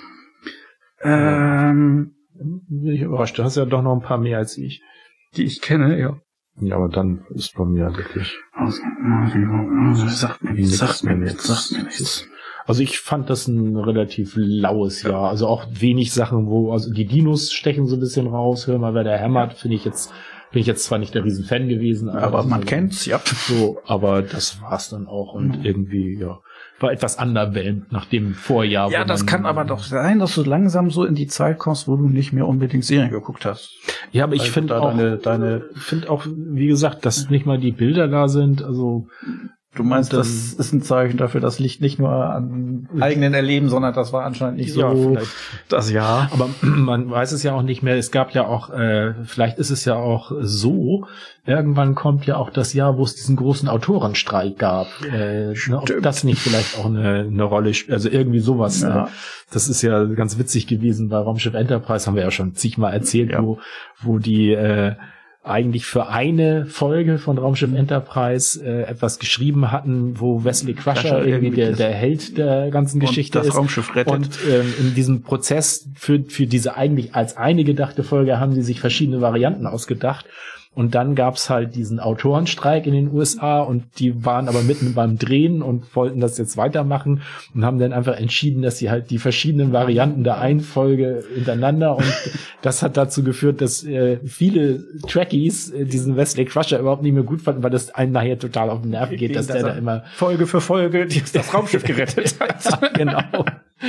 Bin ich überrascht. Du hast ja doch noch ein paar mehr als ich. Die ich kenne, ja. Ja, aber dann ist bei mir wirklich... Sagt mir nichts. Also ich fand das ein relativ laues Jahr. Also auch wenig Sachen, also die Dinos stechen so ein bisschen raus. Hör mal, wer da hämmert, bin ich jetzt zwar nicht der Riesenfan gewesen. Aber man kennt's, ja. So, aber das war's dann auch und irgendwie, ja, war etwas underwhelmed nach dem Vorjahr. Ja, das kann aber doch sein, dass du langsam so in die Zeit kommst, wo du nicht mehr unbedingt Serien geguckt hast. Ja, aber ich finde auch, wie gesagt, dass nicht mal die Bilder da sind, also. Du meinst, das ist ein Zeichen dafür, das liegt nicht nur an eigenen Erleben, sondern das war anscheinend nicht so das Jahr. Aber man weiß es ja auch nicht mehr. Es gab ja auch, vielleicht ist es ja auch so, irgendwann kommt ja auch das Jahr, wo es diesen großen Autorenstreik gab. Ob das nicht vielleicht auch eine Rolle spielt, also irgendwie sowas. Ja. Das ist ja ganz witzig gewesen bei Raumschiff Enterprise, haben wir ja schon zigmal erzählt, wo die eigentlich für eine Folge von Raumschiff Enterprise etwas geschrieben hatten, wo Wesley Crusher irgendwie der Held der ganzen Geschichte ist. Das Raumschiff rettet. Und in diesem Prozess für diese eigentlich als eine gedachte Folge haben sie sich verschiedene Varianten ausgedacht. Und dann gab's halt diesen Autorenstreik in den USA und die waren aber mitten beim Drehen und wollten das jetzt weitermachen und haben dann einfach entschieden, dass sie halt die verschiedenen Varianten der einen Folge hintereinander und das hat dazu geführt, dass viele Trekkies diesen Wesley Crusher überhaupt nicht mehr gut fanden, weil das einen nachher total auf den Nerven geht, dass der da immer Folge für Folge das Raumschiff gerettet hat. Genau.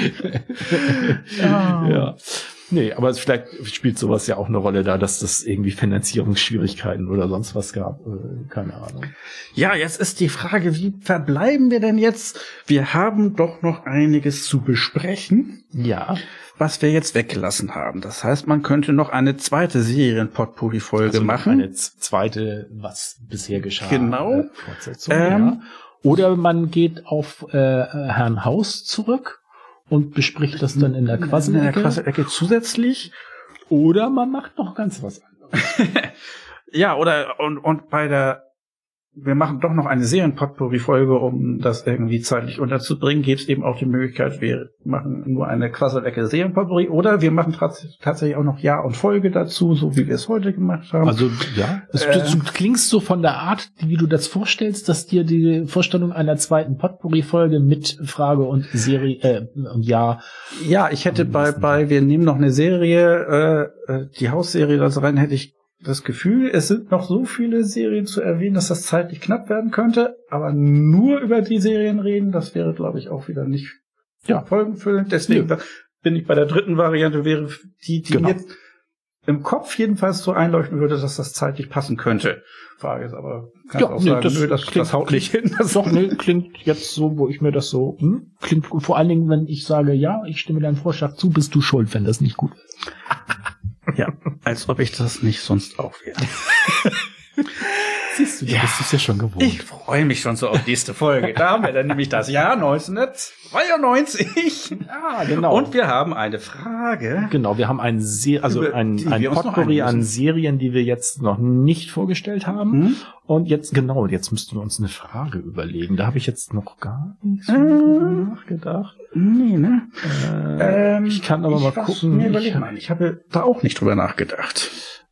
Ja. Nee, aber vielleicht spielt sowas ja auch eine Rolle da, dass das irgendwie Finanzierungsschwierigkeiten oder sonst was gab. Keine Ahnung. Ja, jetzt ist die Frage, wie verbleiben wir denn jetzt? Wir haben doch noch einiges zu besprechen. Ja. Was wir jetzt weggelassen haben. Das heißt, man könnte noch eine zweite Serien-Potpourri-Folge machen. Eine zweite, was bisher geschah. Genau. Fortsetzung, ja. Oder man geht auf Herrn Haus zurück und bespricht das dann in der Quasselecke. In der Quasselecke zusätzlich. Oder man macht noch ganz was anderes. Ja, oder und wir machen doch noch eine Serienpotpourri-Folge, um das irgendwie zeitlich unterzubringen, gibt es eben auch die Möglichkeit, wir machen nur eine Quasselecke Serienpotpourri oder wir machen tatsächlich auch noch Jahr und Folge dazu, so wie wir es heute gemacht haben. Also ja, du klingst so von der Art, wie du das vorstellst, dass dir die Vorstellung einer zweiten Potpourri-Folge mit Frage und Serie und Jahr. Ja, ich hätte bei wir nehmen noch eine Serie, die Hausserie da rein, hätte ich das Gefühl, es sind noch so viele Serien zu erwähnen, dass das zeitlich knapp werden könnte, aber nur über die Serien reden, das wäre, glaube ich, auch wieder nicht folgenfüllend. Deswegen bin ich bei der dritten Variante, wäre die mir im Kopf jedenfalls so einleuchten würde, dass das zeitlich passen könnte. Frage ist aber, kannst du auch sagen, das haut nicht hin. Klingt jetzt so, wo ich mir das so, klingt gut. Vor allen Dingen, wenn ich sage, ja, ich stimme deinem Vorschlag zu, bist du schuld, wenn das nicht gut ist. Ja, als ob ich das nicht sonst auch wäre. Siehst du, bist es ja schon gewohnt. Ich freue mich schon so auf nächste Folge. Da haben wir dann nämlich das Jahr 1992. Ja, genau. Und wir haben eine Frage. Genau, wir haben ein Potpourri an Serien, die wir jetzt noch nicht vorgestellt haben. Und jetzt müssten wir uns eine Frage überlegen. Da habe ich jetzt noch gar nicht so nachgedacht. Nee, ne? Ich kann aber mal gucken. Ich habe da auch nicht drüber nachgedacht.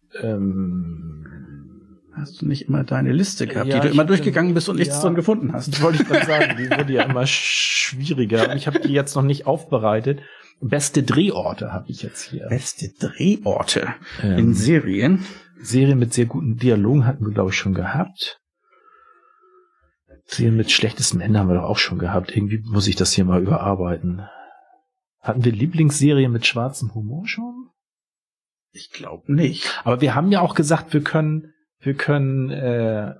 Hast du nicht immer deine Liste gehabt, die du immer durchgegangen bist und nichts drin gefunden hast? Das wollte ich gerade sagen, die wurde ja immer schwieriger. Und ich habe die jetzt noch nicht aufbereitet. Beste Drehorte habe ich jetzt hier. Beste Drehorte in Serien? Serien mit sehr guten Dialogen hatten wir, glaube ich, schon gehabt. Serien mit schlechtestem Ende haben wir doch auch schon gehabt. Irgendwie muss ich das hier mal überarbeiten. Hatten wir Lieblingsserien mit schwarzem Humor schon? Ich glaube nicht. Aber wir haben ja auch gesagt, wir können, weil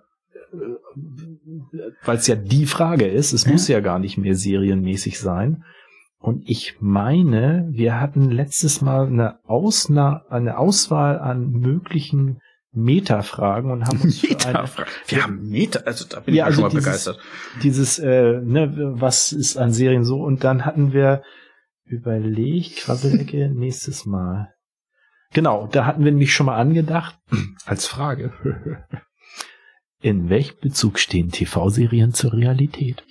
es ja die Frage ist, es muss ja gar nicht mehr serienmäßig sein. Und ich meine, wir hatten letztes Mal eine Auswahl an möglichen Metafragen und haben uns wir haben Meta, also da bin ich schon mal begeistert. Was ist an Serien so? Und dann hatten wir überlegt, Quasselecke, nächstes Mal. Genau, da hatten wir nämlich schon mal angedacht, als Frage, in welchem Bezug stehen TV-Serien zur Realität?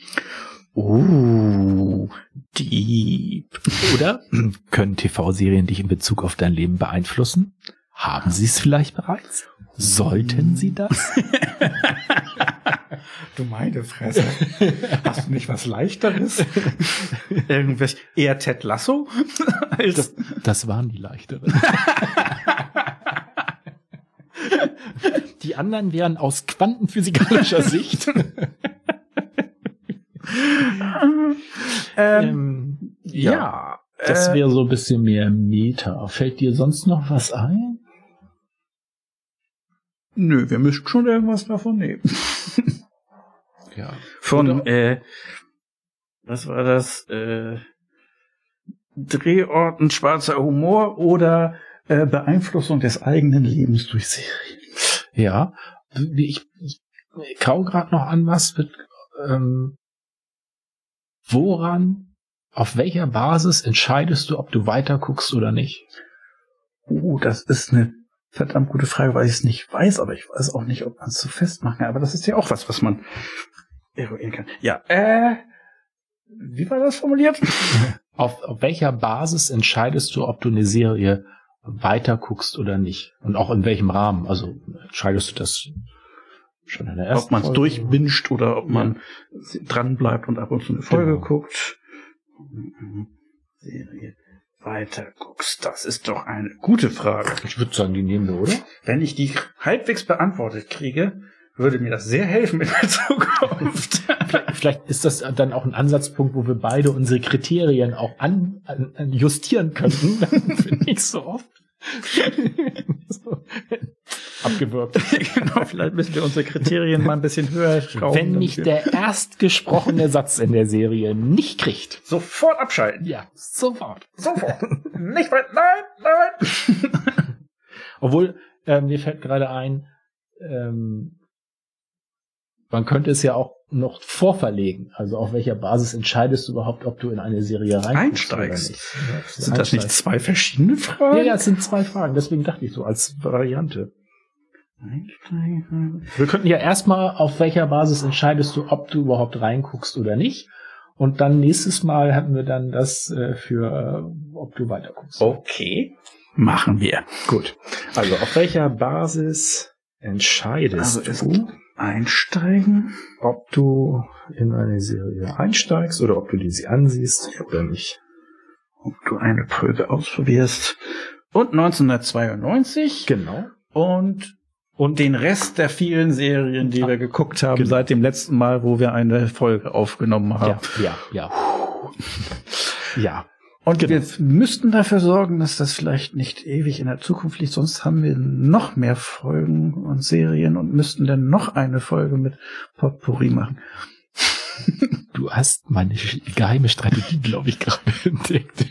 Deep. Oder können TV-Serien dich in Bezug auf dein Leben beeinflussen? Haben sie es vielleicht bereits? Sollten sie das? Du meine Fresse. Hast du nicht was Leichteres? Irgendwas eher Ted Lasso? Das waren die Leichteren. Die anderen wären aus quantenphysikalischer Sicht. Das wäre so ein bisschen mehr Meta. Fällt dir sonst noch was ein? Nö, wir müssten schon irgendwas davon nehmen. Ja. Von, was war das? Drehorten, schwarzer Humor oder Beeinflussung des eigenen Lebens durch Serien. Ja, ich kau gerade noch an was mit, auf welcher Basis entscheidest du, ob du weiter guckst oder nicht? Das ist eine verdammt gute Frage, weil ich es nicht weiß, aber ich weiß auch nicht, ob man es so festmachen kann. Aber das ist ja auch was man eruieren kann. Ja, wie war das formuliert? Auf welcher Basis entscheidest du, ob du eine Serie weiter guckst oder nicht? Und auch in welchem Rahmen? Also entscheidest du das schon in der ersten Ob man es durchbinscht oder ob man dran bleibt und ab und zu eine Folge guckt. Serie weiter guckst, das ist doch eine gute Frage. Ich würde sagen, die nehmen wir, oder? Wenn ich die halbwegs beantwortet kriege, würde mir das sehr helfen in der Zukunft. Vielleicht ist das dann auch ein Ansatzpunkt, wo wir beide unsere Kriterien auch justieren könnten. Finde ich so oft. So. Abgewürgt. Genau, vielleicht müssen wir unsere Kriterien mal ein bisschen höher schrauben. Wenn mich der erstgesprochene Satz in der Serie nicht kriegt. Sofort abschalten. Ja, sofort. Sofort. Nicht weit. Nein. Obwohl, mir fällt gerade ein, man könnte es ja auch noch vorverlegen. Also auf welcher Basis entscheidest du überhaupt, ob du in eine Serie einsteigst? Ja, sind das nicht 2 verschiedene Fragen? Ja, es sind 2 Fragen. Deswegen dachte ich so als Variante. Einsteigen. Wir könnten ja erstmal, auf welcher Basis entscheidest du, ob du überhaupt reinguckst oder nicht. Und dann nächstes Mal hatten wir dann das für, ob du weiter guckst. Okay. Machen wir. Gut. Also auf welcher Basis entscheidest du einsteigen, ob du in eine Serie einsteigst oder ob du dir sie ansiehst oder nicht? Ob du eine Folge ausprobierst. Und 1992. Genau. Und den Rest der vielen Serien, die wir geguckt haben, seit dem letzten Mal, wo wir eine Folge aufgenommen haben. Ja. Und wir müssten dafür sorgen, dass das vielleicht nicht ewig in der Zukunft liegt, sonst haben wir noch mehr Folgen und Serien und müssten dann noch eine Folge mit Potpourri machen. Du hast meine geheime Strategie, glaube ich, gerade entdeckt.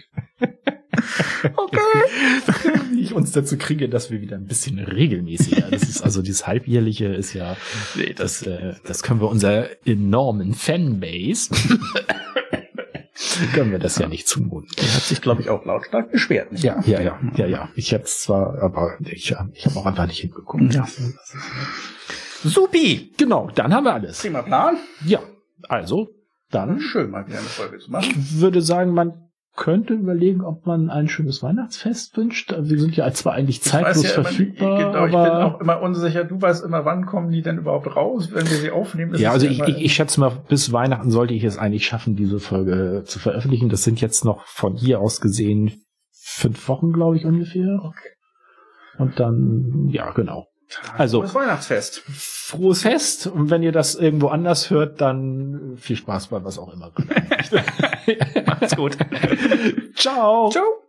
Okay. Wie ich uns dazu kriege, dass wir wieder ein bisschen regelmäßiger. Das ist also dieses halbjährliche ist ja, das können wir unserer enormen Fanbase können wir das ja nicht zumuten. Der hat sich, glaube ich, auch lautstark beschwert. Nicht? Ja. Ich habe zwar, aber ich habe auch einfach nicht hingeguckt. Ja. Supi! Genau, dann haben wir alles. Prima Plan. Ja, also, dann. Schön, mal wieder eine Folge zu machen. Ich würde sagen, man könnte überlegen, ob man ein schönes Weihnachtsfest wünscht. Wir sind ja zwar eigentlich zeitlos verfügbar. Aber ich bin auch immer unsicher. Du weißt immer, wann kommen die denn überhaupt raus, wenn wir sie aufnehmen? Ja, also ich schätze mal, bis Weihnachten sollte ich es eigentlich schaffen, diese Folge zu veröffentlichen. Das sind jetzt noch von hier aus gesehen 5 Wochen, glaube ich, ungefähr. Okay. Und dann, ja, genau. Also, frohes Weihnachtsfest. Frohes Fest. Und wenn ihr das irgendwo anders hört, dann viel Spaß bei was auch immer. Macht's gut. Ciao. Ciao.